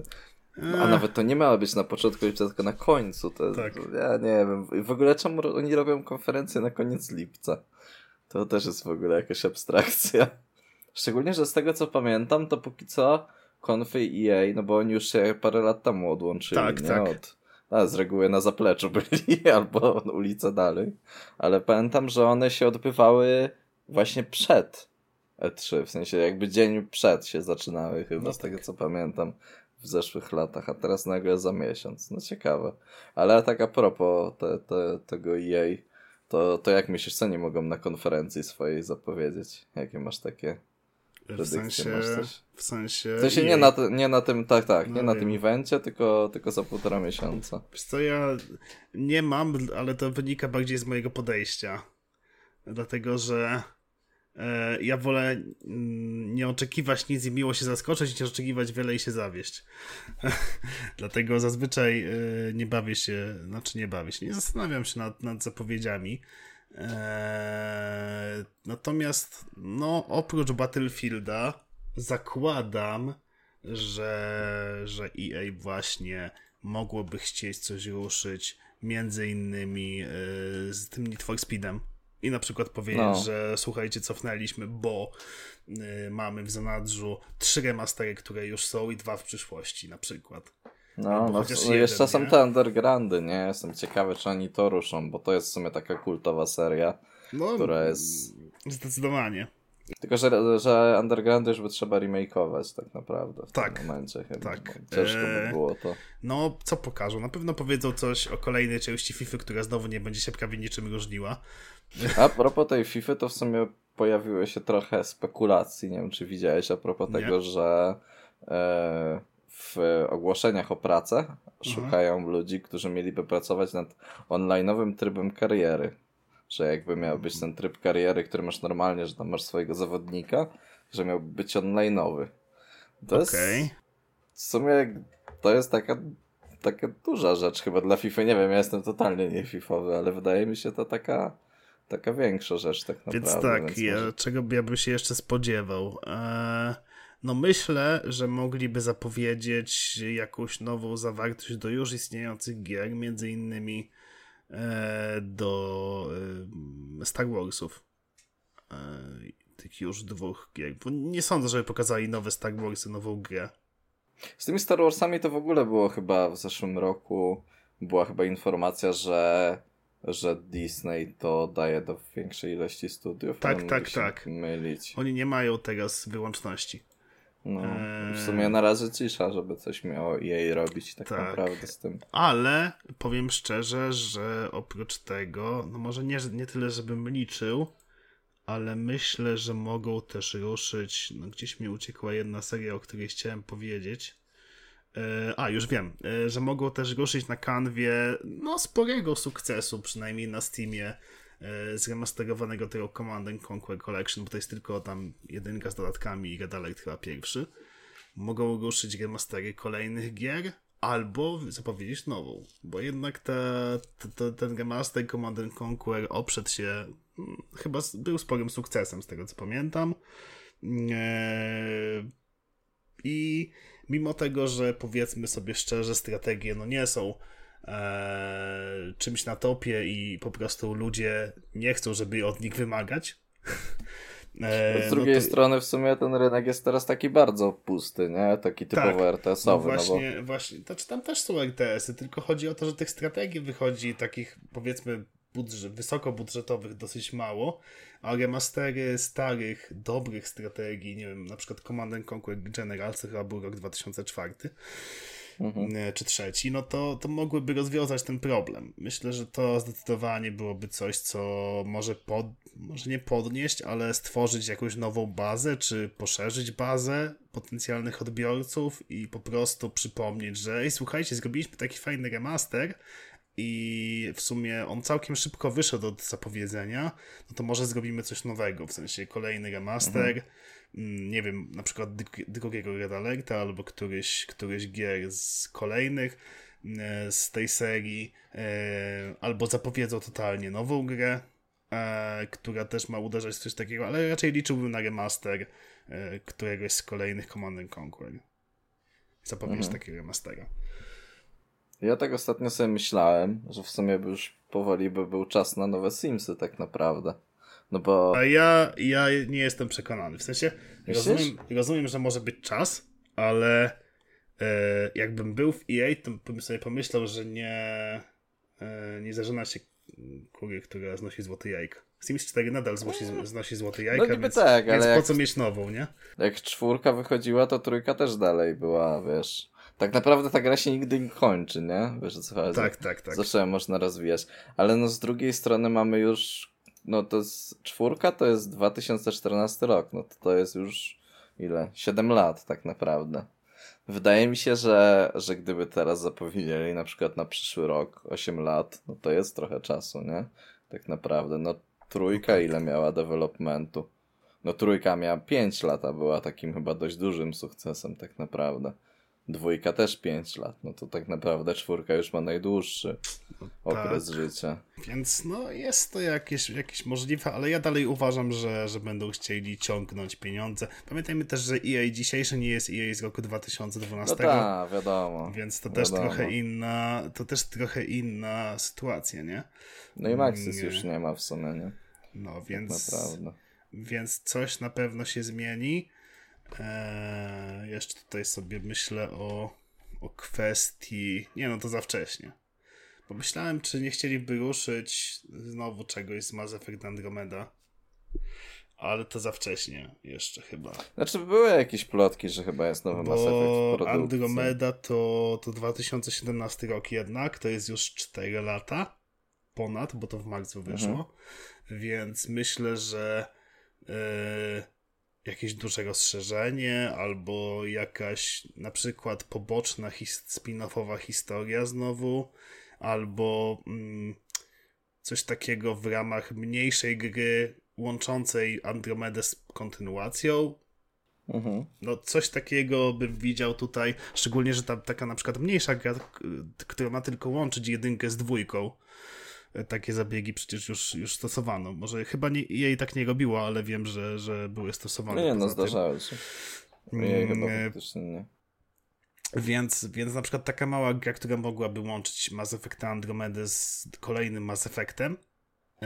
A nawet to nie miało być na początku lipca, tylko na końcu. To jest... tak. Ja nie wiem. W ogóle czemu oni robią konferencję na koniec lipca? To też jest w ogóle jakaś abstrakcja. Szczególnie, że z tego co pamiętam, to póki co konfy E A, no bo oni już się parę lat temu odłączyli. Tak, nie? tak. Od... A, z reguły na zapleczu byli, albo ulicę dalej. Ale pamiętam, że one się odbywały właśnie przed E trzy, w sensie jakby dzień przed się zaczynały chyba, no z tak. tego co pamiętam, w zeszłych latach, a teraz nagle za miesiąc. No ciekawe. Ale tak a propos te, te, tego E A, to, to jak myślisz, co nie mogą na konferencji swojej zapowiedzieć? Jakie masz takie... W sensie, w sensie... W sensie nie na, nie na tym, tak, tak, nie no na wiem. tym evencie, tylko, tylko za półtora miesiąca. Wiesz co, ja nie mam, ale to wynika bardziej z mojego podejścia. Dlatego, że e, ja wolę mm, nie oczekiwać nic i miło się zaskoczyć, niż oczekiwać wiele i się zawieść. Dlatego zazwyczaj e, nie bawię się, znaczy nie bawię się, nie zastanawiam się nad, nad zapowiedziami. Eee, natomiast no oprócz Battlefielda zakładam, że, że E A właśnie mogłoby chcieć coś ruszyć między innymi yy, z tym Need for Speedem i na przykład powiedzieć, no. że słuchajcie, cofnęliśmy, bo yy, mamy w zanadrzu trzy remastery, które już są i dwa w przyszłości na przykład. No, no jeden, jeszcze nie? Są te undergroundy, nie? Jestem ciekawy, czy oni to ruszą, bo to jest w sumie taka kultowa seria, no, która jest... Zdecydowanie. Tylko, że, że undergroundy już by trzeba remake'ować tak naprawdę w tak, tym momencie chyba. Tak. Ciężko by było to. No, co pokażą? Na pewno powiedzą coś o kolejnej części FIFA, która znowu nie będzie się prawie niczym różniła. A propos tej FIFA, to w sumie pojawiły się trochę spekulacji, nie wiem, czy widziałeś, a propos nie. tego, że... E... w ogłoszeniach o pracę szukają mhm. ludzi, którzy mieliby pracować nad online'owym trybem kariery. Że jakby miał być ten tryb kariery, który masz normalnie, że tam masz swojego zawodnika, że miałby być online'owy. To okay. jest w sumie to jest taka, taka duża rzecz chyba dla FIFA. Nie wiem, ja jestem totalnie nie fifowy, ale wydaje mi się to taka taka większa rzecz tak naprawdę. Więc tak, więc ja, może... czego ja bym się jeszcze spodziewał? Eee... No myślę, że mogliby zapowiedzieć jakąś nową zawartość do już istniejących gier, między innymi e, do e, Star Warsów. E, tych już dwóch gier. Bo nie sądzę, żeby pokazali nowe Star Warsy, nową grę. Z tymi Star Warsami to w ogóle było chyba w zeszłym roku była chyba informacja, że, że Disney to daje do większej ilości studiów. Tak, ale tak, mogę się tak. mylić. Oni nie mają teraz wyłączności. No, Eee... w sumie na razie cisza, żeby coś miało jej robić tak, Tak. naprawdę z tym. Ale powiem szczerze, że oprócz tego, no może nie, nie tyle, żebym liczył, ale myślę, że mogą też ruszyć, no gdzieś mi uciekła jedna seria, o której chciałem powiedzieć. E, a, już wiem, e, że mogą też ruszyć na kanwie, no sporego sukcesu, przynajmniej na Steamie, e, zremasterowanego tego Command and Conquer Collection, bo to jest tylko tam jedynka z dodatkami i Red Alert chyba pierwszy. Mogą ruszyć remastery kolejnych gier, albo zapowiedzieć nową, bo jednak ta, ta, ta, ten remaster Command and Conquer oprzedł się, hmm, chyba był sporym sukcesem, z tego co pamiętam. Eee, I mimo tego, że powiedzmy sobie szczerze, strategie no nie są eee, czymś na topie i po prostu ludzie nie chcą, żeby od nich wymagać. Z drugiej no to... strony w sumie ten rynek jest teraz taki bardzo pusty, nie? Taki typowo tak, R T S-owy. No właśnie, no bo... właśnie, znaczy tam też są R T S-y, tylko chodzi o to, że tych strategii wychodzi takich powiedzmy budżet, wysokobudżetowych dosyć mało, a remastery starych, dobrych strategii, nie wiem, na przykład Command and Conquer Generals, chyba był rok dwa tysiące czwarty, mhm. czy trzeci, no to, to mogłyby rozwiązać ten problem. Myślę, że to zdecydowanie byłoby coś, co może, pod, może nie podnieść, ale stworzyć jakąś nową bazę, czy poszerzyć bazę potencjalnych odbiorców i po prostu przypomnieć, że ej, słuchajcie, zrobiliśmy taki fajny remaster i w sumie on całkiem szybko wyszedł od zapowiedzenia, no to może zrobimy coś nowego, w sensie kolejny remaster, mhm. nie wiem, na przykład drugiego Red Alerta albo któryś, któryś gier z kolejnych z tej serii, albo zapowiedzą totalnie nową grę, która też ma uderzać w coś takiego, ale raczej liczyłbym na remaster któregoś z kolejnych Command and Conquer. Zapowiedź mhm. takiego remastera. Ja tak ostatnio sobie myślałem, że w sumie by już powoli by był czas na nowe Simsy tak naprawdę. No bo... A ja, ja nie jestem przekonany. W sensie rozumiem, rozumiem, że może być czas, ale e, jakbym był w E A, to bym sobie pomyślał, że nie, e, nie zażyna się kury, która znosi złoty jajka. Sims cztery nadal znosi, znosi złoty jajka, no więc, tak, więc ale po jak, co mieć nową, nie? Jak czwórka wychodziła, to trójka też dalej była, wiesz... Tak naprawdę ta gra się nigdy nie kończy, nie? Wiesz o co chodzi? Tak, tak, tak. Zawsze można rozwijać. Ale no z drugiej strony mamy już... No to jest... Czwórka to jest dwa tysiące czternasty rok. No to to jest już... Ile? siedem lat tak naprawdę. Wydaje mi się, że, że gdyby teraz zapowiedzieli na przykład na przyszły rok osiem lat, no to jest trochę czasu, nie? Tak naprawdę. No trójka ile miała developmentu? No trójka miała pięć lat, a była takim chyba dość dużym sukcesem tak naprawdę. Dwójka też pięć lat, no to tak naprawdę czwórka już ma najdłuższy no okres tak. życia. Więc no jest to jakieś, jakieś możliwe, ale ja dalej uważam, że, że będą chcieli ciągnąć pieniądze. Pamiętajmy też, że E A dzisiejszy nie jest E A z roku dwa tysiące dwunastego. No tak, wiadomo. Więc to wiadomo. też trochę inna, to też trochę inna sytuacja, nie? No i Maxis nie. już nie ma w sumie, nie? No więc, tak naprawdę. Więc coś na pewno się zmieni. Eee, jeszcze tutaj sobie myślę o, o kwestii... Nie no, to za wcześnie. Pomyślałem, czy nie chcieliby ruszyć znowu czegoś z Mass Effect Andromeda. Ale to za wcześnie jeszcze chyba. Znaczy były jakieś plotki, że chyba jest nowy Bo Mass Effect w produkcji. Andromeda to, to dwa tysiące siedemnasty rok jednak, to jest już cztery lata ponad, bo to w marcu wyszło. Mhm. Więc myślę, że... Yy, jakieś duże rozszerzenie, albo jakaś na przykład poboczna his- spin-offowa historia znowu, albo mm, coś takiego w ramach mniejszej gry łączącej Andromedę z kontynuacją. Mhm. No coś takiego bym widział tutaj, szczególnie, że ta taka na przykład mniejsza gra, która ma tylko łączyć jedynkę z dwójką. Takie zabiegi przecież już, już stosowano. Może chyba nie, jej tak nie robiło, ale wiem, że, że były stosowane. Nie, no zdarzały się. Jej chyba faktycznie nie. Więc, więc na przykład taka mała gra, która mogłaby łączyć Mass Effecta Andromedę z kolejnym Mass Effectem yy,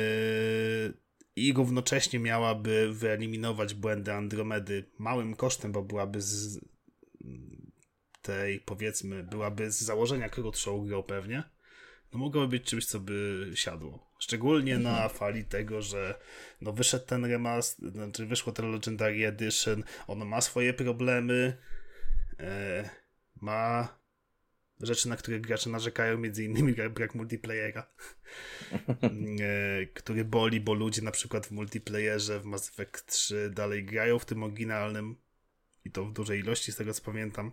i równocześnie miałaby wyeliminować błędy Andromedy małym kosztem, bo byłaby z, tej, powiedzmy, byłaby z założenia krótszą grą pewnie, no mogłoby być czymś, co by siadło. Szczególnie mhm. na fali tego, że no wyszedł ten remaster, znaczy wyszło ten Legendary Edition, ono ma swoje problemy, e, ma rzeczy, na które gracze narzekają, między innymi brak multiplayera, e, który boli, bo ludzie na przykład w multiplayerze w Mass Effect trzy dalej grają w tym oryginalnym i to w dużej ilości, z tego co pamiętam.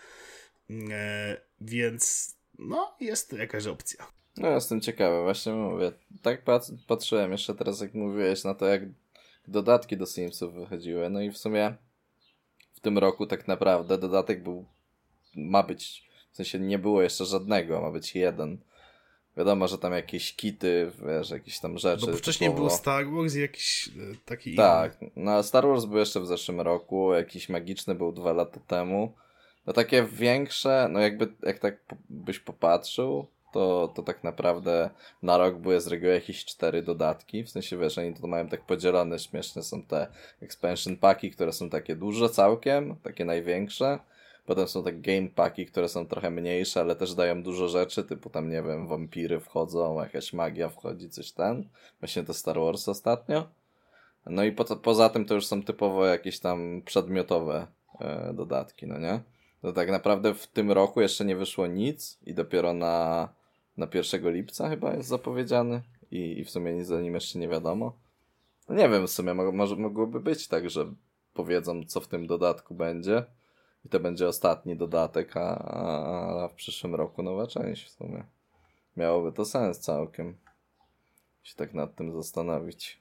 E, więc no, jest to jakaś opcja. No, jestem ciekawy, właśnie mówię. Tak pat- patrzyłem jeszcze teraz, jak mówiłeś, na to, jak dodatki do Simsów wychodziły. No i w sumie w tym roku tak naprawdę dodatek był, ma być, w sensie nie było jeszcze żadnego, ma być jeden. Wiadomo, że tam jakieś kity, wiesz, jakieś tam rzeczy. No bo wcześniej typowo. był Star Wars i jakiś taki Tak, inny. no Star Wars był jeszcze w zeszłym roku, jakiś magiczny był dwa lata temu. No takie większe, no jakby, jak tak byś popatrzył, to, to tak naprawdę na rok były z reguły jakieś cztery dodatki. W sensie, wiesz, oni to mają tak podzielone, śmieszne są te expansion paki, które są takie duże całkiem, takie największe. Potem są takie game paki, które są trochę mniejsze, ale też dają dużo rzeczy, typu tam, nie wiem, wampiry wchodzą, jakaś magia wchodzi, coś ten. Właśnie to Star Wars ostatnio. No i po, poza tym to już są typowo jakieś tam przedmiotowe e, dodatki, no nie? To tak naprawdę w tym roku jeszcze nie wyszło nic i dopiero na, na pierwszego lipca chyba jest zapowiedziany i, i w sumie nic o nim jeszcze nie wiadomo. No nie wiem, w sumie mo- może mogłoby być tak, że powiedzą, co w tym dodatku będzie i to będzie ostatni dodatek, a, a, a w przyszłym roku nowa część w sumie. Miałoby to sens całkiem się tak nad tym zastanowić.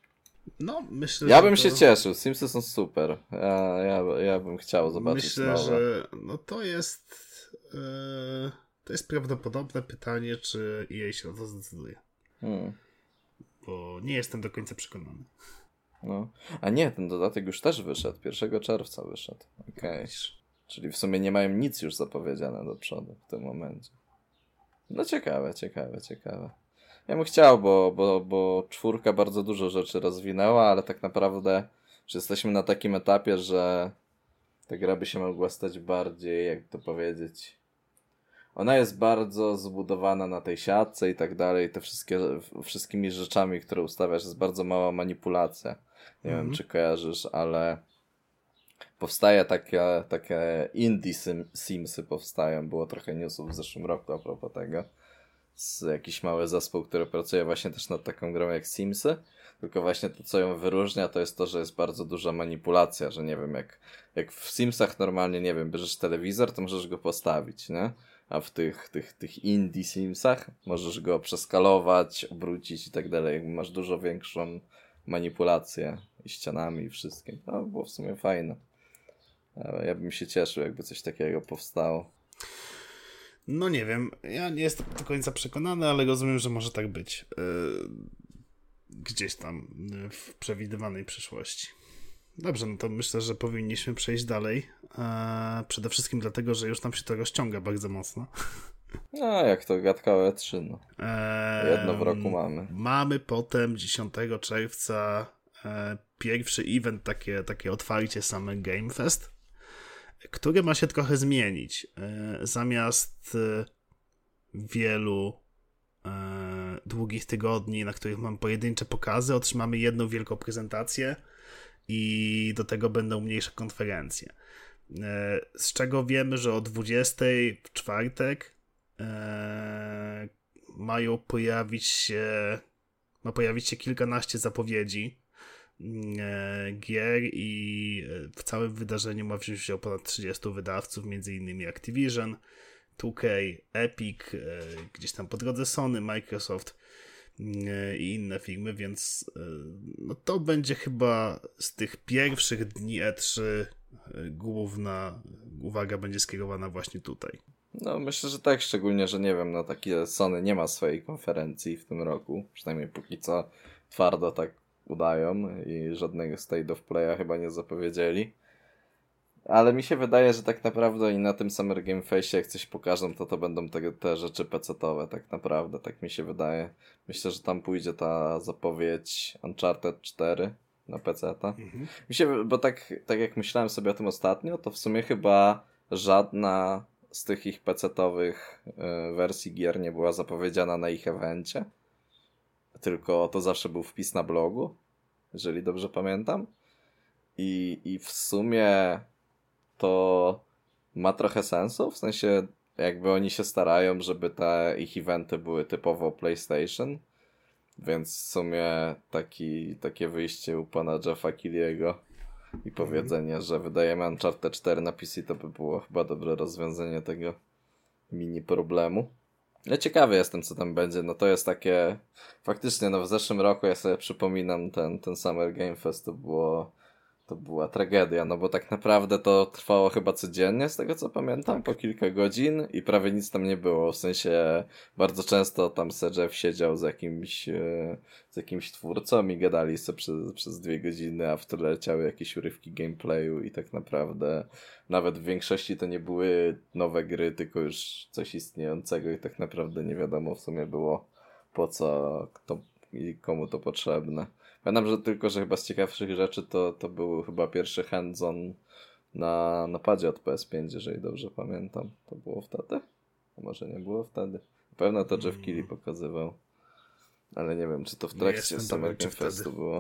No, myślę, ja bym to... się cieszył, Simsy są super. Ja, ja, ja bym chciał zobaczyć Myślę, nowe. że no to jest yy, to jest prawdopodobne pytanie, czy E A się na to zdecyduje. Hmm. Bo nie jestem do końca przekonany. No. A nie, ten dodatek już też wyszedł. pierwszego czerwca wyszedł. Okej. Okay. Czyli w sumie nie mają nic już zapowiedziane do przodu w tym momencie. No ciekawe, ciekawe, ciekawe. Ja bym chciał, bo, bo, bo czwórka bardzo dużo rzeczy rozwinęła, ale tak naprawdę że jesteśmy na takim etapie, że ta gra by się mogła stać bardziej, jak to powiedzieć... Ona jest bardzo zbudowana na tej siatce i tak dalej. Te wszystkie, wszystkimi rzeczami, które ustawiasz, jest bardzo mała manipulacja. Nie mm. wiem, czy kojarzysz, ale powstaje takie, takie indie sim, simsy powstają. Było trochę newsów w zeszłym roku a propos tego. Z jakiś mały zespół, który pracuje właśnie też nad taką grą jak Simsy. Tylko właśnie to, co ją wyróżnia, to jest to, że jest bardzo duża manipulacja, że nie wiem, jak, jak w Simsach normalnie, nie wiem, bierzesz telewizor, to możesz go postawić, nie? A w tych, tych, tych indie Simsach możesz go przeskalować, obrócić i tak dalej. Masz dużo większą manipulację i ścianami i wszystkim. No, było w sumie fajne. Ja bym się cieszył, jakby coś takiego powstało. No nie wiem, ja nie jestem do końca przekonany, ale rozumiem, że może tak być. Yy, gdzieś tam w przewidywanej przyszłości. Dobrze, no to myślę, że powinniśmy przejść dalej. Eee, przede wszystkim dlatego, że już nam się to rozciąga bardzo mocno. No, jak to gadka trzy, no. Eee, Jedno w roku mamy. Mamy potem dziesiątego czerwca e, pierwszy event, takie, takie otwarcie Summer Game Fest, który ma się trochę zmienić. E, zamiast e, wielu e, długich tygodni, na których mam pojedyncze pokazy, otrzymamy jedną wielką prezentację i do tego będą mniejsze konferencje. Z czego wiemy, że o dwudziestej w czwartek e, mają pojawić się ma pojawić się kilkanaście zapowiedzi e, gier i w całym wydarzeniu ma wziąć udział ponad trzydziestu wydawców, między innymi Activision, two K, Epic, e, gdzieś tam po drodze Sony, Microsoft i inne firmy, więc no to będzie chyba z tych pierwszych dni E trzy główna uwaga będzie skierowana właśnie tutaj. No myślę, że tak, szczególnie, że nie wiem, no takie Sony nie ma swojej konferencji w tym roku, przynajmniej póki co twardo tak udają i żadnego State of Play'a chyba nie zapowiedzieli. Ale mi się wydaje, że tak naprawdę i na tym Summer Game Festie, jak coś pokażą, to to będą te, te rzeczy pecetowe, tak naprawdę, tak mi się wydaje. Myślę, że tam pójdzie ta zapowiedź Uncharted cztery na peceta. Mhm. Mi się, bo tak, tak jak myślałem sobie o tym ostatnio, to w sumie chyba żadna z tych ich pecetowych y, wersji gier nie była zapowiedziana na ich evencie. Tylko to zawsze był wpis na blogu, jeżeli dobrze pamiętam. I, i w sumie to ma trochę sensu, w sensie jakby oni się starają, żeby te ich eventy były typowo PlayStation, więc w sumie taki, takie wyjście u pana Jeffa Keighley'ego i powiedzenie, mm. że wydajemy Uncharted cztery na P C, to by było chyba dobre rozwiązanie tego mini problemu. Ja ciekawy jestem, co tam będzie. No to jest takie... Faktycznie, no w zeszłym roku ja sobie przypominam ten, ten Summer Game Fest, to było... To była tragedia, no bo tak naprawdę to trwało chyba codziennie, z tego co pamiętam, po kilka godzin i prawie nic tam nie było. W sensie bardzo często tam Jeff siedział z jakimś, z jakimś twórcą i gadali sobie przez, przez dwie godziny, a w tle leciały jakieś urywki gameplayu i tak naprawdę nawet w większości to nie były nowe gry, tylko już coś istniejącego i tak naprawdę nie wiadomo w sumie było po co, kto i komu to potrzebne. Pamiętam, że tylko, że chyba z ciekawszych rzeczy to, to był chyba pierwszy hands-on na napadzie od P S pięć, jeżeli dobrze pamiętam. To było wtedy? A może nie było wtedy? Na pewno to Jeff Keighley pokazywał. Ale nie wiem, czy to w trakcie Summer Game Festu było.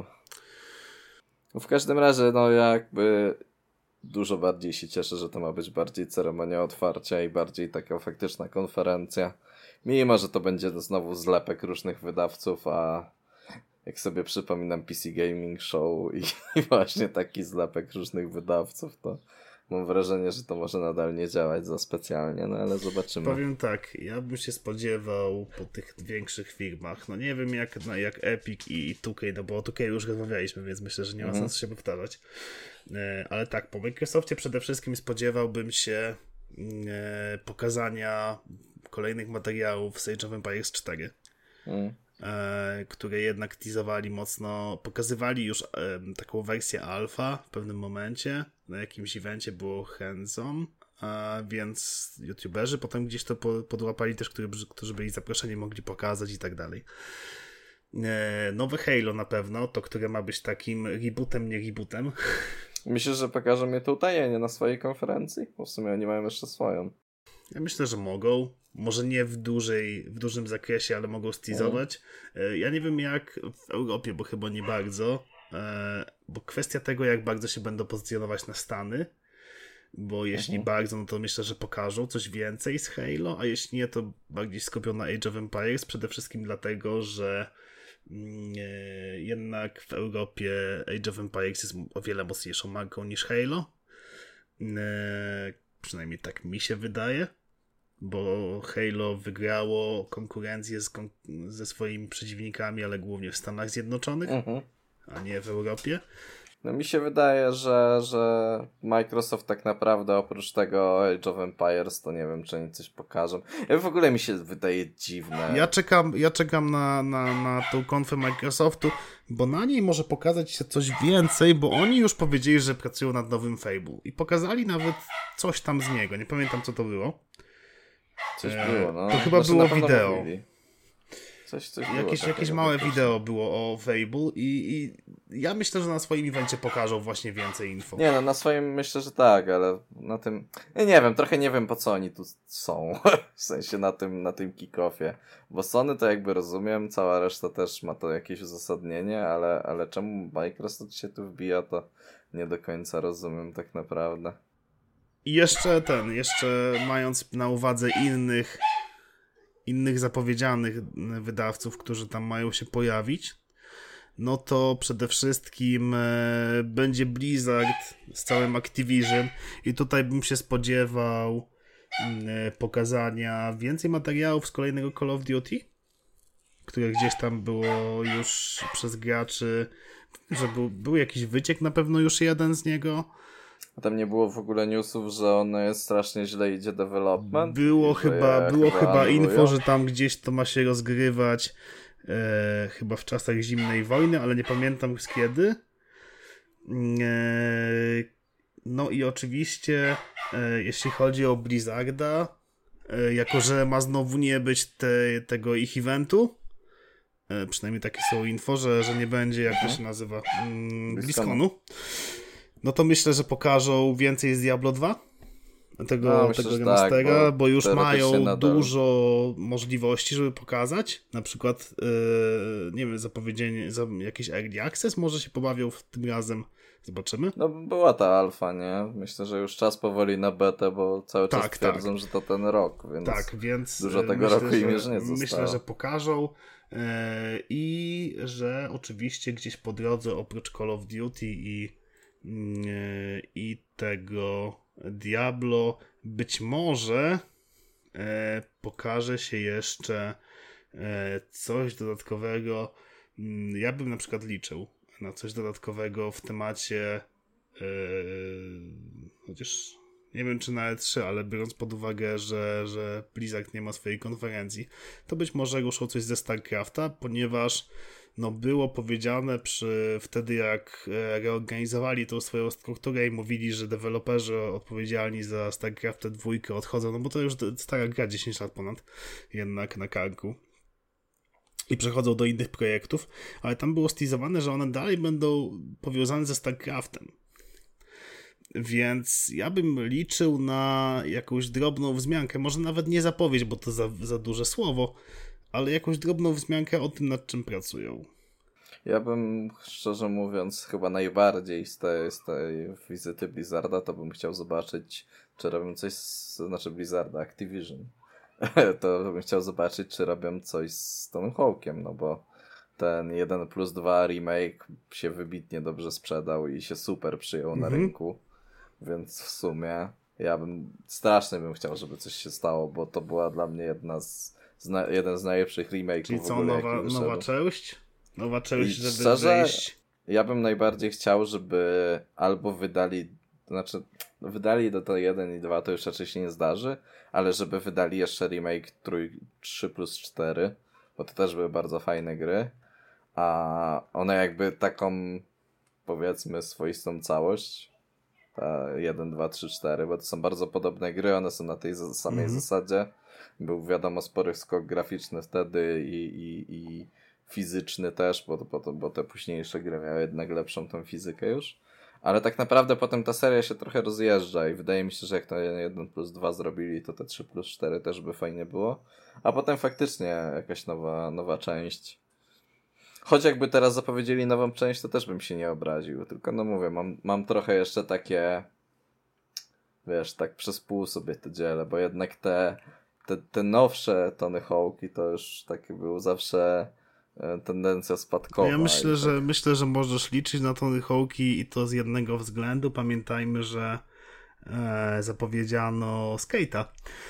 W każdym razie, no jakby dużo bardziej się cieszę, że to ma być bardziej ceremonia otwarcia i bardziej taka faktyczna konferencja. Mimo, że to będzie znowu zlepek różnych wydawców, a jak sobie przypominam P C Gaming Show i, i właśnie taki zlepek różnych wydawców, to mam wrażenie, że to może nadal nie działać za specjalnie, no ale zobaczymy. Powiem tak, ja bym się spodziewał po tych większych firmach, no nie wiem jak, no, jak Epic i two K, no bo o two K już rozmawialiśmy, więc myślę, że nie ma mhm. sensu się powtarzać. Ale tak, po Microsoftie przede wszystkim spodziewałbym się pokazania kolejnych materiałów z Age of Empires cztery. Mhm. które jednak teasowali mocno, pokazywali już e, taką wersję alfa w pewnym momencie, na jakimś evencie było hands-on, a więc youtuberzy potem gdzieś to po, podłapali też, którzy, którzy byli zaproszeni, mogli pokazać i tak dalej. E, nowe Halo na pewno, to które ma być takim rebootem, nie rebootem. Myślisz, że pokażą je tutaj, a nie na swojej konferencji? Bo w sumie oni mają jeszcze swoją. Ja myślę, że mogą. Może nie w, dużej, w dużym zakresie, ale mogą steasować. Mm. Ja nie wiem jak w Europie, bo chyba nie bardzo. Bo kwestia tego, jak bardzo się będą pozycjonować na Stany. Bo jeśli mhm. bardzo, no to myślę, że pokażą coś więcej z Halo, a jeśli nie, to bardziej skupią na Age of Empires. Przede wszystkim dlatego, że jednak w Europie Age of Empires jest o wiele mocniejszą marką niż Halo. Przynajmniej tak mi się wydaje, bo Halo wygrało konkurencję z kon- ze swoimi przeciwnikami, ale głównie w Stanach Zjednoczonych, mhm. a nie w Europie. No mi się wydaje, że, że Microsoft tak naprawdę oprócz tego Age of Empires to nie wiem, czy oni coś pokażą. Ja w ogóle mi się wydaje dziwne. Ja czekam, ja czekam na, na, na tą konfę Microsoftu, bo na niej może pokazać się coś więcej, bo oni już powiedzieli, że pracują nad nowym Fable i pokazali nawet coś tam z niego. Nie pamiętam, co to było. Coś było, no. To chyba znaczy, było wideo. Coś, coś jakieś było jakieś małe wideo było o Fable i, i ja myślę, że na swoim evencie pokażą właśnie więcej info. Nie no, na swoim myślę, że tak, ale na tym, ja nie wiem, trochę nie wiem po co oni tu są, w sensie na tym, na tym kick-offie, bo Sony to jakby rozumiem, cała reszta też ma to jakieś uzasadnienie, ale, ale czemu Microsoft się tu wbija, to nie do końca rozumiem tak naprawdę. I jeszcze ten, jeszcze mając na uwadze innych innych zapowiedzianych wydawców, którzy tam mają się pojawić, no to przede wszystkim e, będzie Blizzard z całym Activision i tutaj bym się spodziewał e, pokazania więcej materiałów z kolejnego Call of Duty, które gdzieś tam było już przez graczy, że był, był jakiś wyciek na pewno już jeden z niego. A tam nie było w ogóle newsów, że ono jest strasznie źle idzie development? Było chyba, było chyba, chyba info, że tam gdzieś to ma się rozgrywać e, chyba w czasach zimnej wojny, ale nie pamiętam z kiedy. E, no i oczywiście e, jeśli chodzi o Blizzarda, e, jako że ma znowu nie być te, tego ich eventu, e, przynajmniej takie są info, że, że nie będzie, jak to się nazywa, mm, BlizzConu. No to myślę, że pokażą więcej z Diablo dwa, tego, no, myślę, tego że remastera, tak, bo, bo już mają nadal... dużo możliwości, żeby pokazać. Na przykład, yy, nie wiem, zapowiedzenie, za jakiś early access może się pobawią w tym razem. Zobaczymy. No była ta alfa, nie? Myślę, że już czas powoli na betę, bo cały czas tak, twierdzą, tak. że to ten rok, więc, tak, więc dużo tego myślę, roku im już że, nie zostało. Myślę, że pokażą yy, i że oczywiście gdzieś po drodze oprócz Call of Duty i, yy, i tego Diablo być może e, pokaże się jeszcze e, coś dodatkowego. Ja bym na przykład liczył na coś dodatkowego w temacie e, chociaż nie wiem czy na E trzy, ale biorąc pod uwagę, że, że Blizzard nie ma swojej konferencji, to być może ruszą coś ze StarCrafta, ponieważ no było powiedziane przy wtedy jak reorganizowali tą swoją strukturę i mówili, że deweloperzy odpowiedzialni za StarCrafta dwójkę odchodzą, no bo to już stara gra, dziesięć lat ponad jednak na karku i przechodzą do innych projektów, ale tam było stylizowane, że one dalej będą powiązane ze StarCraftem. Więc ja bym liczył na jakąś drobną wzmiankę, może nawet nie zapowiedź, bo to za, za duże słowo, ale jakąś drobną wzmiankę o tym, nad czym pracują. Ja bym, szczerze mówiąc, chyba najbardziej z tej, z tej wizyty Blizzarda, to bym chciał zobaczyć, czy robią coś, z, znaczy Blizzarda, Activision, to bym chciał zobaczyć, czy robią coś z Tony Hawkiem, no bo ten jeden plus dwa remake się wybitnie dobrze sprzedał i się super przyjął mhm. na rynku, więc w sumie ja bym, strasznie bym chciał, żeby coś się stało, bo to była dla mnie jedna z, z na, jeden z najlepszych remake'ów. Czyli co, w ogóle, nowa, nowa część? Nowa część, żeby szczerze, wyjść? Ja bym najbardziej chciał, żeby albo wydali, to znaczy wydali do to jeden i dwa, to już raczej się nie zdarzy, ale żeby wydali jeszcze remake trzy plus cztery, bo to też były bardzo fajne gry, a one jakby taką, powiedzmy, swoistą całość, ta jeden, dwa, trzy, cztery, bo to są bardzo podobne gry, one są na tej samej mm-hmm. zasadzie. Był wiadomo spory skok graficzny wtedy i, i, i fizyczny też, bo, bo, bo te późniejsze gry miały jednak lepszą tą fizykę już. Ale tak naprawdę potem ta seria się trochę rozjeżdża i wydaje mi się, że jak to jeden plus dwa zrobili, to te trzy plus cztery też by fajnie było. A potem faktycznie jakaś nowa, nowa część. Choć jakby teraz zapowiedzieli nową część, to też bym się nie obraził. Tylko no mówię, mam, mam trochę jeszcze takie, wiesz, tak przez pół sobie to dzielę, bo jednak te, te, te nowsze Tony Hawk'i to już taki był zawsze tendencja spadkowa. Ja myślę, tak... że myślę, że możesz liczyć na Tony Hawk'i i to z jednego względu. Pamiętajmy, że e, zapowiedziano Skate'a.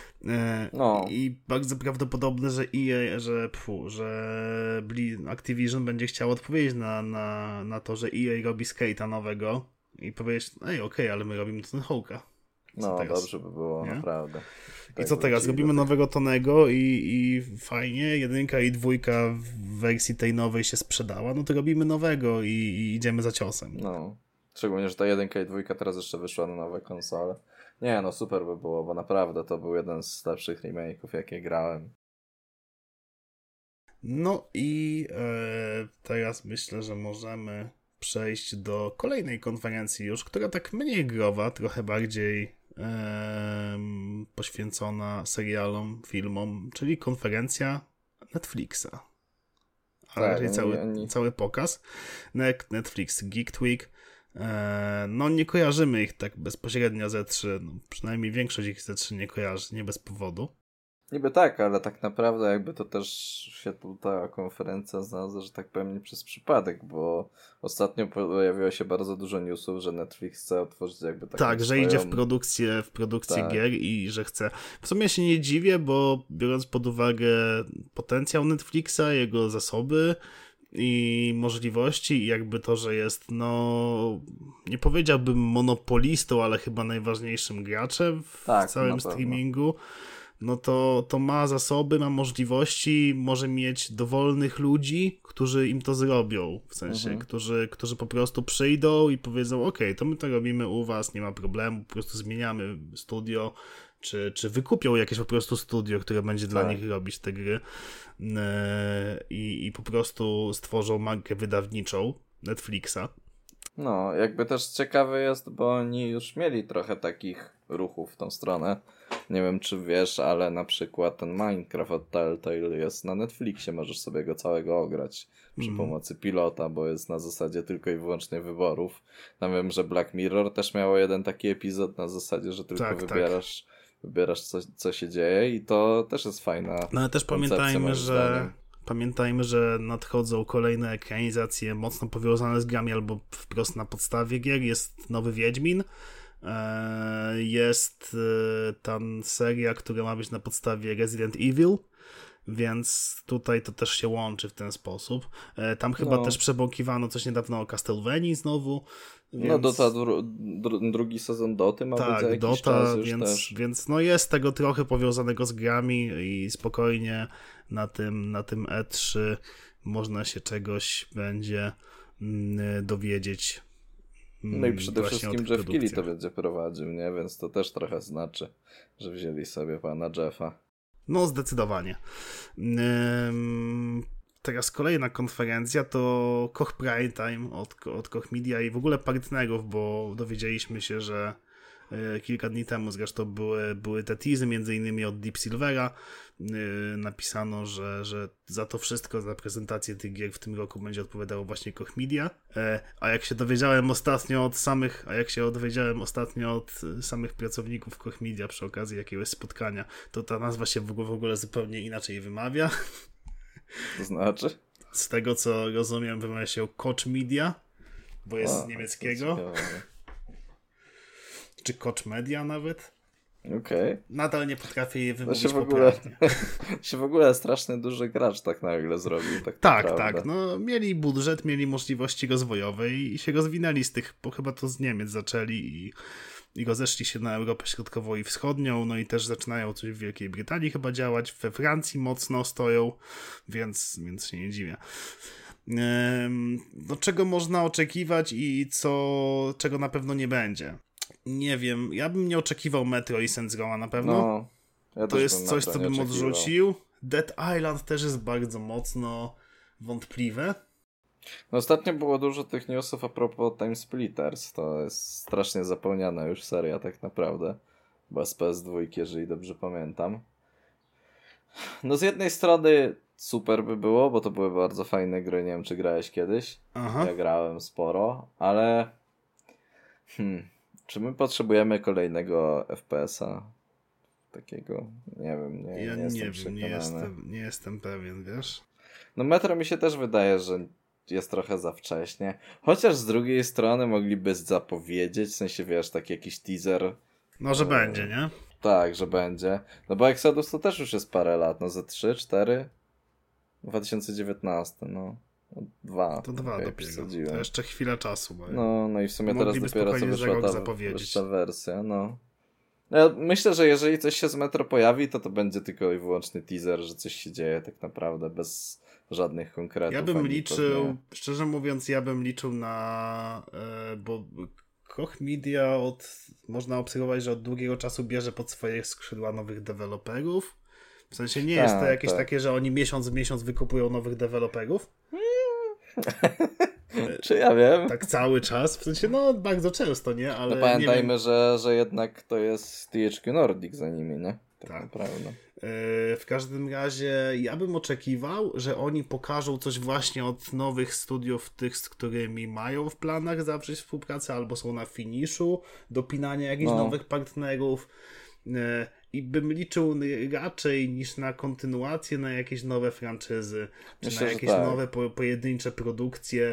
E, no. I bardzo prawdopodobne, że E A, że, pfu, że Activision będzie chciał odpowiedzieć na, na, na to, że E A robi Skate'a nowego i powiedzieć, ej, okej, okay, ale my robimy Tony Hawk'a. No, teraz? Dobrze by było, nie? Naprawdę. I co teraz? Robimy nowego Tonego i, i fajnie, jedynka i dwójka w wersji tej nowej się sprzedała, no to robimy nowego i, i idziemy za ciosem. No, szczególnie, że ta jedynka i dwójka teraz jeszcze wyszła na nowe konsole. Nie, no super by było, bo naprawdę to był jeden z lepszych remake'ów, jakie grałem. No i e, teraz myślę, że możemy przejść do kolejnej konferencji już, która tak mniej growa, trochę bardziej Um, poświęcona serialom, filmom, czyli konferencja Netflixa. A tak, raczej cały, oni... cały pokaz. Netflix Geek Week. E, no nie kojarzymy ich tak bezpośrednio z E trzy. No, przynajmniej większość ich z E trzy nie kojarzy, nie bez powodu. Niby tak, ale tak naprawdę jakby to też się ta konferencja znalazła, że tak powiem, nie przez przypadek, bo ostatnio pojawiło się bardzo dużo newsów, że Netflix chce otworzyć jakby taką Tak, swoją... że idzie w produkcję, w produkcję tak. gier i że chce. W sumie się nie dziwię, bo biorąc pod uwagę potencjał Netflixa, jego zasoby i możliwości i jakby to, że jest, no nie powiedziałbym monopolistą, ale chyba najważniejszym graczem w tak, całym streamingu, no to, to ma zasoby, ma możliwości, może mieć dowolnych ludzi, którzy im to zrobią, w sensie, mhm. którzy, którzy po prostu przyjdą i powiedzą, ok, to my to robimy u was, nie ma problemu, po prostu zmieniamy studio, czy, czy wykupią jakieś po prostu studio, które będzie tak. dla nich robić te gry yy, i, i po prostu stworzą markę wydawniczą Netflixa. No, jakby też ciekawe jest, bo oni już mieli trochę takich ruchów w tą stronę. Nie wiem, czy wiesz, ale na przykład ten Minecraft od Telltale jest na Netflixie, możesz sobie go całego ograć przy Mm. pomocy pilota, bo jest na zasadzie tylko i wyłącznie wyborów. Ja wiem, że Black Mirror też miało jeden taki epizod na zasadzie, że tylko Tak, wybierasz, wybierasz co, co się dzieje i to też jest fajna No ale też koncepcja, pamiętajmy, moim że zdaniem. pamiętajmy, że nadchodzą kolejne ekranizacje mocno powiązane z grami albo wprost na podstawie gier. Jest nowy Wiedźmin, e, jest e, ta seria, która ma być na podstawie Resident Evil, więc tutaj to też się łączy w ten sposób. E, tam chyba No. też przebąkiwano coś niedawno o Castlevanii znowu. Więc... No Dota, dru, dru, drugi sezon Doty ma być za Tak, jakiś Dota, czas już więc, też. więc no jest tego trochę powiązanego z grami i spokojnie na tym, na tym E trzy można się czegoś będzie mm, dowiedzieć. mm, No i przede właśnie o wszystkim tych Jeff Keighley to produkcjach. będzie prowadził, nie? Więc to też trochę znaczy, że wzięli sobie pana Jeffa. No zdecydowanie. Ym, teraz kolejna konferencja to Koch Prime Time od, od Koch Media i w ogóle partnerów, bo dowiedzieliśmy się, że y, kilka dni temu zresztą były, były te teasy, między innymi od Deep Silvera. Y, napisano, że, że za to wszystko, za prezentację tych gier w tym roku będzie odpowiadało właśnie Koch Media. E, a jak się dowiedziałem ostatnio od samych, a jak się dowiedziałem ostatnio od samych pracowników Koch Media przy okazji jakiegoś spotkania, to ta nazwa się w ogóle, w ogóle zupełnie inaczej wymawia. To znaczy? Z tego co rozumiem, wymawia się Koch Media, bo jest O, z niemieckiego. ciekawe. Czy Koch Media nawet. Okej. Okay. Nadal nie potrafię je To wymówić się w ogóle, poprawnie. się w ogóle straszny duży gracz tak nagle zrobił. Tak, Tak, naprawdę. tak. No, mieli budżet, mieli możliwości rozwojowe i się rozwinęli z tych, bo chyba to z Niemiec zaczęli i, i rozeszli się na Europę Środkową i Wschodnią, no i też zaczynają coś w Wielkiej Brytanii chyba działać, we Francji mocno stoją, więc, więc się nie dziwię. Ym, no, czego można oczekiwać i co, czego na pewno nie będzie? Nie wiem, ja bym nie oczekiwał Metro i Saints Row na pewno. No, ja To też jest bym coś, na to co nie bym oczekiwał. odrzucił. Dead Island też jest bardzo mocno wątpliwe. No, ostatnio było dużo tych newsów a propos Time Splitters. To jest strasznie zapomniana już seria tak naprawdę. Chyba z P S dwa, jeżeli dobrze pamiętam. No z jednej strony super by było, bo to były bardzo fajne gry. Nie wiem, czy grałeś kiedyś. Aha. Ja grałem sporo, ale hmm, czy my potrzebujemy kolejnego F P S-a? Takiego, nie wiem, nie, Ja nie, nie, jestem wiem, przekonany. nie jestem, nie jestem pewien, wiesz? No Metro mi się też wydaje, że jest trochę za wcześnie. Chociaż z drugiej strony mogliby zapowiedzieć, w sensie wiesz, taki jakiś teaser. No, że e, będzie, nie? Tak, że będzie. No bo Exodus to też już jest parę lat, no ze trzy, cztery? dwa tysiące dziewiętnasty, no. No, Dwa. To dwa okej, dopiero. przesadziłem. To jeszcze chwila czasu. Bo No, no i w sumie teraz mogliby dopiero co spokojnie za wyszła rok ta, zapowiedzieć. wyższa wersja, no. Ja myślę, że jeżeli coś się z Metro pojawi, to to będzie tylko i wyłączny teaser, że coś się dzieje tak naprawdę, bez żadnych konkretów. Ja bym ani liczył, pewnie- szczerze mówiąc, ja bym liczył na, e, bo Koch Media od, można obserwować, że od długiego czasu bierze pod swoje skrzydła nowych deweloperów. W sensie nie jest to Tak, jakieś tak. takie, że oni miesiąc w miesiąc wykupują nowych deweloperów. Czy ja wiem? Tak cały czas. W sensie, no bardzo często, nie? Ale No pamiętajmy, nie wiem. że, że jednak to jest T H Q Nordic za nimi, nie? Tak, Tak. naprawdę. W każdym razie ja bym oczekiwał, że oni pokażą coś właśnie od nowych studiów, tych, z którymi mają w planach zawrzeć współpracę, albo są na finiszu dopinania jakichś No. nowych partnerów. E, I bym liczył raczej niż na kontynuację, na jakieś nowe franczyzy, czy Myślę, na że jakieś tak. nowe po, pojedyncze produkcje.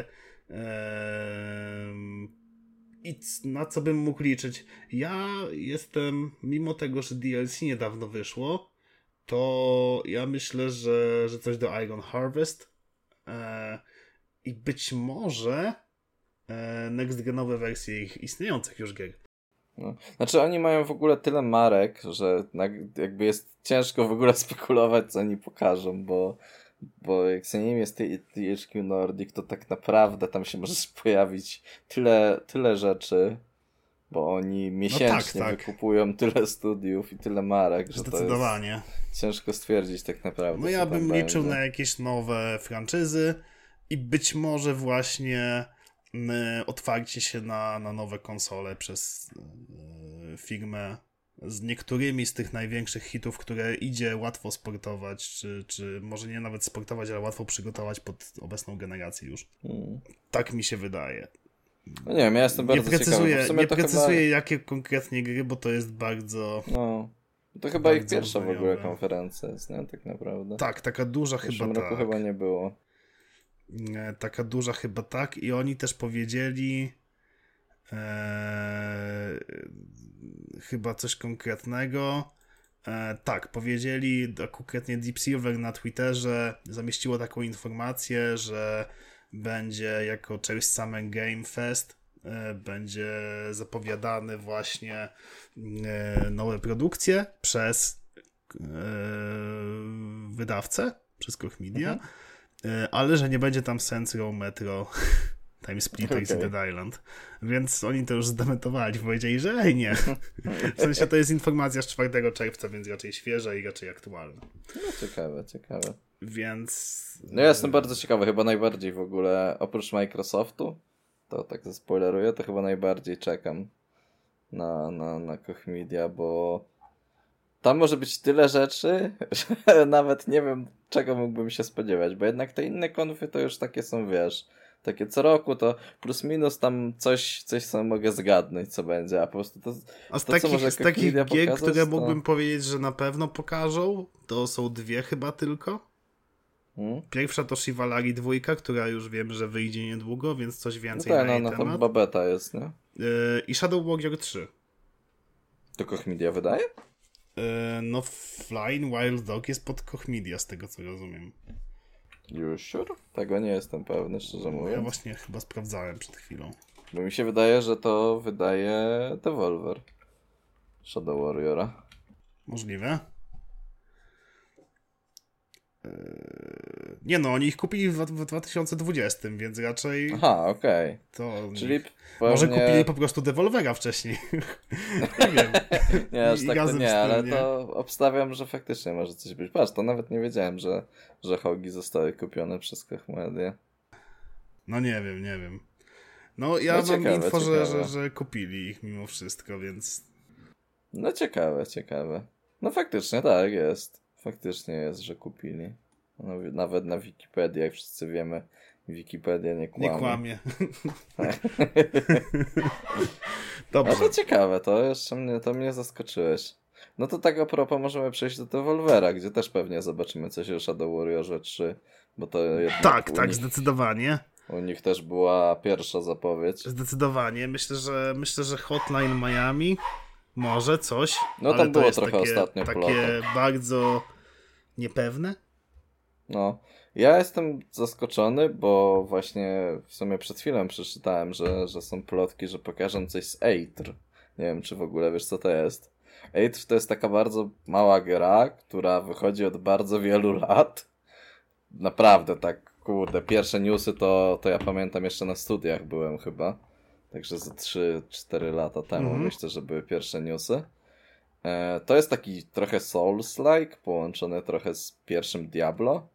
Em, I c- na co bym mógł liczyć? Ja jestem, mimo tego, że D L C niedawno wyszło, to ja myślę, że, że coś do Iron Harvest e, i być może e, next-genowe wersje ich istniejących już gier. No. Znaczy oni mają w ogóle tyle marek, że na- jakby jest ciężko w ogóle spekulować, co oni pokażą, bo, bo jak za nim jest T H Q Nordic, to tak naprawdę tam się może pojawić tyle, tyle rzeczy, bo oni miesięcznie tak. wykupują tyle studiów i tyle marek, że to Zdecydowanie. jest ciężko stwierdzić tak naprawdę. No co ja tam bym liczył będzie. na jakieś nowe franczyzy i być może właśnie otwarcie się na, na nowe konsole przez firmę z niektórymi z tych największych hitów, które idzie łatwo sportować, czy, czy może nie nawet sportować, ale łatwo przygotować pod obecną generację już. Hmm. Tak mi się wydaje. No nie wiem, ja jestem bardzo nie precyzuję, ciekawy. Nie precyzuję, chyba... jakie konkretnie gry, bo to jest bardzo... No, to chyba ich pierwsza w ogóle konferencja jest, nie? Tak naprawdę. Tak, taka duża chyba tak. W roku chyba nie było. Taka duża chyba tak i oni też powiedzieli e, chyba coś konkretnego. E, tak, powiedzieli konkretnie Deep Silver na Twitterze zamieściło taką informację, że będzie jako część Summer Game Fest e, będzie zapowiadany właśnie e, nowe produkcje przez e, wydawcę, przez Koch Media. Mhm. Ale że nie będzie tam Saints Row, Metro, Time Splitter i okay. Dead Island. Więc oni to już zdementowali. Powiedzieli, że ej, nie. W sensie to jest informacja z czwartego czerwca, więc raczej świeża i raczej aktualna. No ciekawe, ciekawe. Więc... No ja jestem bardzo ciekawy. Chyba najbardziej w ogóle, oprócz Microsoftu, to tak zaspoileruję, to chyba najbardziej czekam na, na, na Koch Media, bo tam może być tyle rzeczy, że nawet nie wiem, czego mógłbym się spodziewać, bo jednak te inne konfy to już takie są, wiesz, takie co roku to plus minus tam coś, coś sobie mogę zgadnąć, co będzie, a po prostu to, a z to takich, co może z takich gier, pokazać, które to... mógłbym powiedzieć, że na pewno pokażą, to są dwie chyba tylko. Hmm? Pierwsza to Chivalry dwa, która już wiem, że wyjdzie niedługo, więc coś więcej no tak, na jej no, no, temat. To babeta jest, nie? Yy, I Shadow Warrior trzy. To Koch Media wydaje? No Flying Wild Dog jest pod Koch Media, z tego co rozumiem. You sure? Tego nie jestem pewny, szczerze mówiąc. Ja właśnie chyba sprawdzałem przed chwilą. Bo mi się wydaje, że to wydaje Devolver Shadow Warriora. Możliwe. Nie no, oni ich kupili w dwa tysiące dwudziestym, więc raczej... Aha, okej. Okay. To Czyli pewnie... Może kupili po prostu Devolvera wcześniej. Nie wiem. Nie, aż tak to nie, ale nie. To obstawiam, że faktycznie może coś być. Patrz, to nawet nie wiedziałem, że, że Hogi zostały kupione przez Koch Media. No nie wiem, nie wiem. No ja no, mam ciekawe, info, ciekawe. Że, że, że kupili ich mimo wszystko, więc... No ciekawe, ciekawe. No faktycznie tak jest. Faktycznie jest, że kupili. No, nawet na Wikipedii, jak wszyscy wiemy, Wikipedia nie kłamie. Nie kłamie. Dobrze. No to ciekawe, to jeszcze mnie, to mnie zaskoczyłeś. No to tak a propos możemy przejść do Devolvera, gdzie też pewnie zobaczymy coś o Shadow Warriorze trzy, bo to jednak Tak, tak, nich, zdecydowanie. U nich też była pierwsza zapowiedź. Zdecydowanie. Myślę, że myślę, że Hotline Miami może coś. No tam było trochę takie, ostatnio takie plotek. bardzo niepewne. No, ja jestem zaskoczony, bo właśnie w sumie przed chwilą przeczytałem, że, że są plotki, że pokażą coś z Eitr. Nie wiem, czy w ogóle wiesz, co to jest. Eitr to jest taka bardzo mała gra, która wychodzi od bardzo wielu lat. Naprawdę tak, kurde, pierwsze newsy to, to ja pamiętam jeszcze na studiach byłem chyba. Także ze trzy cztery lata temu mm-hmm. myślę, że były pierwsze newsy. E, to jest taki trochę Souls-like, połączony trochę z pierwszym Diablo.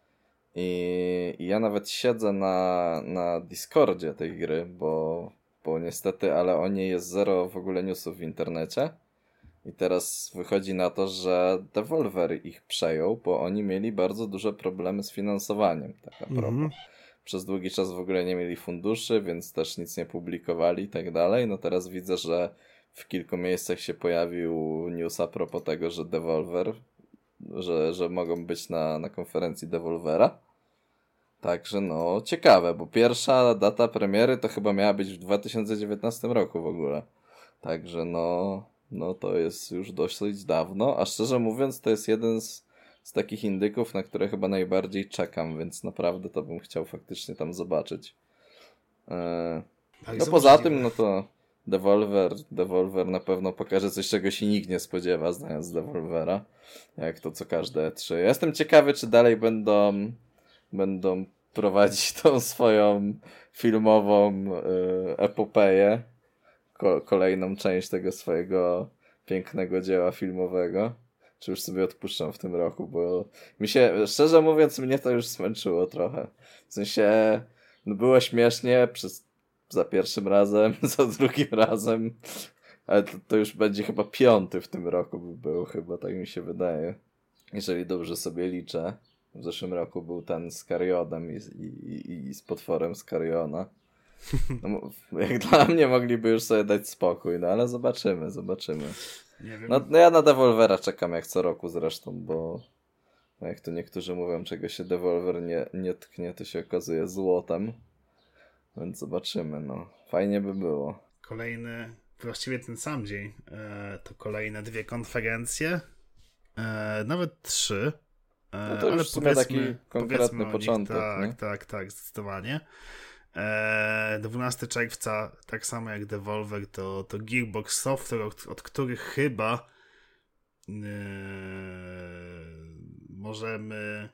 I, i ja nawet siedzę na, na Discordzie tej gry, bo, bo niestety, ale o niej jest zero w ogóle newsów w internecie. I teraz wychodzi na to, że Devolver ich przejął, bo oni mieli bardzo duże problemy z finansowaniem, tak a propos. Mm-hmm. Przez długi czas w ogóle nie mieli funduszy, więc też nic nie publikowali i tak dalej. No teraz widzę, że w kilku miejscach się pojawił news a propos tego, że Devolver, że, że mogą być na, na konferencji Devolvera. Także no, ciekawe, bo pierwsza data premiery to chyba miała być w dwa tysiące dziewiętnastym roku w ogóle. Także no, no to jest już dosyć dawno, a szczerze mówiąc to jest jeden z, z takich indyków, na które chyba najbardziej czekam, więc naprawdę to bym chciał faktycznie tam zobaczyć. Eee, no poza tym, no to Devolver, Devolver na pewno pokaże coś, czego się nikt nie spodziewa, znając Devolvera, jak to co każde E trzy. Ja jestem ciekawy, czy dalej będą będą prowadzić tą swoją filmową y, epopeję, ko- kolejną część tego swojego pięknego dzieła filmowego, czy już sobie odpuszczą w tym roku, bo mi się, szczerze mówiąc, mnie to już zmęczyło trochę. W sensie, no było śmiesznie przez za pierwszym razem, za drugim razem, ale to, to już będzie chyba piąty w tym roku by był, chyba tak mi się wydaje. Jeżeli dobrze sobie liczę. W zeszłym roku był ten z Carrionem i, i, i z potworem z Carriona. No, jak dla mnie mogliby już sobie dać spokój, no ale zobaczymy, zobaczymy. Nie wiem. No, no ja na Devolvera czekam jak co roku zresztą, bo no jak to niektórzy mówią, czego się Devolver nie, nie tknie, to się okazuje złotem. Więc zobaczymy, no. Fajnie by było. Kolejny, właściwie ten sam dzień, e, to kolejne dwie konferencje, e, nawet trzy. E, No to już ale w sumie taki konkretny o początek, nich, tak, nie? tak, tak, zdecydowanie. E, dwunastego czerwca, tak samo jak Devolver, to, to Gearbox Software, od, od których chyba e, możemy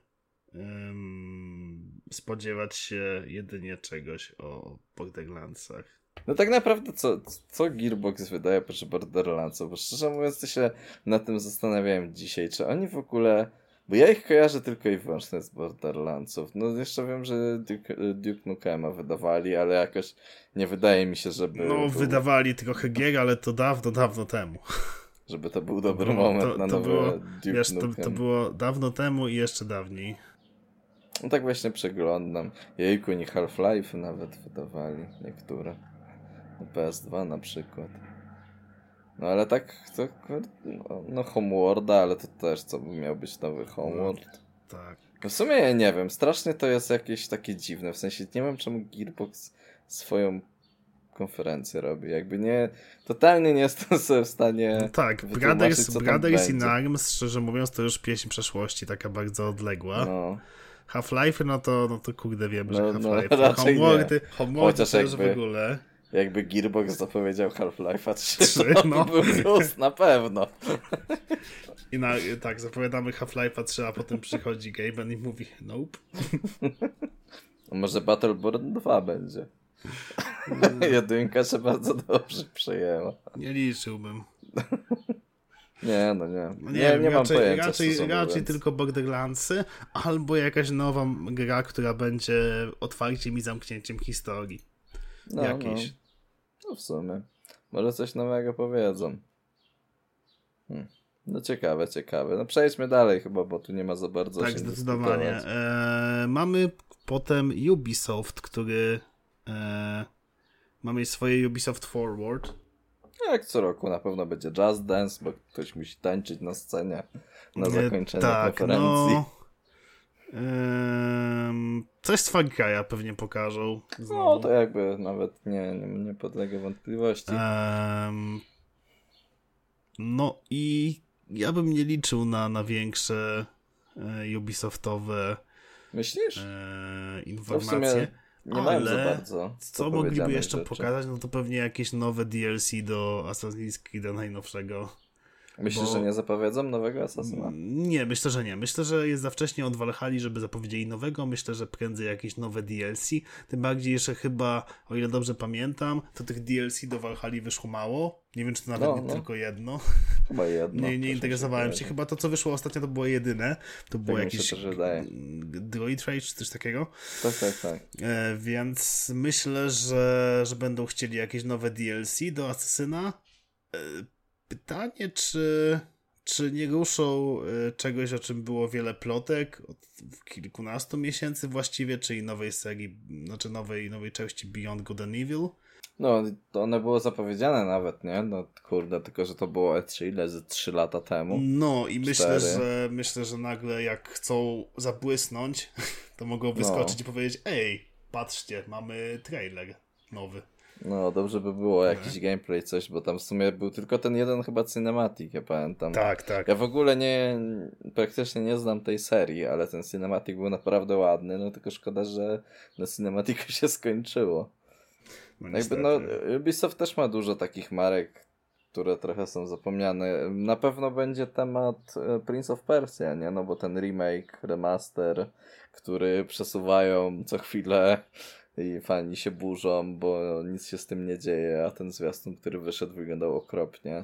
um, spodziewać się jedynie czegoś o Borderlandsach. No tak naprawdę co, co Gearbox wydaje przy Borderlandsów? Bo szczerze mówiąc to się nad tym zastanawiałem dzisiaj, czy oni w ogóle... Bo ja ich kojarzę tylko i wyłącznie z Borderlandsów. No jeszcze wiem, że Duke, Duke Nukema wydawali, ale jakoś nie wydaje mi się, żeby... No był, wydawali trochę gier, ale to dawno, dawno temu. żeby to był dobry To było- moment to, na to nowy było, Duke wiesz, to, Nukem. to było dawno temu i jeszcze dawniej. No tak właśnie przeglądam. Jejku, nie Half-Life nawet wydawali niektóre. Na P S dwa na przykład. No ale tak, to, no, no Homeworlda, ale to też co by miał być nowy Homeworld. Tak. W sumie ja nie wiem, strasznie to jest jakieś takie dziwne, w sensie nie wiem czemu Gearbox swoją konferencję robi, jakby nie, totalnie nie jestem sobie w stanie No tak, wytłumaczyć, Brothers, co tam Brothers będzie. in Arms, szczerze mówiąc, to już pieśń przeszłości, taka bardzo odległa. No, Half-Life, no to, no to kurde wiem, że No, no, Half-Life. raczej nie. Homeworldy, Homeworldy Chociaż to już jakby- w ogóle. jakby Gearbox zapowiedział Half-Life'a trzy, Trzy, to no. był plus na pewno. I na, tak, zapowiadamy Half-Life'a trzy, a potem przychodzi Gaben i mówi nope. Może Battleborn dwa będzie. Jedynka się bardzo dobrze przejęła. Nie liczyłbym. Nie, no nie. No Nie, nie, wiem, nie mam raczej, pojęcia, raczej, szczerze raczej mówiąc. tylko Borderlandsy, albo jakaś nowa gra, która będzie otwarciem i zamknięciem historii. No, Jakieś. No. no w sumie. Może coś nowego powiedzą. Hmm. No ciekawe, ciekawe. No przejdźmy dalej chyba, bo tu nie ma za bardzo Tak, się zdecydowanie. dyskutować. E, mamy potem Ubisoft, który e, mamy swoje Ubisoft Forward. Jak co roku na pewno będzie Just Dance, bo ktoś musi tańczyć na scenie na E, zakończenie tak, konferencji. no, em, coś z Far Cry'a pewnie pokażą. No Znowu. to jakby nawet nie, nie, nie podlega wątpliwości. Em, no i ja bym nie liczył na, na większe e, Ubisoftowe Myślisz? e, To w informacje. sumie nie mają za ale bardzo. Co mogliby zapowiedzianych jeszcze rzeczy. pokazać? No to pewnie jakieś nowe D L C do Assassin's Creed'a najnowszego. Myślisz, bo- że nie zapowiedzą nowego Assassina? Nie, myślę, że nie. Myślę, że jest za wcześnie od Valhalla, żeby zapowiedzieli nowego. Myślę, że prędzej jakieś nowe D L C. Tym bardziej jeszcze chyba, o ile dobrze pamiętam, to tych D L C do Valhalla wyszło mało. Nie wiem, czy to nawet No, nie no. tylko jedno. Chyba jedno. nie nie też mi interesowałem się. wydaje. Chyba to, co wyszło ostatnio, to było jedyne. To było mi się jakieś też wydaje. Droid Rage, czy coś takiego. Tak, tak, tak. E, więc myślę, że, że będą chcieli jakieś nowe D L C do Asasyna. E, pytanie, czy, czy nie ruszą e, czegoś, o czym było wiele plotek od kilkunastu miesięcy właściwie, czyli nowej serii, znaczy nowej, nowej części Beyond Good and Evil. No, to one było zapowiedziane nawet, nie? No kurde, tylko że to było E trzy ile? Z trzy lata temu. No i myślę, Cztery. że myślę, że nagle jak chcą zabłysnąć, to mogą wyskoczyć No. i powiedzieć: ej, patrzcie, mamy trailer nowy. No, dobrze by było No. jakiś gameplay, coś, bo tam w sumie był tylko ten jeden chyba cinematic, ja pamiętam. Tak, tak. Ja w ogóle nie, praktycznie nie znam tej serii, ale ten cinematic był naprawdę ładny, no tylko szkoda, że na cinematicu się skończyło. No, Jakby, niestety. no, Ubisoft też ma dużo takich marek, które trochę są zapomniane. Na pewno będzie temat e, Prince of Persia, nie? No bo ten remake, remaster, który przesuwają co chwilę i fani się burzą, bo nic się z tym nie dzieje, a ten zwiastun, który wyszedł, wyglądał okropnie.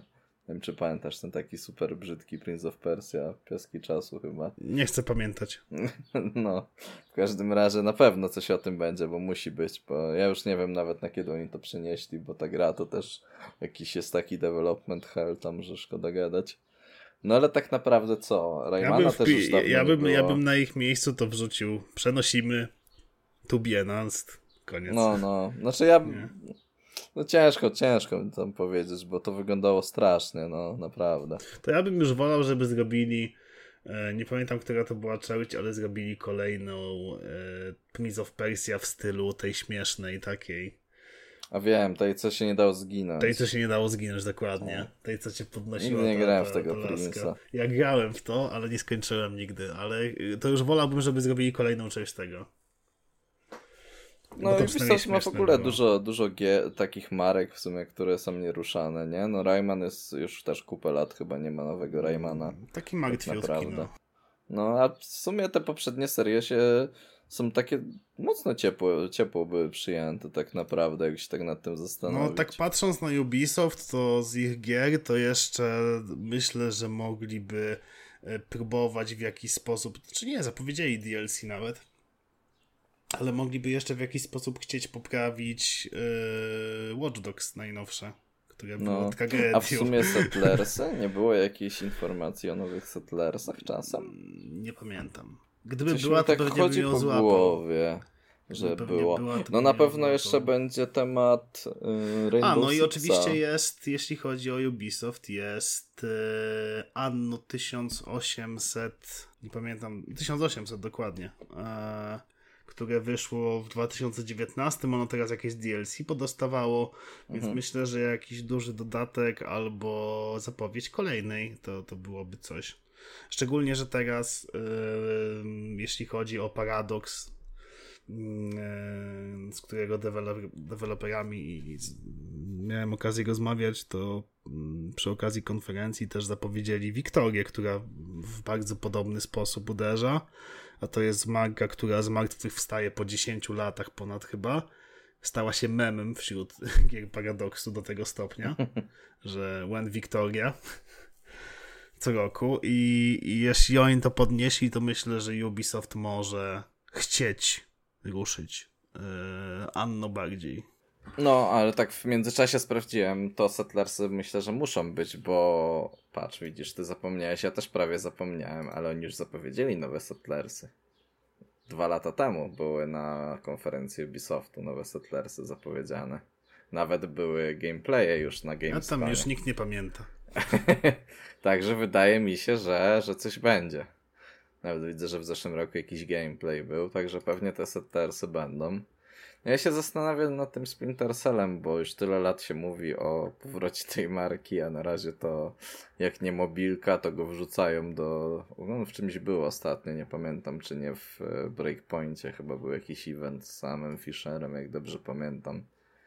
Nie wiem, czy pamiętasz ten taki super brzydki Prince of Persia, Pioski Czasu chyba. Nie chcę pamiętać. No, w każdym razie na pewno coś o tym będzie, bo musi być, bo ja już nie wiem nawet na kiedy oni to przenieśli, bo ta gra to też jakiś jest taki development hell tam, że szkoda gadać. No ale tak naprawdę co? Raymana ja też już dawno ja bym, nie ja było. bym na ich miejscu to wrzucił. Przenosimy. To be announced. Koniec. No, no. Znaczy ja... Nie. No ciężko, ciężko mi tam powiedzieć, bo to wyglądało strasznie, no naprawdę. To ja bym już wolał, żeby zrobili, e, nie pamiętam, która to była część, ale zrobili kolejną e, Prince of Persia w stylu tej śmiesznej takiej. A wiem, tej co się nie dało zginąć. Tej, co się nie dało zginąć, dokładnie. Tej, co cię podnosiła. Nigdy nie ta, grałem ta, w tego ta laska. Prince'a. Ja grałem w to, ale nie skończyłem nigdy, ale to już wolałbym, żeby zrobili kolejną część tego. No i Ubisoft ma w ogóle było. dużo, dużo gier, takich marek w sumie, które są nieruszane, nie? No Rayman jest już też kupę lat, chyba nie ma nowego Raymana. Taki martwiutki, tak no. No a w sumie te poprzednie serie się są takie mocno ciepło, ciepło były przyjęte tak naprawdę, jak się tak nad tym zastanowić. No tak patrząc na Ubisoft, to z ich gier to jeszcze myślę, że mogliby próbować w jakiś sposób, czy nie, zapowiedzieli D L C nawet, ale mogliby jeszcze w jakiś sposób chcieć poprawić yy, Watch Dogs najnowsze, które było no. tragedią. A w sumie Settlersy? Nie było jakiejś informacji o nowych Settlersach czasem? Nie pamiętam. Gdyby Coś była, mi tak to pewnie chodzi bym ją po złapał. głowie, że było. Była, no na pewno jeszcze będzie temat yy, Rainbow A, no Sixa. i oczywiście jest, jeśli chodzi o Ubisoft, jest yy, Anno tysiąc osiemset, nie pamiętam, tysiąc osiemset dokładnie, yy, które wyszło w dwa tysiące dziewiętnastym, ono teraz jakieś D L C podostawało, więc mhm. myślę, że jakiś duży dodatek albo zapowiedź kolejnej, to, to byłoby coś. Szczególnie, że teraz yy, jeśli chodzi o Paradox, yy, z którego deweloper, deweloperami i z, miałem okazję rozmawiać, to yy, przy okazji konferencji też zapowiedzieli Wiktorię, która w bardzo podobny sposób uderza, a to jest marka, która z martwych wstaje po dziesięciu latach ponad chyba. Stała się memem wśród gier Paradoksu do tego stopnia, że When Victoria co roku i, i jeśli oni to podnieśli, to myślę, że Ubisoft może chcieć ruszyć yy, Anno bardziej. No, ale tak w międzyczasie sprawdziłem, to Settlersy myślę, że muszą być, bo patrz, widzisz, ty zapomniałeś, ja też prawie zapomniałem, ale oni już zapowiedzieli nowe Settlersy. Dwa lata temu były na konferencji Ubisoftu nowe Settlersy zapowiedziane. Nawet były gameplaye już na Gamescomie. A tam już nikt nie pamięta. Także wydaje mi się, że, że coś będzie. Nawet widzę, że w zeszłym roku jakiś gameplay był, także pewnie te Settlersy będą. Ja się zastanawiam nad tym Splinter Cellem, bo już tyle lat się mówi o powrocie tej marki, a na razie to jak nie mobilka, to go wrzucają do... No, w czymś było ostatnio, nie pamiętam, czy nie w Breakpoincie, chyba był jakiś event z samym Fisherem, jak dobrze pamiętam.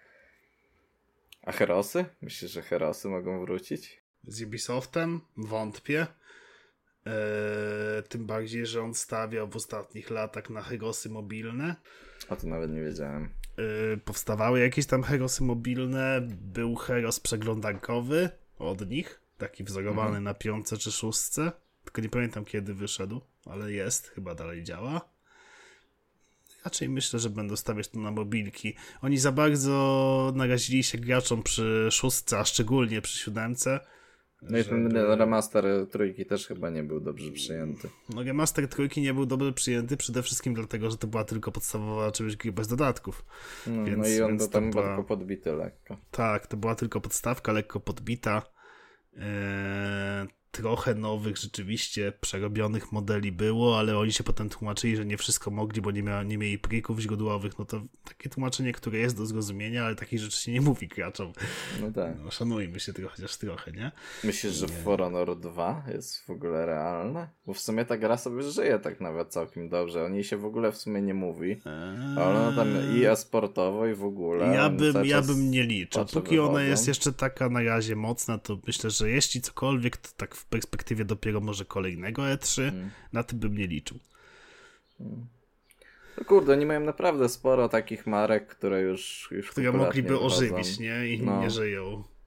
A Herosy? Myślisz, że Herosy mogą wrócić? Z Ubisoftem? Wątpię. Eee, tym bardziej, że on stawiał w ostatnich latach na Herosy mobilne. O to nawet nie wiedziałem. Eee, powstawały jakieś tam Herosy mobilne. Był Heros przeglądarkowy od nich. Taki wzorowany mhm. na piątce czy szóstce. Tylko nie pamiętam kiedy wyszedł, ale jest. Chyba dalej działa. Raczej myślę, że będą stawiać to na mobilki. Oni za bardzo narazili się graczom przy szóstce, a szczególnie przy siódemce. No i ten żeby... remaster trójki też chyba nie był dobrze przyjęty. No remaster trójki nie był dobrze przyjęty przede wszystkim dlatego, że to była tylko podstawowa część gry bez dodatków. No, więc, no i on więc to tam była... tylko podbity lekko. Tak, to była tylko podstawka, lekko podbita. Eee, trochę nowych rzeczywiście przerobionych modeli było, ale oni się potem tłumaczyli, że nie wszystko mogli, bo nie, mia- nie mieli plików źródłowych. No to takie tłumaczenie, które jest do zrozumienia, ale takich rzeczy się nie mówi graczom. No tak. No, szanujmy się tego chociaż trochę, nie? Myślisz, że For Honor dwa jest w ogóle realne? Bo w sumie ta gra sobie żyje tak nawet całkiem dobrze. O niej się w ogóle w sumie nie mówi. Eee... Ale ona tam i e-sportowo i w ogóle. Ja bym, ja bym nie liczył. Póki wychodzą. Ona jest jeszcze taka na razie mocna, to myślę, że jeśli cokolwiek, to tak w perspektywie dopiero może kolejnego E trzy, hmm. na tym bym nie liczył. Hmm. No kurde, oni mają naprawdę sporo takich marek, które już, już które mogliby ożywić, nie? I no. nie żyją.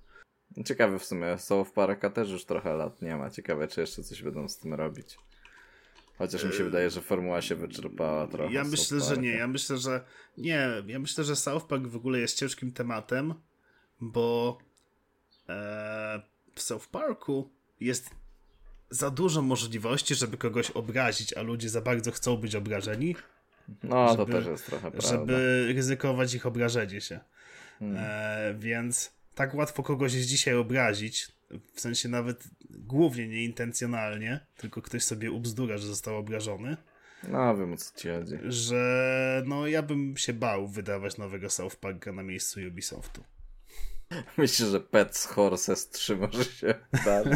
Ciekawe w sumie, South Parka też już trochę lat nie ma. Ciekawe, czy jeszcze coś będą z tym robić. Chociaż mi się wydaje, że formuła się wyczerpała trochę. Ja myślę, że nie. Ja myślę, że nie. Ja myślę, że South Park w ogóle jest ciężkim tematem, bo e, w South Parku jest za dużo możliwości, żeby kogoś obrazić, a ludzie za bardzo chcą być obrażeni. No, żeby, to też jest trochę prawda. Żeby ryzykować ich obrażenie się. Hmm. E, więc tak łatwo kogoś jest dzisiaj obrazić, w sensie nawet głównie nieintencjonalnie, tylko ktoś sobie ubzdura, że został obrażony. No, wiem o co ci chodzi. Że no ja bym się bał wydawać nowego South Parka na miejscu Ubisoftu. Myślę, że Pets Horses trzy może się dać.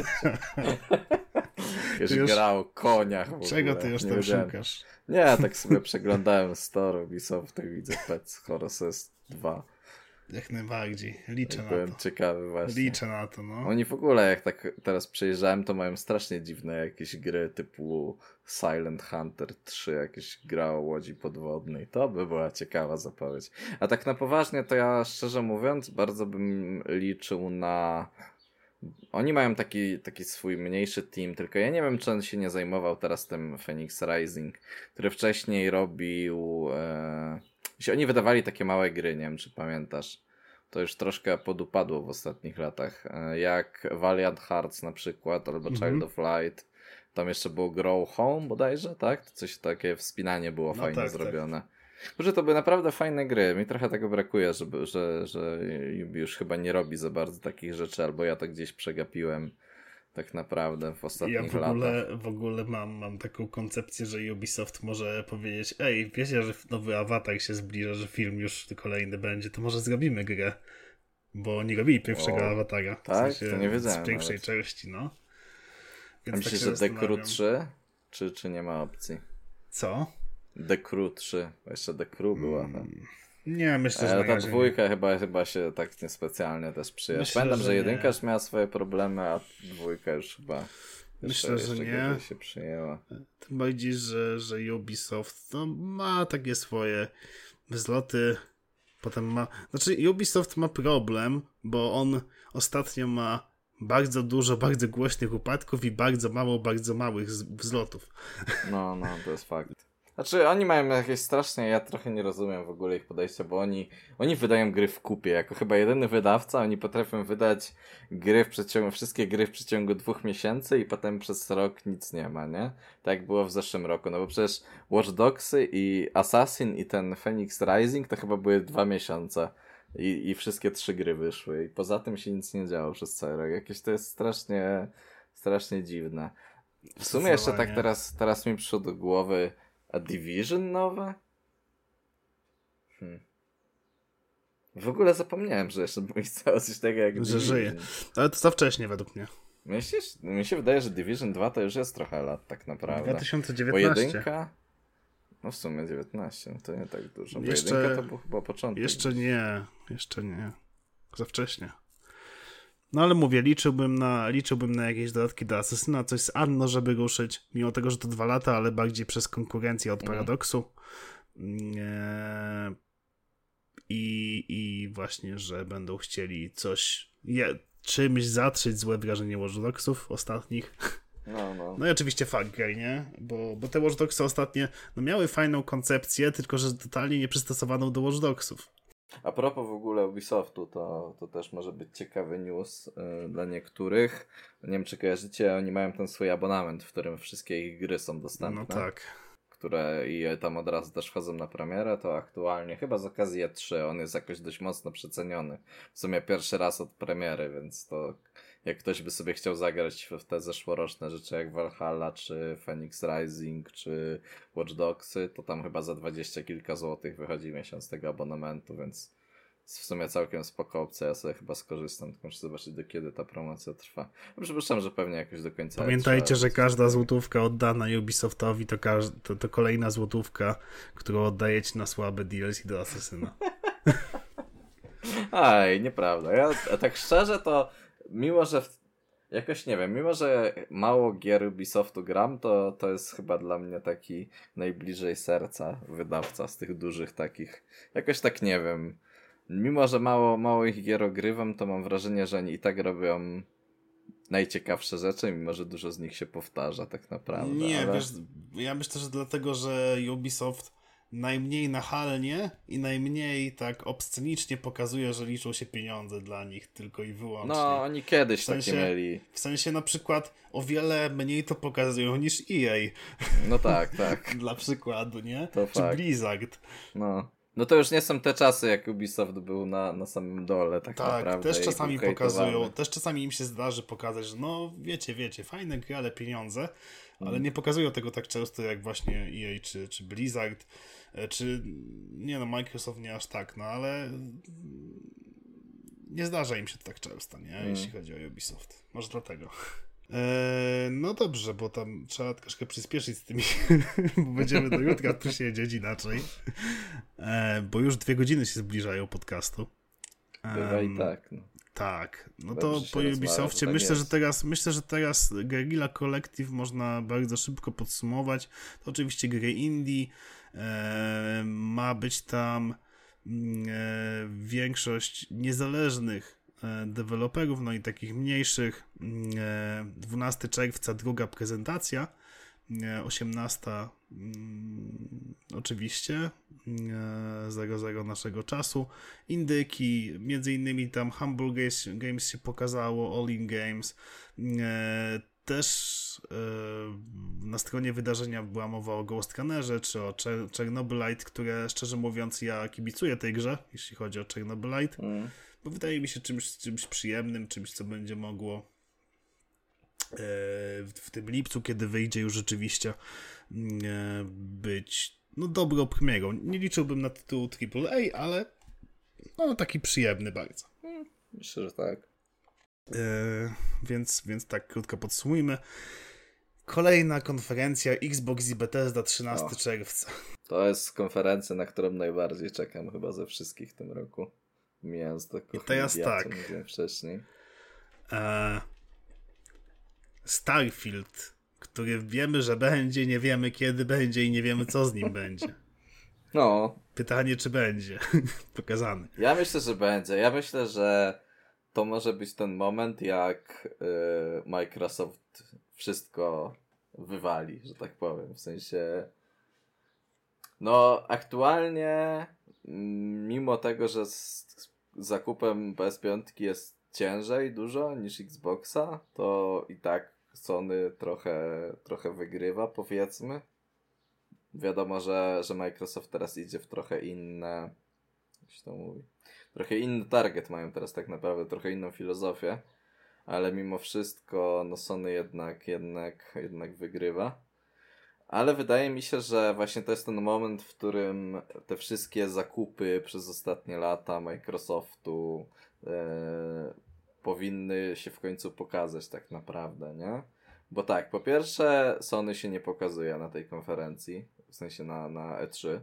Już, już gra o koniach w ogóle. Czego ty już tam szukasz? Nie, tak sobie przeglądałem store Ubisoftu i widzę Pets Horses dwa. Jak najbardziej. Liczę tak na byłem to. ciekawy właśnie. Liczę na to, no. Oni w ogóle, jak tak teraz przejrzałem, to mają strasznie dziwne jakieś gry typu Silent Hunter trzy, jakieś gra o łodzi podwodnej. To by była ciekawa zapowiedź. A tak na poważnie, to ja szczerze mówiąc, bardzo bym liczył na... Oni mają taki, taki swój mniejszy team, tylko ja nie wiem, czy on się nie zajmował teraz tym Phoenix Rising, który wcześniej robił... E... Oni wydawali takie małe gry, nie wiem, czy pamiętasz. To już troszkę podupadło w ostatnich latach. Jak Valiant Hearts na przykład, albo mm-hmm. Child of Light. Tam jeszcze było Grow Home bodajże, tak? To coś takie wspinanie było no fajnie tak, zrobione. Tak. Że to były naprawdę fajne gry. Mi trochę tego brakuje, żeby, że, że Ubi już chyba nie robi za bardzo takich rzeczy, albo ja to gdzieś przegapiłem. Tak naprawdę w ostatnich latach. Ja w ogóle, latach. w ogóle mam, mam taką koncepcję, że Ubisoft może powiedzieć: ej, wiecie, że nowy Avatar się zbliża, że film już kolejny będzie, to może zrobimy grę. Bo nie robili pierwszego o, Avatara. Tak? W sensie to nie wiedziałem. Z pierwszej nawet. części, no. Więc A myślisz, tak że The Crew trzy? Czy, czy nie ma opcji? Co? The Crew trzy. Jeszcze The Crew była. Hmm. Nie, myślę, że Ale ta dwójka nie. Chyba, chyba się tak niespecjalnie też przyjęła. Pamiętam, że, że jedynka już miała swoje problemy, a dwójka już chyba myślę, jeszcze, że jeszcze nie. się przyjęła. Tym bardziej, że, że Ubisoft no, ma takie swoje wzloty. Potem ma... Znaczy Ubisoft ma problem, bo on ostatnio ma bardzo dużo, bardzo głośnych upadków i bardzo mało, bardzo małych wzlotów. No, no, to jest fakt. Znaczy, oni mają jakieś strasznie, ja trochę nie rozumiem w ogóle ich podejścia, bo oni, oni wydają gry w kupie, jako chyba jedyny wydawca, oni potrafią wydać gry w przeciągu, wszystkie gry w przeciągu dwóch miesięcy i potem przez rok nic nie ma, nie? Tak jak było w zeszłym roku, no bo przecież Watch Dogsy i Assassin i ten Phoenix Rising to chyba były dwa miesiące i, i wszystkie trzy gry wyszły i poza tym się nic nie działo przez cały rok. Jakieś to jest strasznie, strasznie dziwne. W sumie jeszcze tak teraz, teraz mi przyszło do głowy a Division nowe? Hmm. W ogóle zapomniałem, że jeszcze istniało coś takiego jak że Division. żyje. Ale to za wcześnie według mnie. Myślisz? Mi się wydaje, że Division dwa to już jest trochę lat tak naprawdę. dwa tysiące dziewiętnaście. Bo jedynka? No w sumie dziewiętnaście, no to nie tak dużo. Bo jeszcze, jedynka to był chyba początek. Jeszcze nie, jeszcze nie. Za wcześnie. No ale mówię, liczyłbym na, liczyłbym na jakieś dodatki do Asasyna, coś z Anno, żeby ruszyć, mimo tego, że to dwa lata, ale bardziej przez konkurencję od Paradoksu. Mm. I, I właśnie, że będą chcieli coś, je, czymś zatrzeć złe wrażenie Watch Dogsów ostatnich. No, no. No i oczywiście Far Cry, nie? Bo, bo te Watch Dogsy ostatnie no miały fajną koncepcję, tylko że totalnie nieprzystosowaną do Watch Dogsów. A propos w ogóle Ubisoftu, to, to też może być ciekawy news yy, dla niektórych. Nie wiem, czy kojarzycie, oni mają ten swój abonament, w którym wszystkie ich gry są dostępne. No tak. Które i tam od razu też wchodzą na premierę, to aktualnie, chyba z okazji E trzy, on jest jakoś dość mocno przeceniony. W sumie pierwszy raz od premiery, więc to jak ktoś by sobie chciał zagrać w te zeszłoroczne rzeczy jak Valhalla, czy Phoenix Rising, czy Watch Dogsy, to tam chyba za dwadzieścia kilka złotych wychodzi miesiąc tego abonamentu, więc w sumie całkiem spoko opcja, ja sobie chyba skorzystam, tylko muszę zobaczyć do kiedy ta promocja trwa. Przypuszczam, że pewnie jakoś do końca. Pamiętajcie, że każda złotówka oddana Ubisoftowi to, każ- to, to kolejna złotówka, którą oddajecie na słabe D L C do Asasyna. Aj, nieprawda. Ja tak szczerze to, mimo że w, jakoś nie wiem, mimo że mało gier Ubisoftu gram, to, to jest chyba dla mnie taki najbliżej serca wydawca z tych dużych takich. Jakoś tak nie wiem. mimo że mało, mało ich gier ogrywam, to mam wrażenie, że oni i tak robią najciekawsze rzeczy, mimo że dużo z nich się powtarza tak naprawdę. Nie, ale... wiesz, ja myślę, że dlatego, że Ubisoft najmniej nachalnie i najmniej tak obscenicznie pokazuje, że liczą się pieniądze dla nich tylko i wyłącznie. No, oni kiedyś w sensie, takie mieli. W sensie na przykład o wiele mniej to pokazują niż E A. No tak, tak. Dla przykładu, nie? To Czy fakt. Blizzard. No. No to już nie są te czasy, jak Ubisoft był na, na samym dole, tak, tak naprawdę. też czasami pokazują, hejtowany. też czasami im się zdarzy pokazać, że no wiecie, wiecie, fajne gry, ale pieniądze, ale Mm. nie pokazują tego tak często jak właśnie E A czy, czy Blizzard, czy nie no, Microsoft nie aż tak, no ale nie zdarza im się to tak często, nie? Mm. Jeśli chodzi o Ubisoft. Może dlatego. Eee, no dobrze, bo tam trzeba troszkę przyspieszyć z tymi, bo będziemy do jutra tu siedzieć inaczej. Eee, bo już dwie godziny się zbliżają podcastu. Bywa i tak. No. Tak, no Dobrze to się po rozmawia, Ubisoftie że tak myślę, że jest. teraz myślę, że teraz Guerrilla Collective można bardzo szybko podsumować. To oczywiście gry indie. E, ma być tam mm, e, większość niezależnych e, deweloperów, no i takich mniejszych. E, dwunastego czerwca druga prezentacja. E, osiemnastego mm, oczywiście e, zero zero naszego czasu. Indyki, między innymi tam Humble Games, Games się pokazało, All In Games. E, też e, na stronie wydarzenia była mowa o Ghost Runnerze czy o Cher- Chernobylite, które szczerze mówiąc ja kibicuję tej grze, jeśli chodzi o Chernobylite, Mm. bo wydaje mi się czymś, czymś przyjemnym, czymś co będzie mogło w, w tym lipcu, kiedy wyjdzie już rzeczywiście być no dobrą premierą. Nie liczyłbym na tytuł triple A, ale no taki przyjemny bardzo. Myślę, że tak. E, więc, więc tak krótko podsumujmy. Kolejna konferencja Xbox i Bethesda trzynastego czerwca. To jest konferencja, na którą najbardziej czekam chyba ze wszystkich w tym roku. Mijając to I teraz media, tak. co mówiłem wcześniej. E, Starfield, który wiemy, że będzie, nie wiemy kiedy będzie i nie wiemy co z nim będzie. No, Pytanie, czy będzie pokazany. ja myślę, że będzie. Ja myślę, że to może być ten moment, jak y, Microsoft wszystko wywali, że tak powiem. W sensie, no aktualnie, mm, mimo tego, że z z zakupem P S pięć jest ciężej dużo niż Xboxa, to i tak Sony trochę, trochę wygrywa, powiedzmy. Wiadomo, że, że Microsoft teraz idzie w trochę inne, jak się to mówi, trochę inny target mają teraz tak naprawdę, trochę inną filozofię, ale mimo wszystko no Sony jednak, jednak, jednak wygrywa. Ale wydaje mi się, że właśnie to jest ten moment, w którym te wszystkie zakupy przez ostatnie lata Microsoftu e, powinny się w końcu pokazać tak naprawdę, nie? Bo tak, po pierwsze Sony się nie pokazuje na tej konferencji, w sensie na, na E trzy,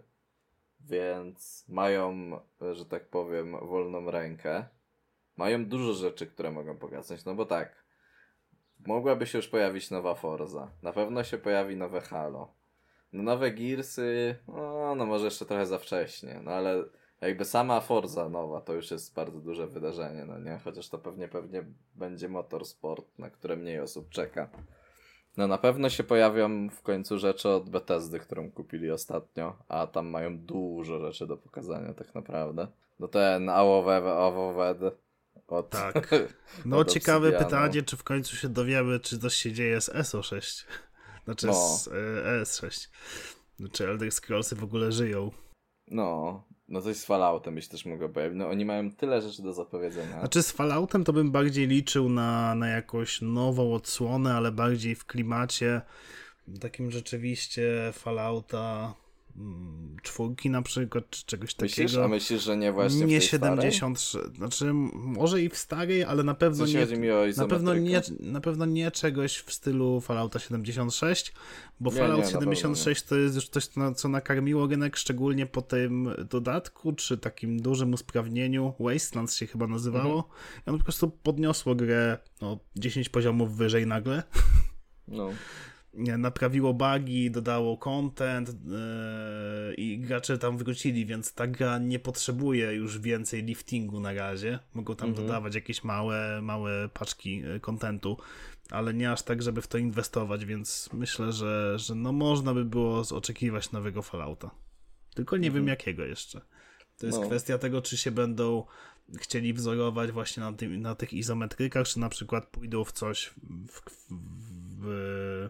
więc mają, że tak powiem, wolną rękę. Mają dużo rzeczy, które mogą pokazać, no bo tak, mogłaby się już pojawić nowa Forza. Na pewno się pojawi nowe Halo. No nowe Gearsy, no, no może jeszcze trochę za wcześnie, no ale jakby sama Forza nowa to już jest bardzo duże wydarzenie, no nie? Chociaż to pewnie pewnie będzie motorsport, na które mniej osób czeka. No na pewno się pojawią w końcu rzeczy od Bethesdy, którą kupili ostatnio, a tam mają dużo rzeczy do pokazania tak naprawdę. No ten AWOWED od... Tak. No od ciekawe Obsidianu. pytanie, czy w końcu się dowiemy, czy coś się dzieje z S O sześć. Znaczy No. z e, E S sześć. Czy Elder Scrollsy w ogóle żyją. No, no coś z Falloutem byś też mogło pojawić. No oni mają tyle rzeczy do zapowiedzenia. Znaczy z Falloutem to bym bardziej liczył na, na jakąś nową odsłonę, ale bardziej w klimacie takim rzeczywiście Fallouta mm, czwórki na przykład, czy czegoś Myślisz? takiego. A myślisz, że nie właśnie Nie w tej siedemdziesiąt trzy, znaczy może i w starej, ale na pewno starej? nie, Chodzi mi o na pewno nie, izometrykę. na pewno nie czegoś w stylu Fallouta siedemdziesiąt sześć, bo Nie, Fallout nie, na siedemdziesiąt sześć to jest już coś, na, co nakarmiło rynek, szczególnie po tym dodatku, czy takim dużym usprawnieniu, Wastelands się chyba nazywało, Mhm. i ono po prostu podniosło grę o dziesięć poziomów wyżej nagle. No. naprawiło bugi, dodało content yy, i gracze tam wrócili, więc ta gra nie potrzebuje już więcej liftingu na razie. Mogą tam mhm. dodawać jakieś małe, małe paczki contentu, ale nie aż tak, żeby w to inwestować, więc myślę, że, że no można by było oczekiwać nowego Fallouta. Tylko nie mhm. wiem jakiego jeszcze. To jest no. kwestia tego, czy się będą chcieli wzorować właśnie na, tym, na tych izometrykach, czy na przykład pójdą w coś w, w, w,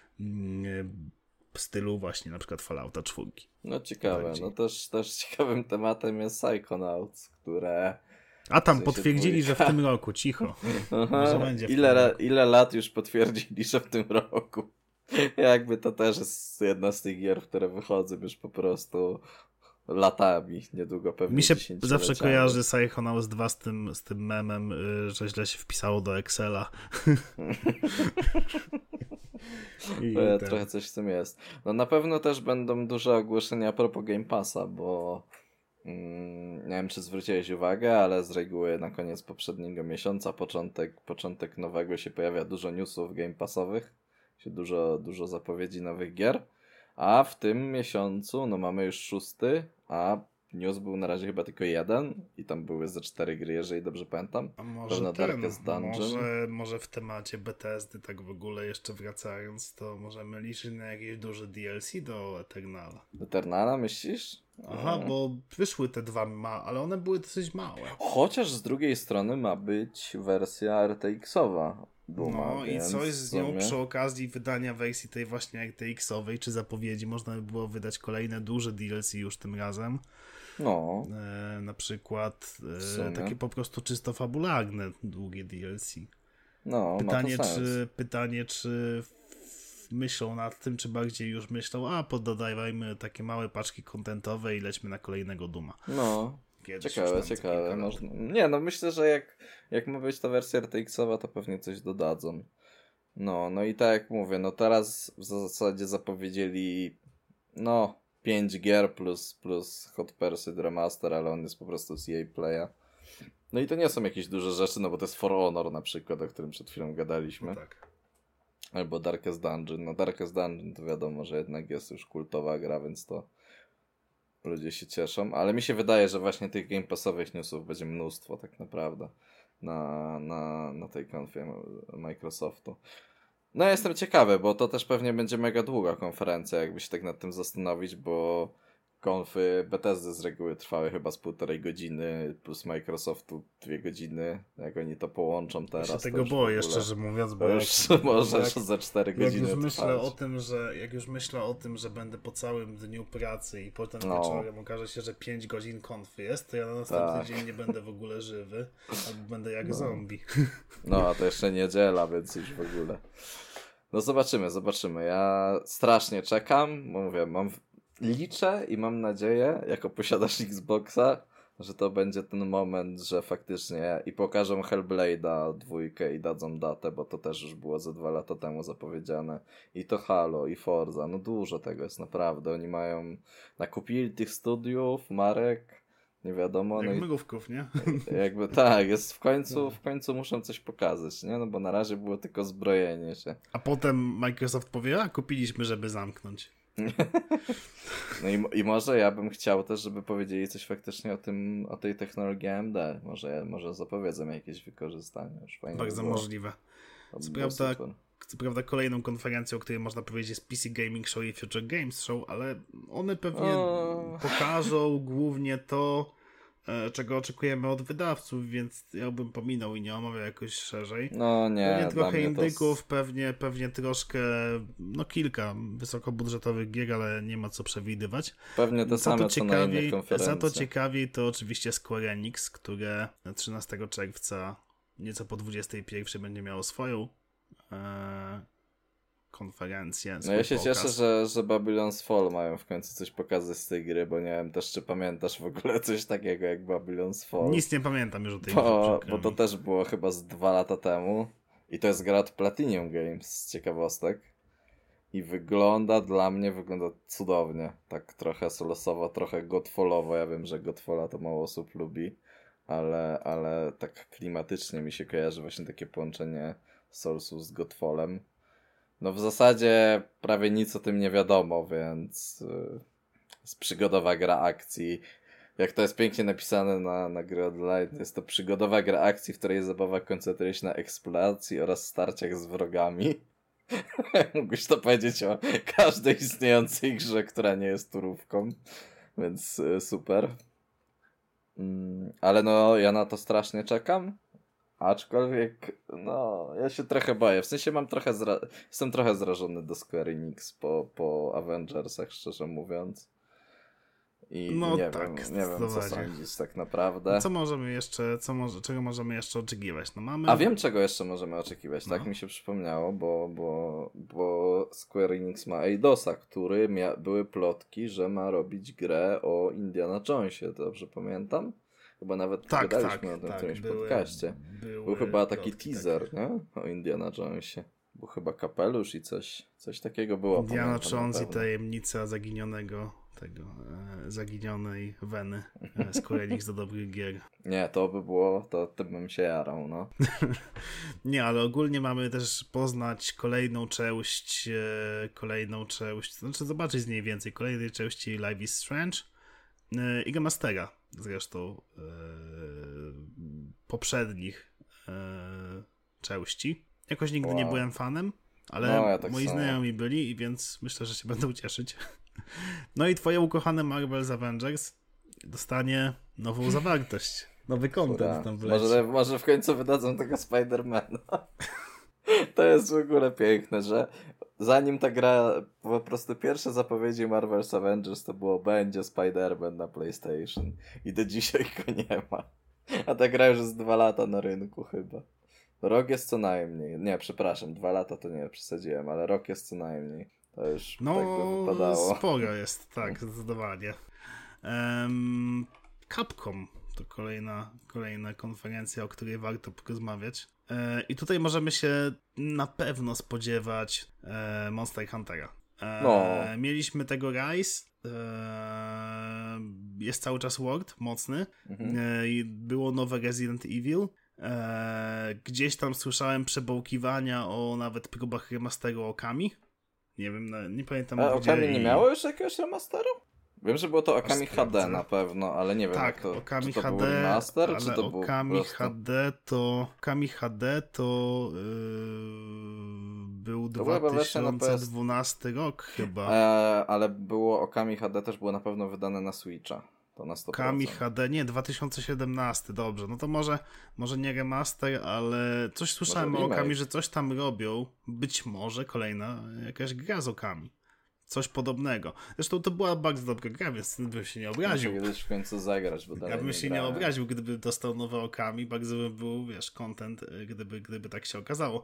w stylu właśnie na przykład Fallouta czwórki. No ciekawe, no też, też ciekawym tematem jest Psychonauts, które... A tam w sensie potwierdzili, dwójka. Że w tym roku, cicho. Może będzie w ile, tym roku. ile lat już potwierdzili, że w tym roku. Jakby to też jest jedna z tych gier, w które wychodzą już po prostu latami, niedługo pewnie. Mi się zawsze kojarzy Psychonauts dwa z tym, z tym memem, że źle się wpisało do Excela. I to trochę coś w tym jest. No na pewno też będą duże ogłoszenia a propos Game Passa, bo mm, nie wiem, czy zwróciłeś uwagę, ale z reguły na koniec poprzedniego miesiąca, początek, początek nowego się pojawia dużo newsów Game Passowych, się dużo, dużo zapowiedzi nowych gier, a w tym miesiącu, no mamy już szósty, a news był na razie chyba tylko jeden i tam były ze cztery gry, jeżeli dobrze pamiętam. A może ten, Darkest Dungeon. Może, może w temacie Bethesdy tak w ogóle jeszcze wracając, to możemy liczyć na jakieś duże D L C do Eternala. Eternala myślisz? Aha, hmm. bo wyszły te dwa, ma- ale one były dosyć małe. Chociaż z drugiej strony ma być wersja R T X-owa. Duma, no i coś z nią przy okazji wydania wersji tej właśnie R T X-owej, czy zapowiedzi, można by było wydać kolejne duże D L C już tym razem. No. E, na przykład e, takie po prostu czysto fabularne długie D L C. No, pytanie, ma to czy, sens. pytanie, czy myślą nad tym, czy bardziej już myślą, a poddodajmy takie małe paczki kontentowe i lećmy na kolejnego Duma. No. Kiedyś ciekawe, ciekawe. Można... Nie, no myślę, że jak, jak ma być ta wersja R T X-owa, to pewnie coś dodadzą. No, no i tak jak mówię, no teraz w zasadzie zapowiedzieli no pięć gier plus, plus Hot Pursuit Remaster, ale on jest po prostu z E A Playa. No i to nie są jakieś duże rzeczy, no bo to jest For Honor na przykład, o którym przed chwilą gadaliśmy. No tak. Albo Darkest Dungeon. No Darkest Dungeon to wiadomo, że jednak jest już kultowa gra, więc to ludzie się cieszą, ale mi się wydaje, że właśnie tych Game Passowych newsów będzie mnóstwo tak naprawdę na, na, na tej konfie Microsoftu. No ja jestem ciekawy, bo to też pewnie będzie mega długa konferencja, jakby się tak nad tym zastanowić, bo konfy Bethesdy z reguły trwały chyba z półtorej godziny, plus Microsoftu dwie godziny, jak oni to połączą teraz. Ja się tego boję, szczerze mówiąc, bo już jak, może jak, za cztery godziny jak już myślę trwać. o tym, że jak już myślę o tym, że będę po całym dniu pracy i potem no. wieczorem okaże się, że pięć godzin konfy jest, to ja na następny tak. dzień nie będę w ogóle żywy, albo będę jak no. zombie. No, a to jeszcze niedziela, więc już w ogóle. No zobaczymy, zobaczymy. Ja strasznie czekam, mówię, mam liczę i mam nadzieję, jako posiadacz Xboxa, że to będzie ten moment, że faktycznie i pokażą Hellblade'a dwójkę i dadzą datę, bo to też już było ze dwa lata temu zapowiedziane. I to Halo, i Forza, no dużo tego jest naprawdę. Oni mają, nakupili tych studiów, marek, nie wiadomo. Jak no mrówków, nie? Jakby tak, jest w końcu, w końcu muszą coś pokazać, nie? No bo na razie było tylko zbrojenie się. A potem Microsoft powie, a kupiliśmy, żeby zamknąć. No i, i może ja bym chciał też, żeby powiedzieli coś faktycznie o tym, o tej technologii A M D. Może, może zapowiedzą jakieś wykorzystanie. Już fajnie Bardzo by możliwe. Co prawda, co prawda kolejną konferencją, o której można powiedzieć jest P C Gaming Show i Future Games Show, ale one pewnie o... pokażą głównie to, czego oczekujemy od wydawców, więc ja bym pominął i nie omawiał jakoś szerzej. No nie, pewnie trochę indyków, to... pewnie, pewnie troszkę, no kilka wysokobudżetowych gier, ale nie ma co przewidywać. Pewnie te same co na innych konferencjach. Za to ciekawiej to oczywiście Square Enix, które trzynastego czerwca nieco po dwudziestej pierwszej będzie miało swoją e, konferencję. No ja się pokaz. cieszę, że, że Babylon's Fall mają w końcu coś pokazać z tej gry, bo nie wiem też, czy pamiętasz w ogóle coś takiego jak Babylon's Fall. Nic nie pamiętam już o tej bo, grze. Bo to też było chyba z dwa lata temu i to jest gra od Platinum Games z ciekawostek i wygląda dla mnie, wygląda cudownie. Tak trochę solosowo, trochę godfallowo. Ja wiem, że Godfalla to mało osób lubi, ale, ale tak klimatycznie mi się kojarzy właśnie takie połączenie Soulsów z Godfallem. No w zasadzie prawie nic o tym nie wiadomo, więc yy, jest przygodowa gra akcji. Jak to jest pięknie napisane na, na gry online, jest to przygodowa gra akcji, w której zabawa koncentruje się na eksploracji oraz starciach z wrogami. Mógłbyś to powiedzieć o każdej istniejącej grze, która nie jest turówką, więc yy, super. Mm, ale no, ja na to strasznie czekam. Aczkolwiek, no, ja się trochę boję. W sensie mam trochę zra- jestem trochę zrażony do Square Enix po, po Avengersach, szczerze mówiąc. I No nie tak, wiem, nie wiem co sądzić tak naprawdę. Co możemy jeszcze, co może, czego możemy jeszcze oczekiwać? No mamy... A wiem, czego jeszcze możemy oczekiwać, no. tak mi się przypomniało, bo, bo, bo Square Enix ma Eidosa, który mia- były plotki, że ma robić grę o Indiana Jonesie, dobrze pamiętam? Chyba nawet tak, gadaliśmy tak, o tym tak, którymś były, podcaście. były Był chyba taki plotki, teaser, tak. nie? O Indiana Jonesie. Był chyba kapelusz i coś, coś takiego było. Indiana Jones i tajemnica zaginionego, tego, e, zaginionej Weny. E, Square Enix do dobrych gier. Nie, to by było, to tym bym się jarał, no. Nie, ale ogólnie mamy też poznać kolejną część, e, kolejną część, znaczy zobaczyć z niej więcej, kolejnej części Life is Strange e, i Gamastera zresztą e, poprzednich e, części. Jakoś nigdy wow. nie byłem fanem, ale no, ja tak moi samo. znajomi byli, więc myślę, że się będą cieszyć. No i twoje ukochane Marvel's Avengers dostanie nową zawartość. Nowy content tam wleci. Może, może w końcu wydadzą tego Spidermana. To jest w ogóle piękne, że zanim ta gra, po prostu pierwsze zapowiedzi Marvel's Avengers to było będzie Spider-Man na PlayStation i do dzisiaj go nie ma. A ta gra już jest dwa lata na rynku chyba. Rok jest co najmniej. Nie, przepraszam, dwa lata to nie przesadziłem, ale rok jest co najmniej. To już no, tak by wypadało. Sporo jest, tak, zdecydowanie. Um, Capcom to kolejna, kolejna konferencja, o której warto porozmawiać. E, I tutaj możemy się na pewno spodziewać e, Monster Huntera. E, no. Mieliśmy tego Rise. E, jest cały czas World, mocny. Mhm. E, i było nowe Resident Evil. E, gdzieś tam słyszałem przebąkiwania o nawet próbach remasteru Okami. Nie wiem, nie pamiętam. A Okami nie miało już jakiegoś remasteru? Wiem, że było to Okami H D na pewno, ale nie wiem, tak, jak to, Okami czy to H D, był remaster, ale czy to był Okami prostu... H D to Okami H D to yy, był to dwa tysiące dwunasty rok chyba. E, ale było Okami H D też było na pewno wydane na Switcha. To na sto procent. Okami H D, nie, dwa tysiące siedemnasty, dobrze. No to może, może nie remaster, ale coś słyszałem o Okami, że coś tam robią. Być może kolejna jakaś gra z Okami. Coś podobnego. Zresztą to była bardzo dobra gra, więc bym się nie obraził. Muszę kiedyś w końcu zagrać, bo dalej Ja bym nie się grałem. nie obraził, gdyby dostał nowe Okami. Bardzo by był, wiesz, content, gdyby, gdyby tak się okazało.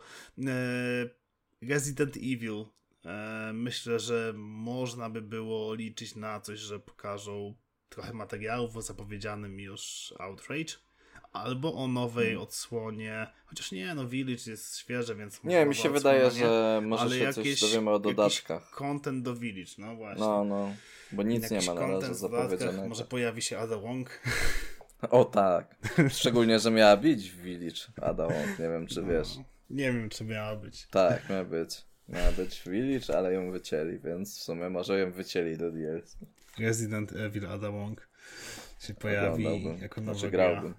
Resident Evil. Myślę, że można by było liczyć na coś, że pokażą trochę materiałów o zapowiedzianym już Outrage, albo o nowej hmm. odsłonie, chociaż nie, no Village jest świeże, więc... Nie, mi się wydaje, że może się jakieś, coś dowiemy o dodatkach. Content do Village, no właśnie. No, no, bo nic nie ma na razie zapowiedzianego. Może pojawi się Ada Wong. O tak, szczególnie, że miała być w Village Ada Wong, nie wiem czy no, wiesz. Nie wiem, czy miała być. Tak, miała być. Miała być w Village, ale ją wycięli, więc w sumie może ją wycięli do D L C. Resident Evil Ada Wong się pojawi Oglądałbym. jako nowa znaczy, gra. grałbym.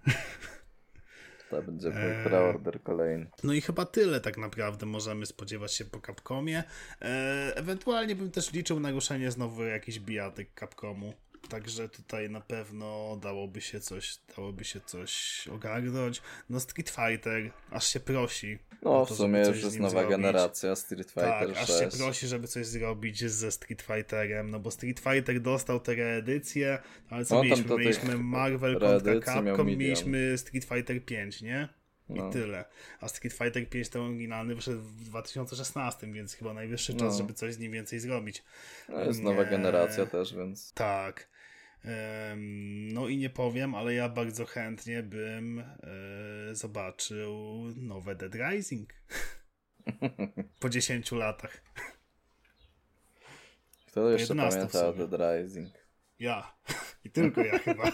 To będzie mój preorder kolejny. No i chyba tyle tak naprawdę możemy spodziewać się po Capcomie. E- ewentualnie bym też liczył na ruszenie znowu jakichś bijatyk Capcomu. Także tutaj na pewno dałoby się coś, dałoby się coś ogarnąć. No Street Fighter aż się prosi. No to, w sumie już jest nowa zrobić. generacja Street Fighter tak, sześć. aż się prosi, żeby coś zrobić ze Street Fighterem, no bo Street Fighter dostał te reedycje, ale co no, mieliśmy? Mieliśmy Marvel kontra Capcom, mieliśmy Street Fighter pięć, nie? I no. tyle. A Street Fighter pięć ten oryginalny wyszedł w dwa tysiące szesnastym, więc chyba najwyższy czas, no. żeby coś z nim więcej zrobić. No jest nowa nie... generacja też, więc... Tak. No i nie powiem, ale ja bardzo chętnie bym e, zobaczył nowe Dead Rising. Po dziesięciu latach. Kto jeszcze pamięta o Dead Rising? Ja. I tylko ja chyba.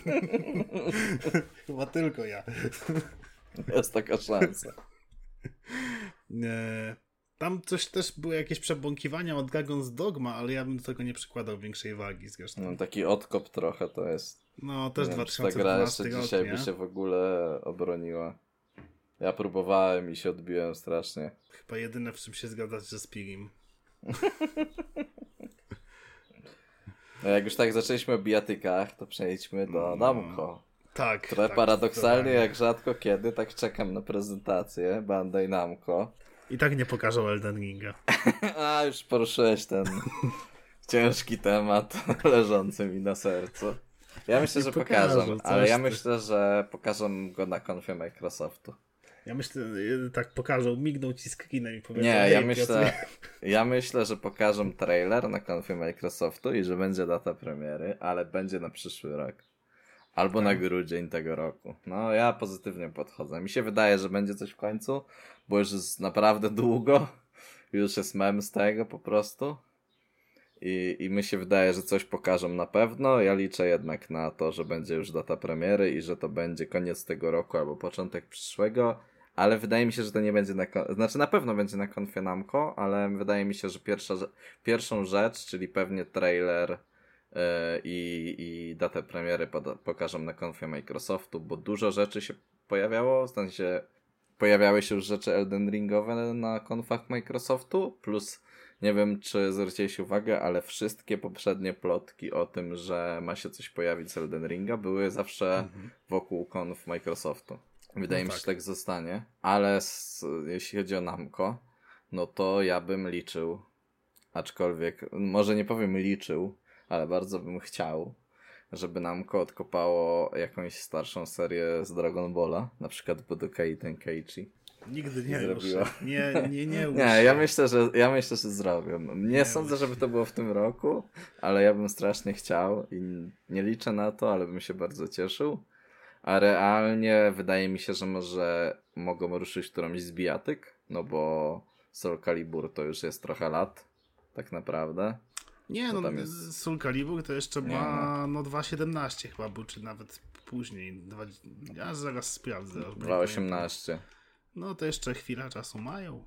Chyba tylko ja. Jest taka szansa. E, Tam coś też były jakieś przebąkiwania o Dragon's Dogma, ale ja bym do tego nie przykładał większej wagi zresztą. No taki odkop trochę to jest. No też Nie wiem, dwa czy ta tysiące gra dwunasty jeszcze rok, dzisiaj nie? by się w ogóle obroniła. Ja próbowałem i się odbiłem strasznie. Chyba jedyne, w czym się zgadzać ze Spirim. No jak już tak zaczęliśmy o bijatykach, to przejdźmy do Namco. Tak. Które tak, paradoksalnie, jak rzadko kiedy, tak czekam na prezentację Bandai Namco. I tak nie pokażą Elden Ringa. A, już poruszyłeś ten ciężki temat leżący mi na sercu. Ja myślę, że pokażą, pokażą, ale coś ja ty. myślę, że pokażą go na konfie Microsoftu. Ja myślę, y, tak pokażą, migną ci screenem i powiedzą, Nie, hej, ja myślę, pracuję. ja myślę, że pokażą trailer na konfie Microsoftu i że będzie data premiery, ale będzie na przyszły rok. Albo na grudzień tego roku. No, ja pozytywnie podchodzę. Mi się wydaje, że będzie coś w końcu, bo już jest naprawdę długo. Już jest mem z tego po prostu. I, I mi się wydaje, że coś pokażą na pewno. Ja liczę jednak na to, że będzie już data premiery i że to będzie koniec tego roku albo początek przyszłego. Ale wydaje mi się, że to nie będzie na... Kon- znaczy na pewno będzie na konfie Namco, ale wydaje mi się, że pierwsza, pierwszą rzecz, czyli pewnie trailer i, i datę premiery poda- pokażą na konfie Microsoftu, bo dużo rzeczy się pojawiało, w sensie pojawiały się już rzeczy Elden Ringowe na konfach Microsoftu, plus nie wiem, czy zwróciłeś uwagę, ale wszystkie poprzednie plotki o tym, że ma się coś pojawić z Elden Ringa, były zawsze mhm. wokół konf Microsoftu. Wydaje no mi się, tak. że tak zostanie, ale z, jeśli chodzi o Namco, no to ja bym liczył, aczkolwiek, może nie powiem liczył, ale bardzo bym chciał, żeby Namco odkopało jakąś starszą serię z Dragon Balla, na przykład Budokai Tenkaichi. Nigdy nie zrobiła. Nie, nie, nie Nie, ja myślę, że ja myślę, że zrobią. Nie, nie sądzę, żeby to było w tym roku, ale ja bym strasznie chciał i nie liczę na to, ale bym się bardzo cieszył. A realnie wydaje mi się, że może mogą ruszyć którąś z bijatyk, no bo Soul Calibur to już jest trochę lat, tak naprawdę. Nie, no jest... Soul Calibur to jeszcze nie, ma no, no dwa siedemnaście chyba był, czy nawet później. Dwa... Ja zaraz sprawdzę. dwa osiemnaście. No to jeszcze chwila czasu mają.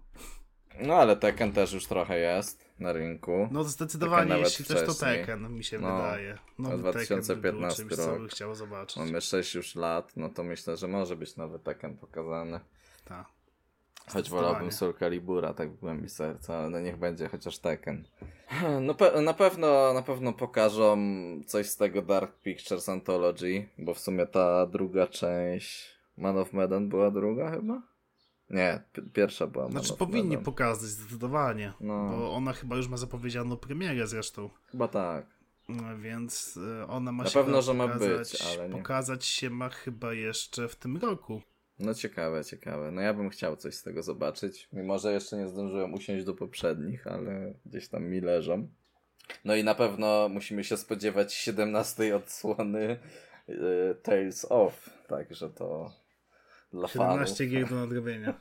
No ale Tekken też już trochę jest na rynku. No to zdecydowanie, jeśli też to Tekken, mi się no, wydaje. No dwa tysiące piętnasty by czymś, rok. co by chciał zobaczyć. Mamy sześć już lat, no to myślę, że może być nowy Tekken pokazany. Tak. Choć wolałbym Soul Calibura, tak w głębi serca, ale no niech będzie chociaż Tekken. No pe- na pewno na pewno pokażą coś z tego Dark Pictures Anthology, bo w sumie ta druga część Man of Medan była druga chyba? Nie, p- pierwsza była Man Znaczy of powinni Medan. pokazać zdecydowanie, no. bo ona chyba już ma zapowiedzianą premierę zresztą. Chyba tak. No, więc ona ma na się pewno, że pokazać, ma być, ale nie. pokazać się ma chyba jeszcze w tym roku. No ciekawe, ciekawe. No ja bym chciał coś z tego zobaczyć. Mimo, że jeszcze nie zdążyłem usiąść do poprzednich, ale gdzieś tam mi leżą. No i na pewno musimy się spodziewać siedemnastej odsłony y, Tales of. Także to dla siedemnaście fanów. gier do nadrobienia.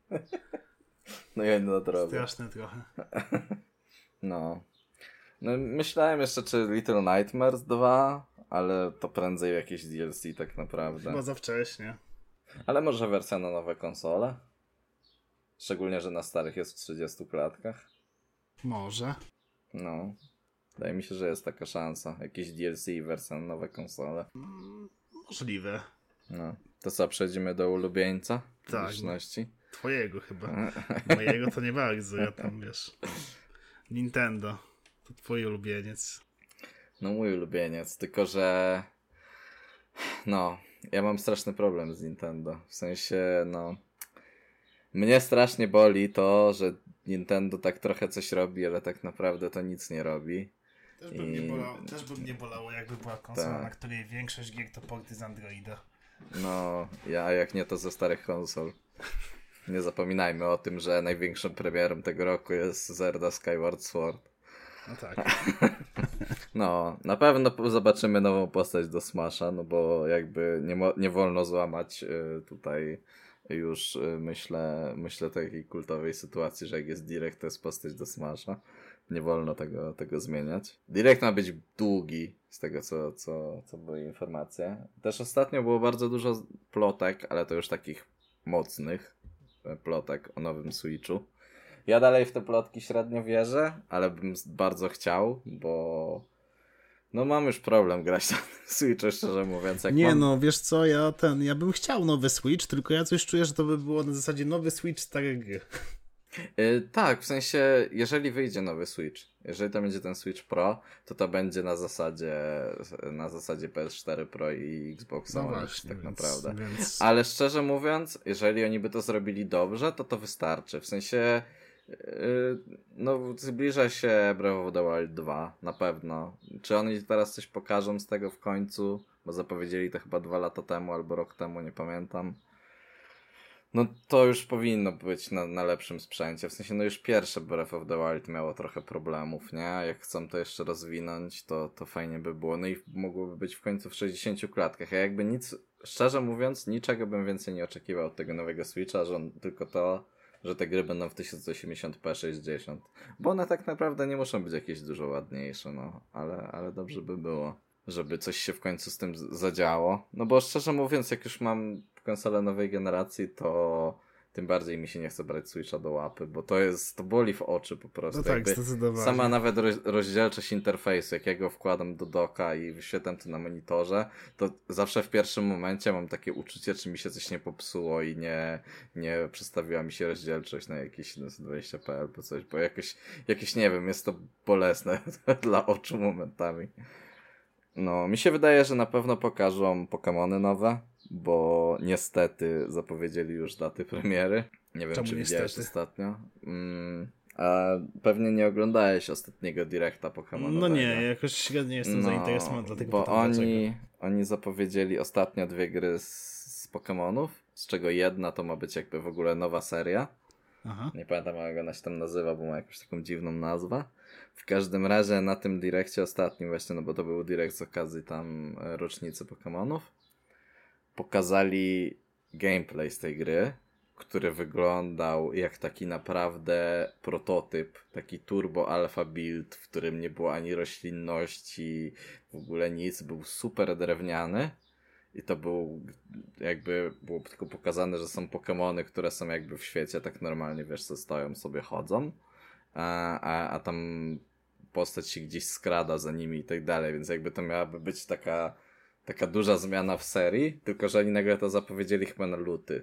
No ja nie nadrobię. Straszne trochę. No. No myślałem jeszcze, czy Little Nightmares dwa, ale to prędzej jakieś D L C tak naprawdę. Chyba za wcześnie. Ale może wersja na nowe konsole? Szczególnie, że na starych jest w trzydziestu klatkach. Może. No. Wydaje mi się, że jest taka szansa. Jakieś D L C i wersja na nowe konsole. Mm, możliwe. No. To co, przejdziemy do ulubieńca? Tak. Publiczności? Twojego chyba. Mojego to nie bardzo, ja tam wiesz. Nintendo. To twój ulubieniec. No mój ulubieniec, tylko że... No, ja mam straszny problem z Nintendo. W sensie, no... Mnie strasznie boli to, że Nintendo tak trochę coś robi, ale tak naprawdę to nic nie robi. Też by, I... mnie, bolało, też by mnie bolało, jakby była konsola, tak. na której większość gier to porty z Androida. No, ja jak nie to ze starych konsol. Nie zapominajmy o tym, że największą premierą tego roku jest Zelda Skyward Sword. No tak. No, na pewno zobaczymy nową postać do Smasha, no bo jakby nie, mo- nie wolno złamać y, tutaj już y, myślę, myślę takiej kultowej sytuacji, że jak jest Direct, to jest postać do Smasha. Nie wolno tego, tego zmieniać. Direct ma być długi, z tego co, co, co były informacje. Też ostatnio było bardzo dużo plotek, ale to już takich mocnych plotek o nowym Switchu. Ja dalej w te plotki średnio wierzę, ale bym bardzo chciał, bo no mam już problem grać na Switchu, szczerze mówiąc. Jak nie mam... no, wiesz co, ja ten, ja bym chciał nowy Switch, tylko ja coś czuję, że to by było na zasadzie nowy Switch stare gry. Yy, tak, w sensie, jeżeli wyjdzie nowy Switch, jeżeli to będzie ten Switch Pro, to to będzie na zasadzie na zasadzie P S cztery Pro i Xbox No One, właśnie, tak więc, naprawdę. Więc... Ale szczerze mówiąc, jeżeli oni by to zrobili dobrze, to to wystarczy. W sensie, yy, no zbliża się Breath of the Wild dwa, na pewno. Czy oni teraz coś pokażą z tego w końcu? Bo zapowiedzieli to chyba dwa lata temu albo rok temu, nie pamiętam. No to już powinno być na, na lepszym sprzęcie. W sensie, no już pierwsze Breath of the Wild miało trochę problemów, nie? Jak chcą to jeszcze rozwinąć, to, to fajnie by było. No i mogłoby być w końcu w sześćdziesięciu klatkach. Ja jakby nic, szczerze mówiąc, niczego bym więcej nie oczekiwał od tego nowego Switcha, że on, tylko to, że te gry będą w tysiąc osiemdziesiąt p sześćdziesiąt. Bo one tak naprawdę nie muszą być jakieś dużo ładniejsze, no. Ale, ale dobrze by było, żeby coś się w końcu z tym zadziało. No bo szczerze mówiąc, jak już mam konsolę nowej generacji, to tym bardziej mi się nie chce brać Switcha do łapy, bo to jest, to boli w oczy po prostu. No tak, jakby zdecydowanie. sama nawet rozdzielczość interfejsu, jak ja go wkładam do doka i wyświetlam to na monitorze, to zawsze w pierwszym momencie mam takie uczucie, czy mi się coś nie popsuło i nie, nie przestawiła mi się rozdzielczość na jakieś dwadzieścia p albo coś, bo jakoś, jakieś nie wiem, jest to bolesne dla oczu momentami. No, mi się wydaje, że na pewno pokażą Pokemony nowe, bo niestety zapowiedzieli już daty premiery. Nie wiem, Czemu czy niestety? widziałeś ostatnio. Mm, a pewnie nie oglądałeś ostatniego directa Pokemonowego. No nie, jakoś średnio jestem no, zainteresowany, dlatego bo pytam oni, dlaczego. oni zapowiedzieli ostatnio dwie gry z, z Pokemonów, z czego jedna to ma być jakby w ogóle nowa seria. Aha. Nie pamiętam, jak ona się tam nazywa, bo ma jakąś taką dziwną nazwę. W każdym razie na tym direkcie ostatnim właśnie, no bo to był direkt z okazji tam rocznicy Pokemonów, pokazali gameplay z tej gry, który wyglądał jak taki naprawdę prototyp, taki turbo alpha build, w którym nie było ani roślinności, w ogóle nic, był super drewniany. I to był, jakby było tylko pokazane, że są Pokemony, które są jakby w świecie, tak normalnie, wiesz, co stoją sobie, chodzą, a, a, a tam postać się gdzieś skrada za nimi i tak dalej, więc jakby to miałaby być taka, taka duża zmiana w serii, tylko że oni nagle to zapowiedzieli chyba na luty.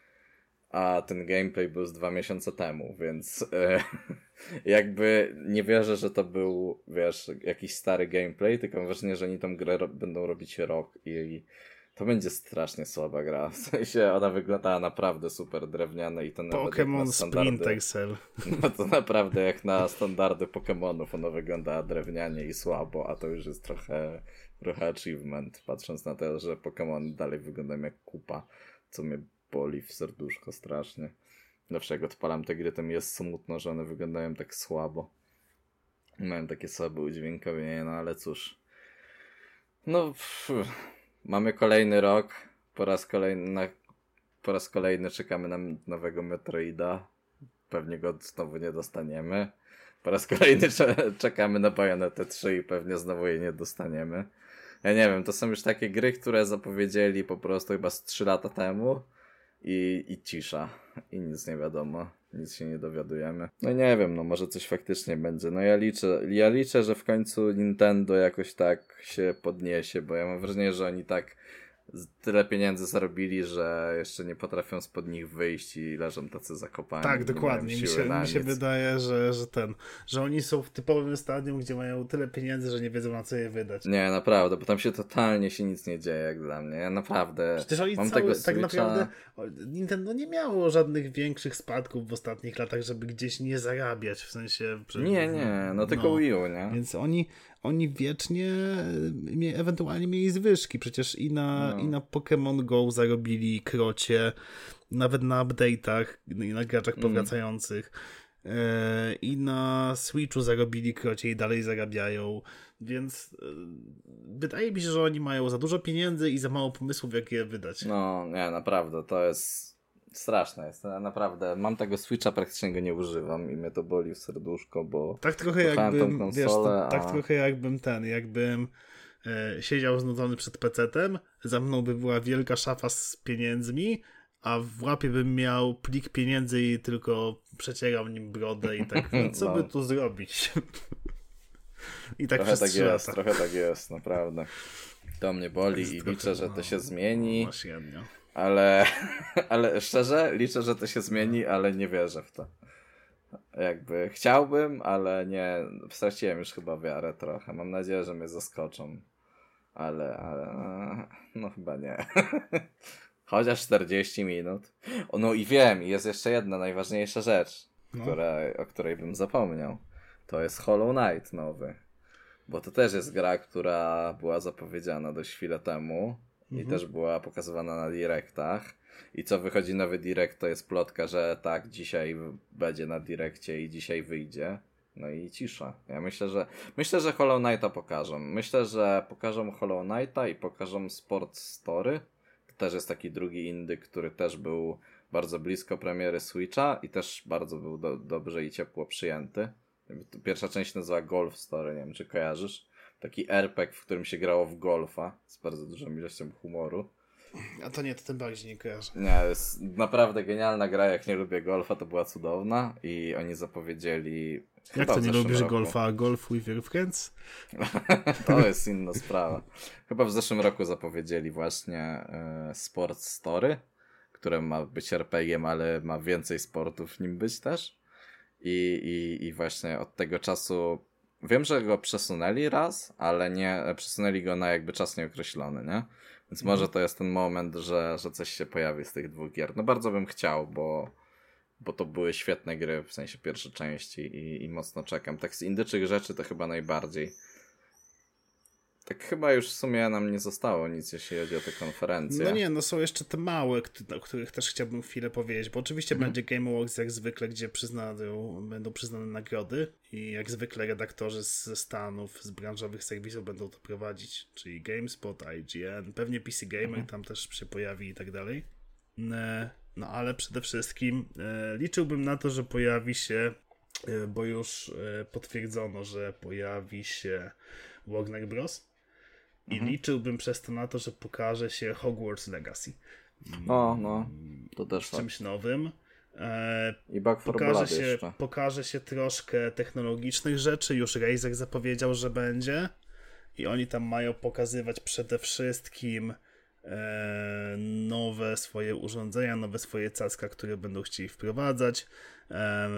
A ten gameplay był z dwa miesiące temu, więc e, jakby nie wierzę, że to był, wiesz, jakiś stary gameplay, tylko mam wrażenie, że oni tą grę ro- będą robić rok i, i to będzie strasznie słaba gra. W sensie ona wyglądała naprawdę super drewniane i to nawet Pokémon jak na standardy... Sprint Excel. No to naprawdę jak na standardy Pokemonów ono wygląda drewnianie i słabo, a to już jest trochę, trochę achievement, patrząc na to, że Pokemony dalej wyglądają jak kupa, co mnie boli w serduszko strasznie. Zawsze jak odpalam te gry, to mi jest smutno, że one wyglądają tak słabo. Mają takie słabe udźwiękowienie, no ale cóż. No, pff, mamy kolejny rok. Po raz kolejny, na, po raz kolejny czekamy na nowego Metroida. Pewnie go znowu nie dostaniemy. Po raz kolejny czekamy na Bayonetę trzy i pewnie znowu jej nie dostaniemy. Ja nie wiem, to są już takie gry, które zapowiedzieli po prostu chyba z trzy lata temu. I, i cisza. I nic nie wiadomo. Nic się nie dowiadujemy. No nie wiem, no może coś faktycznie będzie. No ja liczę, ja liczę, że w końcu Nintendo jakoś tak się podniesie, bo ja mam wrażenie, że oni tak tyle pieniędzy zarobili, że jeszcze nie potrafią spod nich wyjść i leżą tacy zakopani. Tak, dokładnie. Mi się, mi się wydaje, że, że ten, że oni są w typowym stadium, gdzie mają tyle pieniędzy, że nie wiedzą, na co je wydać. Nie, naprawdę, bo tam się totalnie się nic nie dzieje, jak dla mnie. Ja naprawdę Przecież oni mam cały, tego tak Switcha... naprawdę Nintendo nie miało żadnych większych spadków w ostatnich latach, żeby gdzieś nie zarabiać, w sensie... Że, nie, nie, no tylko no, Wii U, nie? Więc oni, oni wiecznie ewentualnie mieli zwyżki. Przecież i na, no. i na Pokémon Go zarobili krocie, nawet na update'ach i na graczach mm. powracających. I na Switchu zarobili krocie i dalej zarabiają, więc wydaje mi się, że oni mają za dużo pieniędzy i za mało pomysłów, jak je wydać. No, nie, naprawdę, to jest straszne. Jest, naprawdę, mam tego Switcha, praktycznie go nie używam i mnie to boli w serduszko, bo tak trochę jakbym, konsolę, wiesz, to, a... tak trochę jakbym ten, jakbym e, siedział znudzony przed pecetem, za mną by była wielka szafa z pieniędzmi, a w łapie bym miał plik pieniędzy i tylko przecierał nim brodę i tak, no, co no. by tu zrobić? I tak trochę przez tak trzy jest, lata. trochę tak jest, naprawdę. To mnie boli Jest i trochę, liczę, że no, to się zmieni, no, średnio. ale, ale szczerze liczę, że to się zmieni, ale nie wierzę w to. Jakby chciałbym, ale nie, straciłem już chyba wiarę trochę. Mam nadzieję, że mnie zaskoczą, ale, ale no chyba nie. Chociaż czterdzieści minut. O, no i wiem, jest jeszcze jedna najważniejsza rzecz, No. która, o której bym zapomniał. To jest Hollow Knight nowy. Bo to też jest gra, która była zapowiedziana dość chwilę temu i Mhm. też była pokazywana na directach. I co wychodzi nowy direct, to jest plotka, że tak, dzisiaj będzie na direccie i dzisiaj wyjdzie. No i cisza. Ja myślę, że myślę, że Hollow Knighta pokażą. Myślę, że pokażą Hollow Knighta i pokażą Sport Story. To też jest taki drugi indyk, który też był bardzo blisko premiery Switcha i też bardzo był do, dobrze i ciepło przyjęty. Pierwsza część nazywa Golf Story, nie wiem czy kojarzysz. Taki er pe gie, w którym się grało w golfa z bardzo dużą ilością humoru. A to nie, to tym bardziej nie kojarzę. Nie, jest naprawdę genialna gra, jak nie lubię golfa, to była cudowna i oni zapowiedzieli... Jak to nie lubisz roku. golfa, a golf with your friends? To jest inna sprawa. Chyba w zeszłym roku zapowiedzieli właśnie y, Sport Story, które ma być er pe gie em, ale ma więcej sportów w nim być też. I, i, I właśnie od tego czasu wiem, że go przesunęli raz, ale nie przesunęli go na jakby czas nieokreślony, nie? Więc Mhm. może to jest ten moment, że, że coś się pojawi z tych dwóch gier. No bardzo bym chciał, bo, bo to były świetne gry, w sensie pierwsze części i, i mocno czekam. Tak z indyczych rzeczy to chyba najbardziej. Tak chyba już w sumie nam nie zostało nic, jeśli chodzi o te konferencje. No nie, no są jeszcze te małe, o których też chciałbym chwilę powiedzieć, bo oczywiście Mhm. będzie Game Awards jak zwykle, gdzie przyznają, będą przyznane nagrody i jak zwykle redaktorzy ze Stanów, z branżowych serwisów będą to prowadzić, czyli GameSpot, I G N, pewnie P C Gamer Mhm. tam też się pojawi i tak dalej. No ale przede wszystkim e, liczyłbym na to, że pojawi się, e, bo już e, potwierdzono, że pojawi się Warner Bros. I Mhm. liczyłbym przez to na to, że pokaże się Hogwarts Legacy. O, no, to też Z czymś nowym. E, I Back for pokaże, Blood się, jeszcze. pokaże się troszkę technologicznych rzeczy. Już Razer zapowiedział, że będzie. I oni tam mają pokazywać przede wszystkim e, nowe swoje urządzenia, nowe swoje cacka, które będą chcieli wprowadzać. E,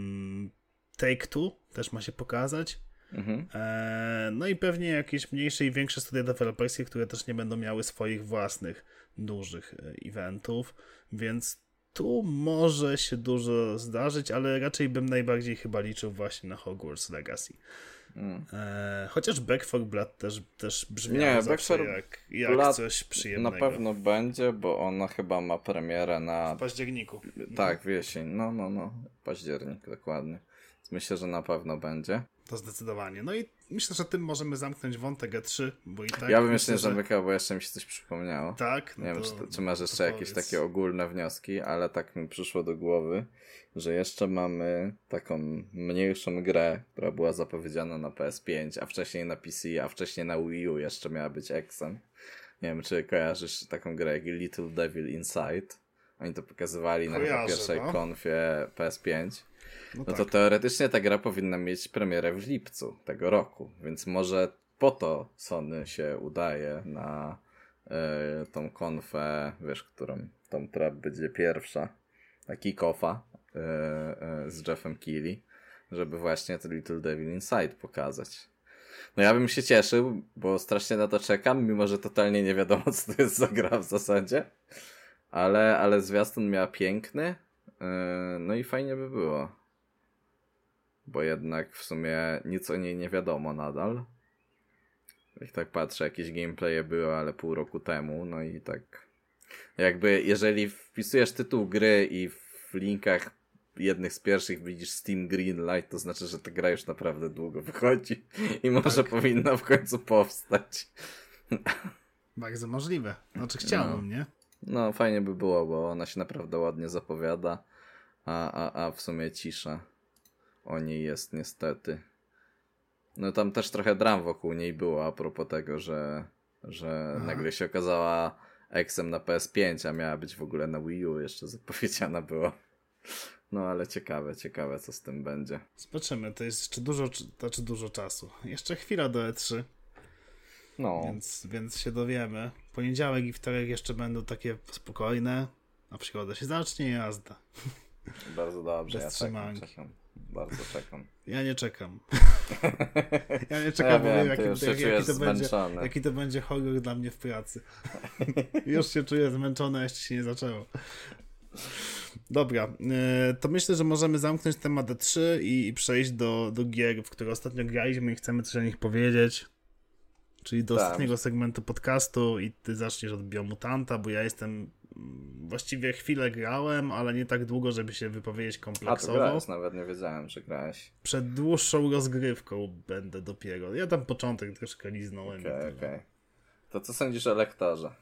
Take-Two też ma się pokazać. Mhm. E, no i pewnie jakieś mniejsze i większe studia deweloperskie, które też nie będą miały swoich własnych dużych e, eventów, więc tu może się dużo zdarzyć, ale raczej bym najbardziej chyba liczył właśnie na Hogwarts Legacy. Mm. E, chociaż Back for Blood też, też brzmiało Nie, zawsze Back for jak, jak Blood coś przyjemnego. Na pewno będzie, bo ona chyba ma premierę na... W październiku. Tak, wiesień. No, no, no. Październik, dokładnie. Więc myślę, że na pewno będzie. To zdecydowanie. No i myślę, że tym możemy zamknąć wątek E trzy, bo i tak... Ja bym myślę, jeszcze nie że... zamykał, bo jeszcze mi się coś przypomniało. Tak, no Nie wiem, to, czy, czy masz jeszcze to jakieś powiedz. takie ogólne wnioski, ale tak mi przyszło do głowy, że jeszcze mamy taką mniejszą grę, która była zapowiedziana na P S pięć, a wcześniej na P C, a wcześniej na Wii U jeszcze miała być Exem. Nie wiem, czy kojarzysz taką grę jak Little Devil Inside. Oni to pokazywali na Kojarzę, pierwszej no. konfie P S pięć. No, No tak. to teoretycznie ta gra powinna mieć premierę w lipcu tego roku, więc może po to Sony się udaje na y, tą konfę, wiesz, którą, tą, która będzie pierwsza, na kick-offa y, y, z Jeffem Keighley, żeby właśnie to Little Devil Inside pokazać. No ja bym się cieszył, bo strasznie na to czekam, mimo że totalnie nie wiadomo, co to jest za gra w zasadzie, ale, ale zwiastun miał piękny, y, no i fajnie by było. Bo jednak w sumie nic o niej nie wiadomo nadal. Jak tak patrzę, jakieś gameplaye były, ale pół roku temu, no i tak jakby jeżeli wpisujesz tytuł gry i w linkach jednych z pierwszych widzisz Steam Greenlight, to znaczy, że ta gra już naprawdę długo wychodzi i może Tak. powinna w końcu powstać. Bardzo możliwe. Znaczy chciałbym, No. nie? No fajnie by było, bo ona się naprawdę ładnie zapowiada, a, a, a w sumie cisza o niej jest niestety. No tam też trochę dram wokół niej było a propos tego, że, że Aha. nagle się okazała Xem na P S pięć, a miała być w ogóle na Wii U, jeszcze zapowiedziana była. No ale ciekawe, ciekawe co z tym będzie. Zobaczymy, to jest jeszcze dużo, znaczy dużo czasu. Jeszcze chwila do E trzy. No. Więc, więc się dowiemy. Poniedziałek i wtorek jeszcze będą takie spokojne, a w środę się zacznie jazda. Bardzo dobrze, ja czekam, czekam. Bardzo czekam. Ja nie czekam. Ja nie czekam, ja wiem, jaki, jak, jaki, to będzie, jaki to będzie horror dla mnie w pracy. Już się czuję zmęczony, a jeszcze się nie zaczęło. Dobra, to myślę, że możemy zamknąć temat E trzy i, i przejść do, do gier, w które ostatnio graliśmy i chcemy coś o nich powiedzieć. Czyli do tak. ostatniego segmentu podcastu i ty zaczniesz od Biomutanta, bo ja jestem właściwie chwilę grałem, ale nie tak długo, żeby się wypowiedzieć kompleksowo. A, to grałeś, nawet nie wiedziałem, że grałeś. Przed dłuższą rozgrywką będę dopiero. Ja tam początek troszkę liznąłem. Okej, okay, okej. Okay. To co sądzisz o lektorze?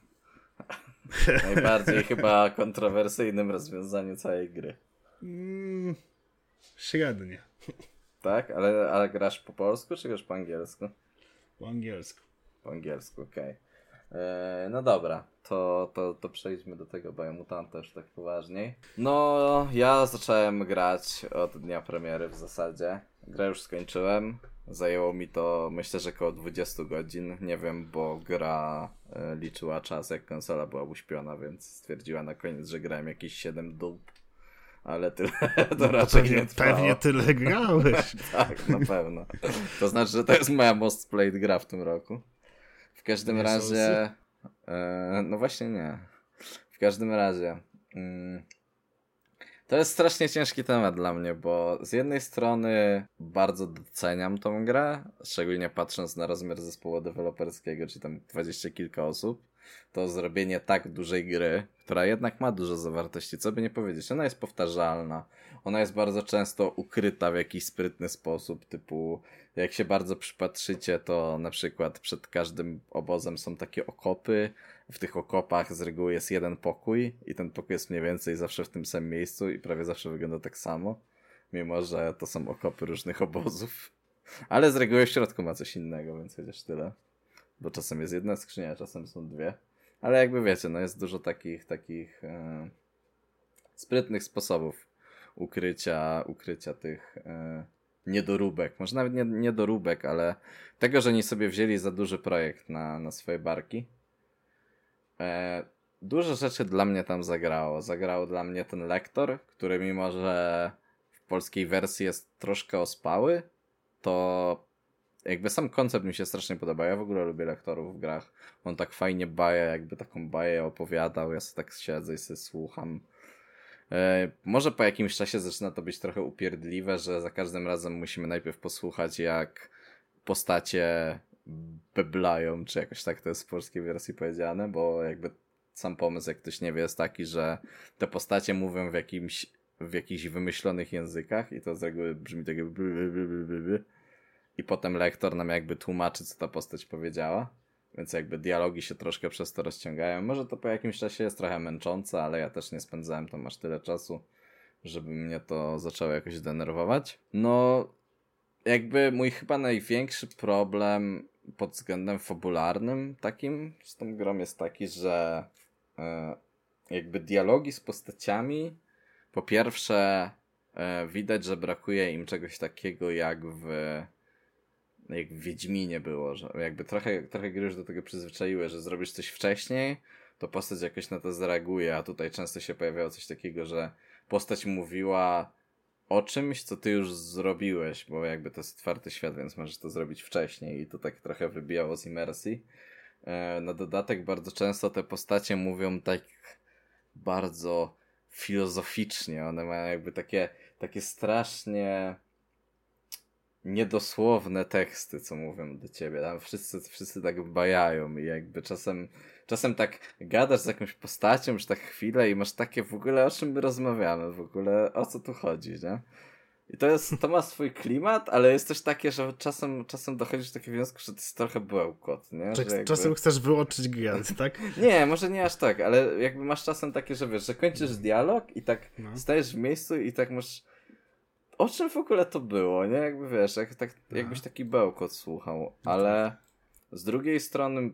Najbardziej chyba kontrowersyjnym rozwiązaniu całej gry. Mm, średnie. Tak? Ale, ale grasz po polsku, czy grasz po angielsku? Po angielsku. Po angielsku, okej. Okay. Eee, no dobra, to, to, to przejdźmy do tego Biomutanta już tak poważniej. No, ja zacząłem grać od dnia premiery w zasadzie. Grę już skończyłem. Zajęło mi to, myślę, że około dwadzieścia godzin. Nie wiem, bo gra e, liczyła czas, jak konsola była uśpiona, więc stwierdziła na koniec, że grałem jakieś siedem dup. Ale tyle to no, raczej pewnie, nie trwało. Pewnie tyle grałeś. Tak, na pewno. To znaczy, że to jest moja most played gra w tym roku. W każdym nie razie... E, no właśnie nie. W każdym razie... Mm, to jest strasznie ciężki temat dla mnie, bo z jednej strony bardzo doceniam tą grę, szczególnie patrząc na rozmiar zespołu deweloperskiego, czyli tam dwadzieścia kilka osób, to zrobienie tak dużej gry, która jednak ma dużo zawartości, co by nie powiedzieć, ona jest powtarzalna, ona jest bardzo często ukryta w jakiś sprytny sposób, typu jak się bardzo przypatrzycie, to na przykład przed każdym obozem są takie okopy, w tych okopach z reguły jest jeden pokój i ten pokój jest mniej więcej zawsze w tym samym miejscu i prawie zawsze wygląda tak samo, mimo że to są okopy różnych obozów, ale z reguły w środku ma coś innego, więc chociaż tyle, bo czasem jest jedna skrzynia, czasem są dwie, ale jakby wiecie, no jest dużo takich takich e, sprytnych sposobów ukrycia, ukrycia tych e, niedoróbek, może nawet nie niedoróbek, ale tego, że nie sobie wzięli za duży projekt na, na swoje barki. E, dużo rzeczy dla mnie tam zagrało. Zagrał dla mnie ten lektor, który mimo, że w polskiej wersji jest troszkę ospały, to jakby sam koncept mi się strasznie podoba. Ja w ogóle lubię lektorów w grach. On tak fajnie baje, jakby taką baję opowiadał. Ja sobie tak siedzę i sobie słucham. E, może po jakimś czasie zaczyna to być trochę upierdliwe, że za każdym razem musimy najpierw posłuchać, jak postacie beblają, czy jakoś tak to jest w polskiej wersji powiedziane, bo jakby sam pomysł, jak ktoś nie wie, jest taki, że te postacie mówią w jakimś, w jakichś wymyślonych językach i to z reguły brzmi takie i potem lektor nam jakby tłumaczy, co ta postać powiedziała, więc jakby dialogi się troszkę przez to rozciągają. Może to po jakimś czasie jest trochę męczące, ale ja też nie spędzałem tam aż tyle czasu, żeby mnie to zaczęło jakoś denerwować. No, jakby mój chyba największy problem pod względem fabularnym takim z tą grą jest taki, że e, jakby dialogi z postaciami po pierwsze e, widać, że brakuje im czegoś takiego jak w jak w Wiedźminie było, że jakby trochę, trochę gry już do tego przyzwyczaiły, że zrobisz coś wcześniej, to postać jakoś na to zareaguje, a tutaj często się pojawiało coś takiego, że postać mówiła o czymś, co ty już zrobiłeś, bo jakby to jest otwarty świat, więc możesz to zrobić wcześniej i to tak trochę wybijało z imersji. Na dodatek bardzo często te postacie mówią tak bardzo filozoficznie, one mają jakby takie, takie strasznie niedosłowne teksty, co mówią do ciebie. Tam wszyscy, wszyscy tak bajają i jakby czasem, czasem tak gadasz z jakąś postacią już tak chwilę i masz takie w ogóle o czym my rozmawiamy, w ogóle o co tu chodzi, nie? I to jest, to ma swój klimat, ale jest też takie, że czasem, czasem dochodzisz do takiego wniosku, że to jest trochę bełkot, nie? Że jakby... Czasem chcesz wyłączyć grę, tak? Nie, może nie aż tak, ale jakby masz czasem takie, że wiesz, że kończysz dialog i tak no. stajesz w miejscu i tak masz o czym w ogóle to było, nie? Jakby wiesz, jak, tak, jakbyś taki bełkot słuchał, ale z drugiej strony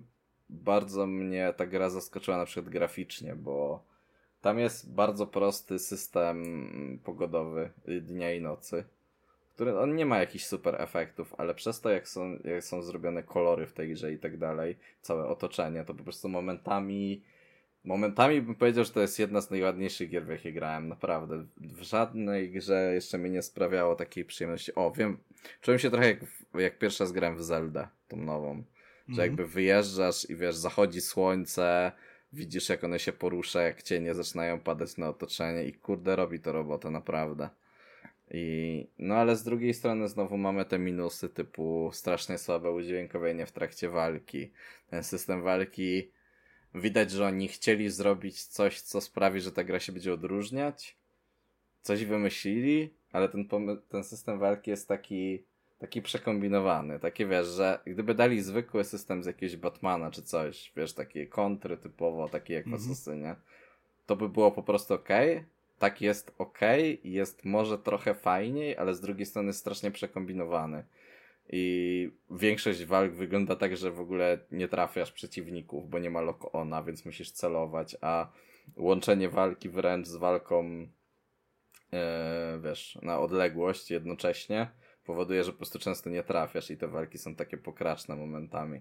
bardzo mnie ta gra zaskoczyła na przykład graficznie, bo tam jest bardzo prosty system pogodowy dnia i nocy, który on nie ma jakichś super efektów, ale przez to jak są, jak są zrobione kolory w tej grze i tak dalej, całe otoczenie, to po prostu momentami momentami bym powiedział, że to jest jedna z najładniejszych gier, w jakie grałem, naprawdę. W żadnej grze jeszcze mi nie sprawiało takiej przyjemności. O, wiem, czułem się trochę jak, jak pierwszy raz grałem w Zeldę, tą nową. Że Mhm. jakby wyjeżdżasz i wiesz, zachodzi słońce, widzisz jak one się porusza, jak cienie zaczynają padać na otoczenie i kurde, robi to robotę, naprawdę. I, no ale z drugiej strony znowu mamy te minusy typu strasznie słabe udźwiękowienie w trakcie walki. Ten system walki, widać, że oni chcieli zrobić coś, co sprawi, że ta gra się będzie odróżniać. Coś wymyślili, ale ten, pomy- ten system walki jest taki, taki przekombinowany. Taki wiesz, że gdyby dali zwykły system z jakiegoś Batmana czy coś, wiesz, takie kontry typowo, takie jak w Mhm. Assassinie, to by było po prostu okej. Tak jest okej, jest może trochę fajniej, ale z drugiej strony jest strasznie przekombinowany. I większość walk wygląda tak, że w ogóle nie trafiasz przeciwników, bo nie ma lock-ona, więc musisz celować, a łączenie walki wręcz z walką e, wiesz, na odległość jednocześnie powoduje, że po prostu często nie trafiasz i te walki są takie pokraczne momentami.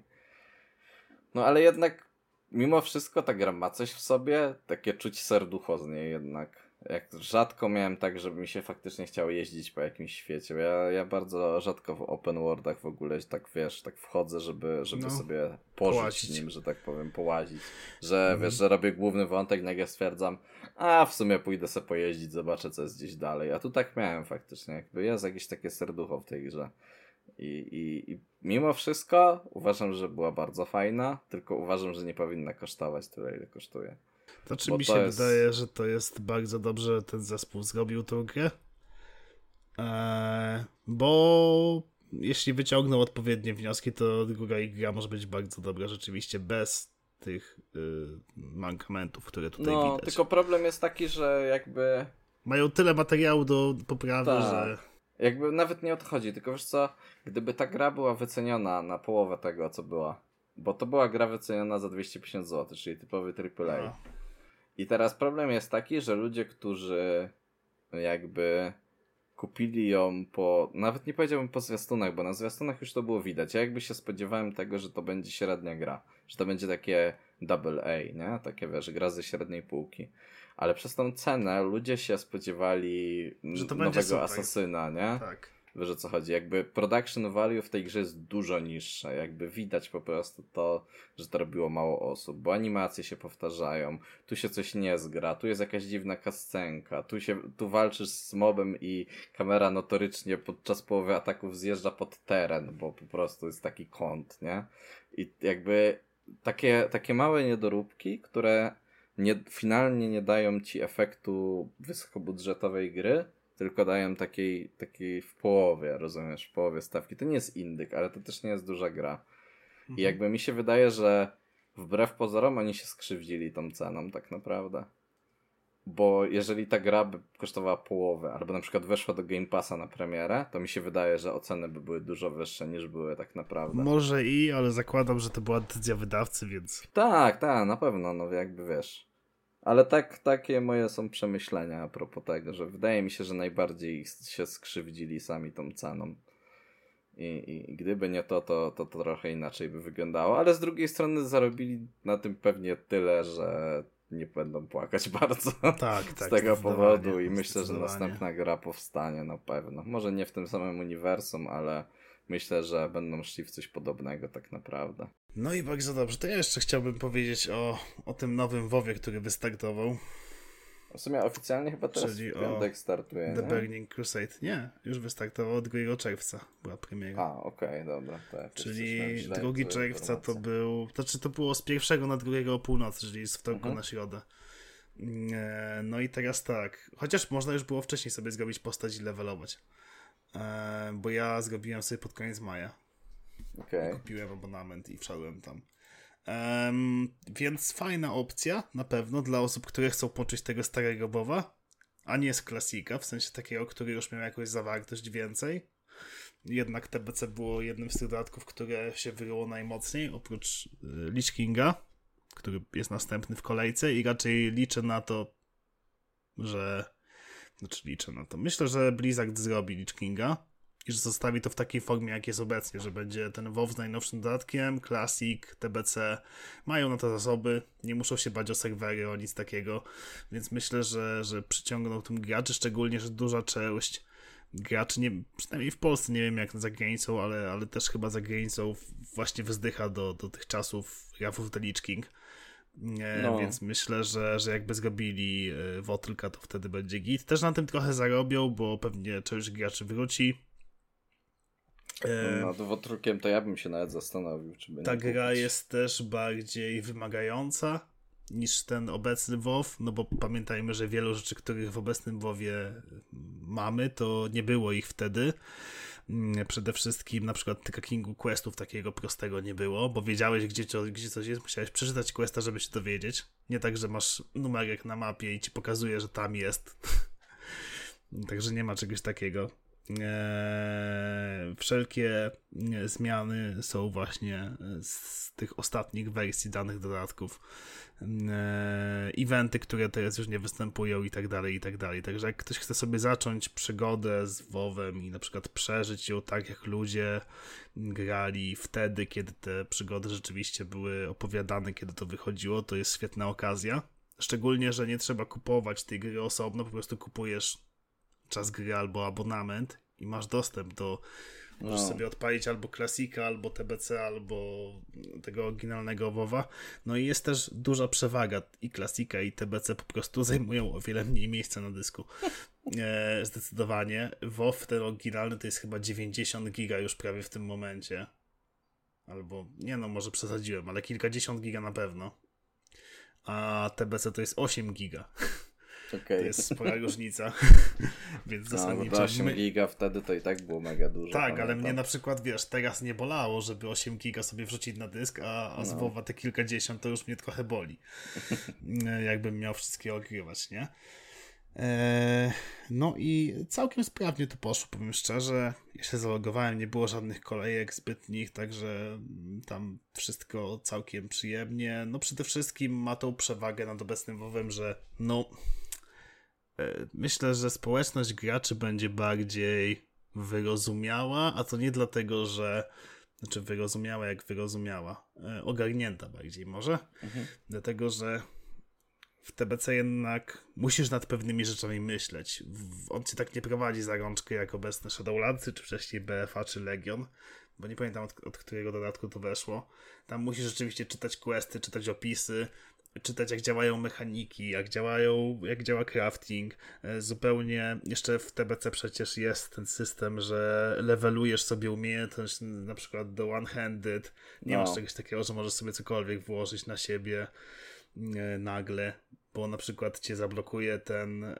No ale jednak mimo wszystko ta gra ma coś w sobie, takie czuć serducho z niej jednak. Jak rzadko miałem tak, żeby mi się faktycznie chciało jeździć po jakimś świecie. Ja, ja bardzo rzadko w open worldach w ogóle tak wiesz, tak wchodzę, żeby, żeby No, sobie pożyć połazić. nim, że tak powiem, połazić. Że Mhm. wiesz, że robię główny wątek, nagle stwierdzam, a w sumie pójdę sobie pojeździć, zobaczę co jest gdzieś dalej. A tu tak miałem faktycznie, jakby jest jakieś takie serducho w tej grze. I, i, I mimo wszystko uważam, że była bardzo fajna, tylko uważam, że nie powinna kosztować tyle, ile kosztuje. To czy Bo mi to się jest- wydaje, że to jest bardzo dobrze, że ten zespół zrobił tą grę. Eee, bo jeśli wyciągnął odpowiednie wnioski, to druga ich gra może być bardzo dobra rzeczywiście bez tych y, mankamentów, które tutaj No, widać. tylko problem jest taki, że jakby Mają tyle materiału do poprawy, Tak. że... jakby nawet nie o to chodzi, tylko wiesz co, gdyby ta gra była wyceniona na połowę tego, co była, bo to była gra wyceniona za dwieście pięćdziesiąt złotych, czyli typowy triple A. No. I teraz problem jest taki, że ludzie, którzy jakby kupili ją po, nawet nie powiedziałbym po zwiastunach, bo na zwiastunach już to było widać. Ja jakby się spodziewałem tego, że to będzie średnia gra, że to będzie takie double A, nie? Takie wiesz, gra ze średniej półki. Ale przez tą cenę ludzie się spodziewali Że to będzie nowego super. Asasyna, nie? Tak. Wiesz o co chodzi? Jakby production value w tej grze jest dużo niższe. Jakby widać po prostu to, że to robiło mało osób, bo animacje się powtarzają, tu się coś nie zgra, tu jest jakaś dziwna kascenka, tu się, tu walczysz z mobem i kamera notorycznie podczas połowy ataków zjeżdża pod teren, bo po prostu jest taki kąt, nie? I jakby takie, takie małe niedoróbki, które nie, finalnie nie dają ci efektu wysokobudżetowej gry, tylko dają takiej, takiej w połowie, rozumiesz, w połowie stawki. To nie jest indyk, ale to też nie jest duża gra. I jakby mi się wydaje, że wbrew pozorom oni się skrzywdzili tą ceną tak naprawdę. Bo jeżeli ta gra by kosztowała połowę, albo na przykład weszła do Game Passa na premierę, to mi się wydaje, że oceny by były dużo wyższe niż były tak naprawdę. Może i, ale zakładam, że to była decyzja wydawcy, więc... Tak, tak, na pewno, no jakby wiesz. Ale tak, takie moje są przemyślenia a propos tego, że wydaje mi się, że najbardziej się skrzywdzili sami tą ceną. I, i, i gdyby nie to, to, to, to trochę inaczej by wyglądało. Ale z drugiej strony zarobili na tym pewnie tyle, że nie będą płakać bardzo Tak, tak. z tego powodu zdecydowanie, i myślę, że zdecydowanie. następna gra powstanie na pewno. Może nie w tym samym uniwersum, ale myślę, że będą szli w coś podobnego tak naprawdę. No i bardzo dobrze. To ja jeszcze chciałbym powiedzieć o, o tym nowym WoWie, który wystartował. W sumie oficjalnie chyba teraz Czyli w piątek startuje, The nie? Burning Crusade. Nie, już wystartował drugiego czerwca. Była premiera. A, okej, okay, dobra. To ja Czyli coś miałem źle, drugi to czerwca to informacja. był... To czy to było z pierwszego na drugiego o północy, czyli z wtorku Mhm. na środę. E, No i teraz tak. Chociaż można już było wcześniej sobie zrobić postać i levelować. E, Bo ja zrobiłem sobie pod koniec maja. Okej. Kupiłem abonament i wszedłem tam. Em, więc fajna opcja, na pewno, dla osób, które chcą poczuć tego starego WoWa, a nie z klasika, w sensie takiego, który już miał jakąś zawartość więcej. jednak T B C było jednym z tych dodatków, które się wyryło najmocniej, oprócz Lich Kinga, który jest następny w kolejce i raczej liczę na to, że... Znaczy liczę na to. Myślę, że Blizzard zrobi Lich Kinga i że zostawi to w takiej formie, jak jest obecnie, że będzie ten WoW z najnowszym dodatkiem, Classic, T B C, mają na to zasoby, nie muszą się bać o serwery, o nic takiego, więc myślę, że, że przyciągną tym graczy, szczególnie, że duża część graczy, nie, przynajmniej w Polsce, nie wiem jak za granicą, ale, ale też chyba za granicą właśnie wzdycha do, do tych czasów Wrath of the Lich King. No. Więc myślę, że, że jakby zrobili Wotlka, to wtedy będzie git. Też na tym trochę zarobią, bo pewnie część graczy wróci. Nad Wotrukiem to ja bym się nawet zastanowił, czy by Ta nie gra kupić. jest też bardziej wymagająca niż ten obecny WoW, no bo pamiętajmy, że wielu rzeczy, których w obecnym WoWie mamy, to nie było ich wtedy. Przede wszystkim na przykład trackingu questów takiego prostego nie było, bo wiedziałeś, gdzie, to, gdzie coś jest, musiałeś przeczytać questa, żeby się dowiedzieć. Nie tak, że masz numerek na mapie i ci pokazuje, że tam jest. Także nie ma czegoś takiego. Eee, wszelkie zmiany są właśnie z tych ostatnich wersji danych dodatków. Eee, eventy, które teraz już nie występują i tak dalej, i tak dalej. Także jak ktoś chce sobie zacząć przygodę z WoWem i na przykład przeżyć ją tak, jak ludzie grali wtedy, kiedy te przygody rzeczywiście były opowiadane, kiedy to wychodziło, to jest świetna okazja. Szczególnie, że nie trzeba kupować tej gry osobno, po prostu kupujesz czas gry albo abonament i masz dostęp do... Możesz no. sobie odpalić albo klasika, albo T B C, albo tego oryginalnego WoWa. No i jest też duża przewaga. I klasika, i T B C po prostu zajmują o wiele mniej miejsca na dysku. E, zdecydowanie. WoW ten oryginalny to jest chyba dziewięćdziesiąt giga już prawie w tym momencie. Albo, nie no, może przesadziłem, ale kilkadziesiąt giga na pewno. A T B C to jest osiem giga. Okay. To jest spora różnica. Więc no, zasadniczo... osiem giga wtedy to i tak było mega dużo. Tak, ale pamiętam. Mnie na przykład, wiesz, teraz nie bolało, żeby osiem giga sobie wrzucić na dysk, a, a z no. WoWa te kilkadziesiąt to już mnie trochę boli. Jakbym miał wszystkie ogrywać, nie? Eee, no i całkiem sprawnie to poszło, powiem szczerze. Ja się zalogowałem, nie było żadnych kolejek zbytnich, także tam wszystko całkiem przyjemnie. No przede wszystkim ma tą przewagę nad obecnym WoWem, że no e, myślę, że społeczność graczy będzie bardziej wyrozumiała, a to nie dlatego, że znaczy wyrozumiała jak wyrozumiała, e, ogarnięta bardziej może, mhm. dlatego, że w T B C jednak musisz nad pewnymi rzeczami myśleć. On cię tak nie prowadzi za rączkę jak obecne Shadowlandsy, czy wcześniej B F A, czy Legion, bo nie pamiętam od, od którego dodatku to weszło. Tam musisz rzeczywiście czytać questy, czytać opisy, czytać jak działają mechaniki, jak działają, jak działa crafting. Zupełnie jeszcze w T B C przecież jest ten system, że levelujesz sobie umiejętność na przykład do one-handed. Nie no. masz czegoś takiego, że możesz sobie cokolwiek włożyć na siebie nagle, bo na przykład cię zablokuje ten e,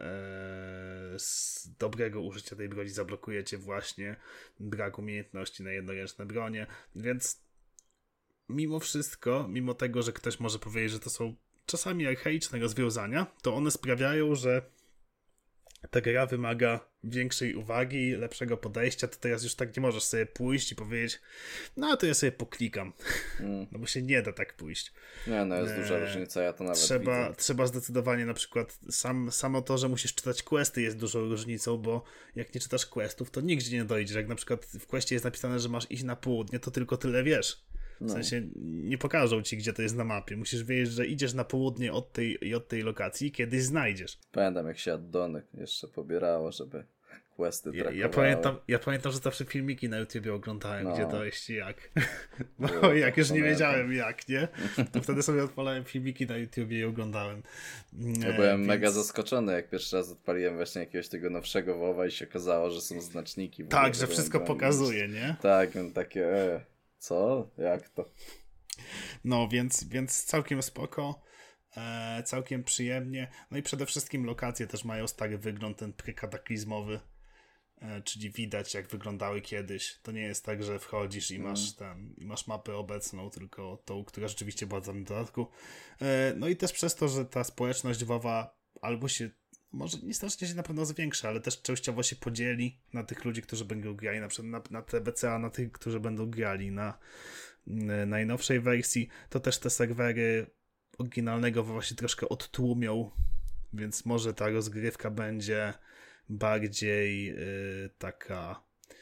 z dobrego użycia tej broni zablokuje cię właśnie brak umiejętności na jednoręczne bronie, więc mimo wszystko, mimo tego, że ktoś może powiedzieć, że to są czasami archaiczne rozwiązania, to one sprawiają, że ta gra wymaga większej uwagi, lepszego podejścia, to teraz już tak nie możesz sobie pójść i powiedzieć, no to ja sobie poklikam, mm. no bo się nie da tak pójść. Nie, no jest e, duża różnica, ja to nawet trzeba, widzę. Trzeba zdecydowanie na przykład, sam, samo to, że musisz czytać questy jest dużą różnicą, bo jak nie czytasz questów, to nigdzie nie dojdziesz. Jak na przykład w questie jest napisane, że masz iść na południe, to tylko tyle wiesz. W no. sensie nie pokażą ci, gdzie to jest na mapie. Musisz wiedzieć, że idziesz na południe od tej, od tej lokacji i kiedyś znajdziesz. Pamiętam, jak się addonek jeszcze pobierało, żeby questy ja, ja pamiętam, ja pamiętam, że zawsze filmiki na YouTubie oglądałem, no. gdzie dojść i jak. Bo Było, jak już pamiętam. Nie wiedziałem jak, nie? To wtedy sobie odpalałem filmiki na YouTubie i oglądałem. Ja byłem Więc... mega zaskoczony, jak pierwszy raz odpaliłem właśnie jakiegoś tego nowszego WoWa i się okazało, że są znaczniki. Tak, że wszystko pokazuje, nie? Tak, takie... E... Co? Jak to? No, więc, więc całkiem spoko, e, całkiem przyjemnie. No i przede wszystkim lokacje też mają stary wygląd, ten prekataklizmowy, e, czyli widać jak wyglądały kiedyś. To nie jest tak, że wchodzisz i masz ten, i masz mapę obecną, tylko tą, która rzeczywiście była w danym dodatku. E, no i też przez to, że ta społeczność WoWa albo się może nie strasznie się na pewno zwiększa, ale też częściowo się podzieli na tych ludzi, którzy będą grali na przykład na, na T B C, a na tych, którzy będą grali na y, najnowszej wersji. To też te serwery oryginalnego właśnie troszkę odtłumią, więc może ta rozgrywka będzie bardziej y, taka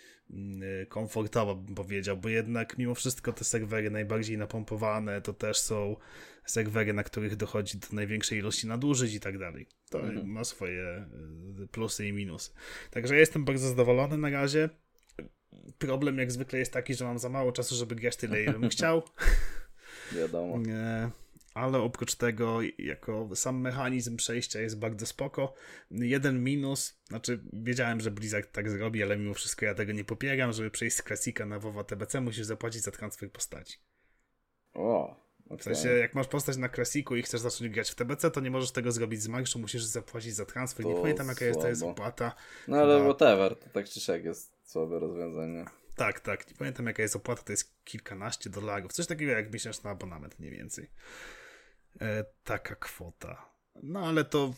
y, komfortowa, bym powiedział, bo jednak mimo wszystko te serwery najbardziej napompowane to też są serwery, na których dochodzi do największej ilości nadużyć i tak dalej. To mhm. ma swoje y, plusy i minusy. Także ja jestem bardzo zadowolony na razie. Problem jak zwykle jest taki, że mam za mało czasu, żeby grać tyle, ile bym chciał. Wiadomo. Nie. Ale oprócz tego, jako sam mechanizm przejścia jest bardzo spoko. Jeden minus, znaczy wiedziałem, że Blizzard tak zrobi, ale mimo wszystko ja tego nie popieram, żeby przejść z Classica na WoWa T B C, musisz zapłacić za transfer postaci. O, okay. W sensie, jak masz postać na Classicu i chcesz zacząć grać w T B C, to nie możesz tego zrobić z marszu, musisz zapłacić za transfer. To nie pamiętam, jaka jest to jest opłata. No ale Chyba... whatever, to tak czy siak jest słabe rozwiązanie. Tak, tak, nie pamiętam, jaka jest opłata, to jest kilkanaście dolarów. Coś takiego jak miesięczny abonament mniej więcej. E, taka kwota. No ale to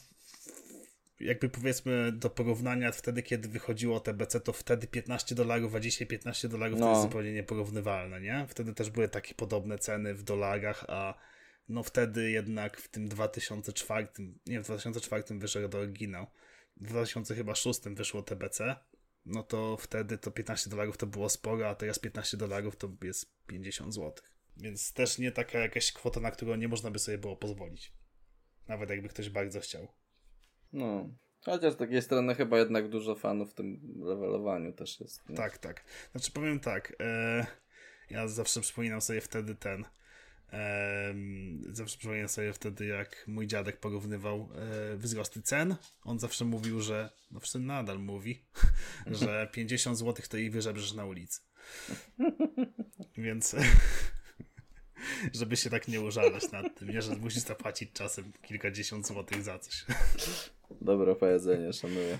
jakby powiedzmy do porównania wtedy, kiedy wychodziło T B C, to wtedy piętnaście dolarów, a dzisiaj piętnaście dolarów no. to jest zupełnie nieporównywalne, nie? Wtedy też były takie podobne ceny w dolarach, a no wtedy jednak w tym dwa tysiące czwartym, nie, w dwa tysiące czwartym wyszedł oryginał, w dwa tysiące szóstym wyszło T B C, no to wtedy to piętnaście dolarów to było sporo, a teraz piętnaście dolarów to jest pięćdziesiąt złotych. Więc też nie taka jakaś kwota, na którą nie można by sobie było pozwolić. Nawet jakby ktoś bardzo chciał. No, chociaż z takiej strony chyba jednak dużo fanów w tym levelowaniu też jest. Nie? Tak, tak. Znaczy powiem tak, e, ja zawsze przypominam sobie wtedy ten, e, zawsze przypominam sobie wtedy, jak mój dziadek porównywał e, wzrosty cen. On zawsze mówił, że, no w sumie nadal mówi, że pięćdziesiąt złotych to i wyżebrzesz na ulicy. Więc... żeby się tak nie użalać nad tym, nie? Że musisz zapłacić czasem kilkadziesiąt złotych za coś. Dobre powiedzenie, szanuję.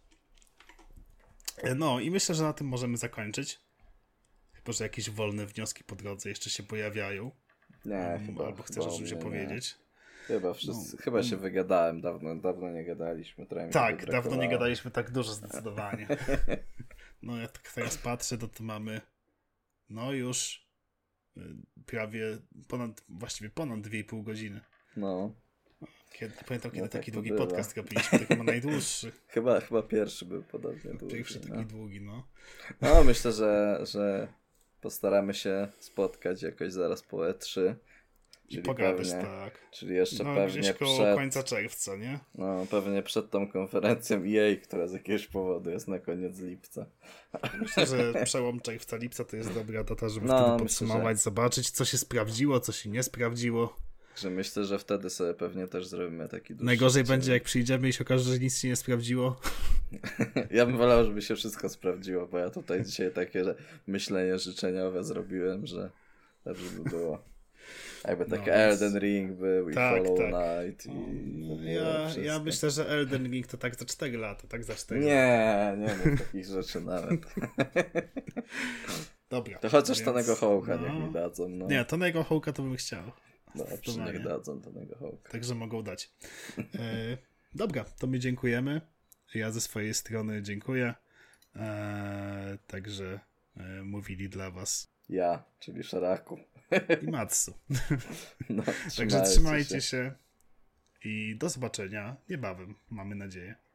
No i myślę, że na tym możemy zakończyć. Chyba, że jakieś wolne wnioski po drodze jeszcze się pojawiają. Nie, um, chyba. Albo chcesz o czymś opowiedzieć. Chyba wszyscy, no, chyba się wygadałem. Dawno, dawno nie gadaliśmy. Tak, dawno nie gadaliśmy tak dużo zdecydowanie. No ja tak teraz patrzę, to tu mamy no już prawie ponad, właściwie ponad dwie i pół godziny. No. Kiedy, pamiętam, kiedy no tak taki długi bywa. podcast robiliśmy, to chyba najdłuższy. chyba, chyba pierwszy był podobnie długi. Pierwszy taki no. długi, no. No, myślę, że, że postaramy się spotkać jakoś zaraz po E trzy. I pogadać, pewnie, tak. Czyli jeszcze no, pewnie gdzieś koło przed... końca czerwca, nie? No, pewnie przed tą konferencją E A, która z jakiegoś powodu jest na koniec lipca. Myślę, że przełom czerwca, lipca to jest dobra data, żeby no, wtedy podsumować, myślę, że... zobaczyć, co się sprawdziło, co się nie sprawdziło. Że myślę, że wtedy sobie pewnie też zrobimy taki dłuższy... Najgorzej będzie, jak przyjdziemy i się okaże, że nic się nie sprawdziło. Ja bym wolał, żeby się wszystko sprawdziło, bo ja tutaj dzisiaj takie myślenie życzeniowe zrobiłem, że dobrze by było. Jakby taki no, Elden Ring był i tak, Hollow Knight. Tak. I ja, ja myślę, że Elden Ring to tak za cztery lata, tak za cztery Nie, nie mów takich rzeczy nawet. Dobra. To chociaż więc... Tonego Hawka no. niech mi dadzą. No. Nie, Tonego Hawka to bym chciał. Dobrze, niech dadzą Tonego Hawka. Także mogą dać. E, dobra, to my dziękujemy. Ja ze swojej strony dziękuję. E, także e, mówili dla was ja, czyli Szaraku. I Matsu. No, Także trzymajcie się. się i do zobaczenia niebawem, mamy nadzieję.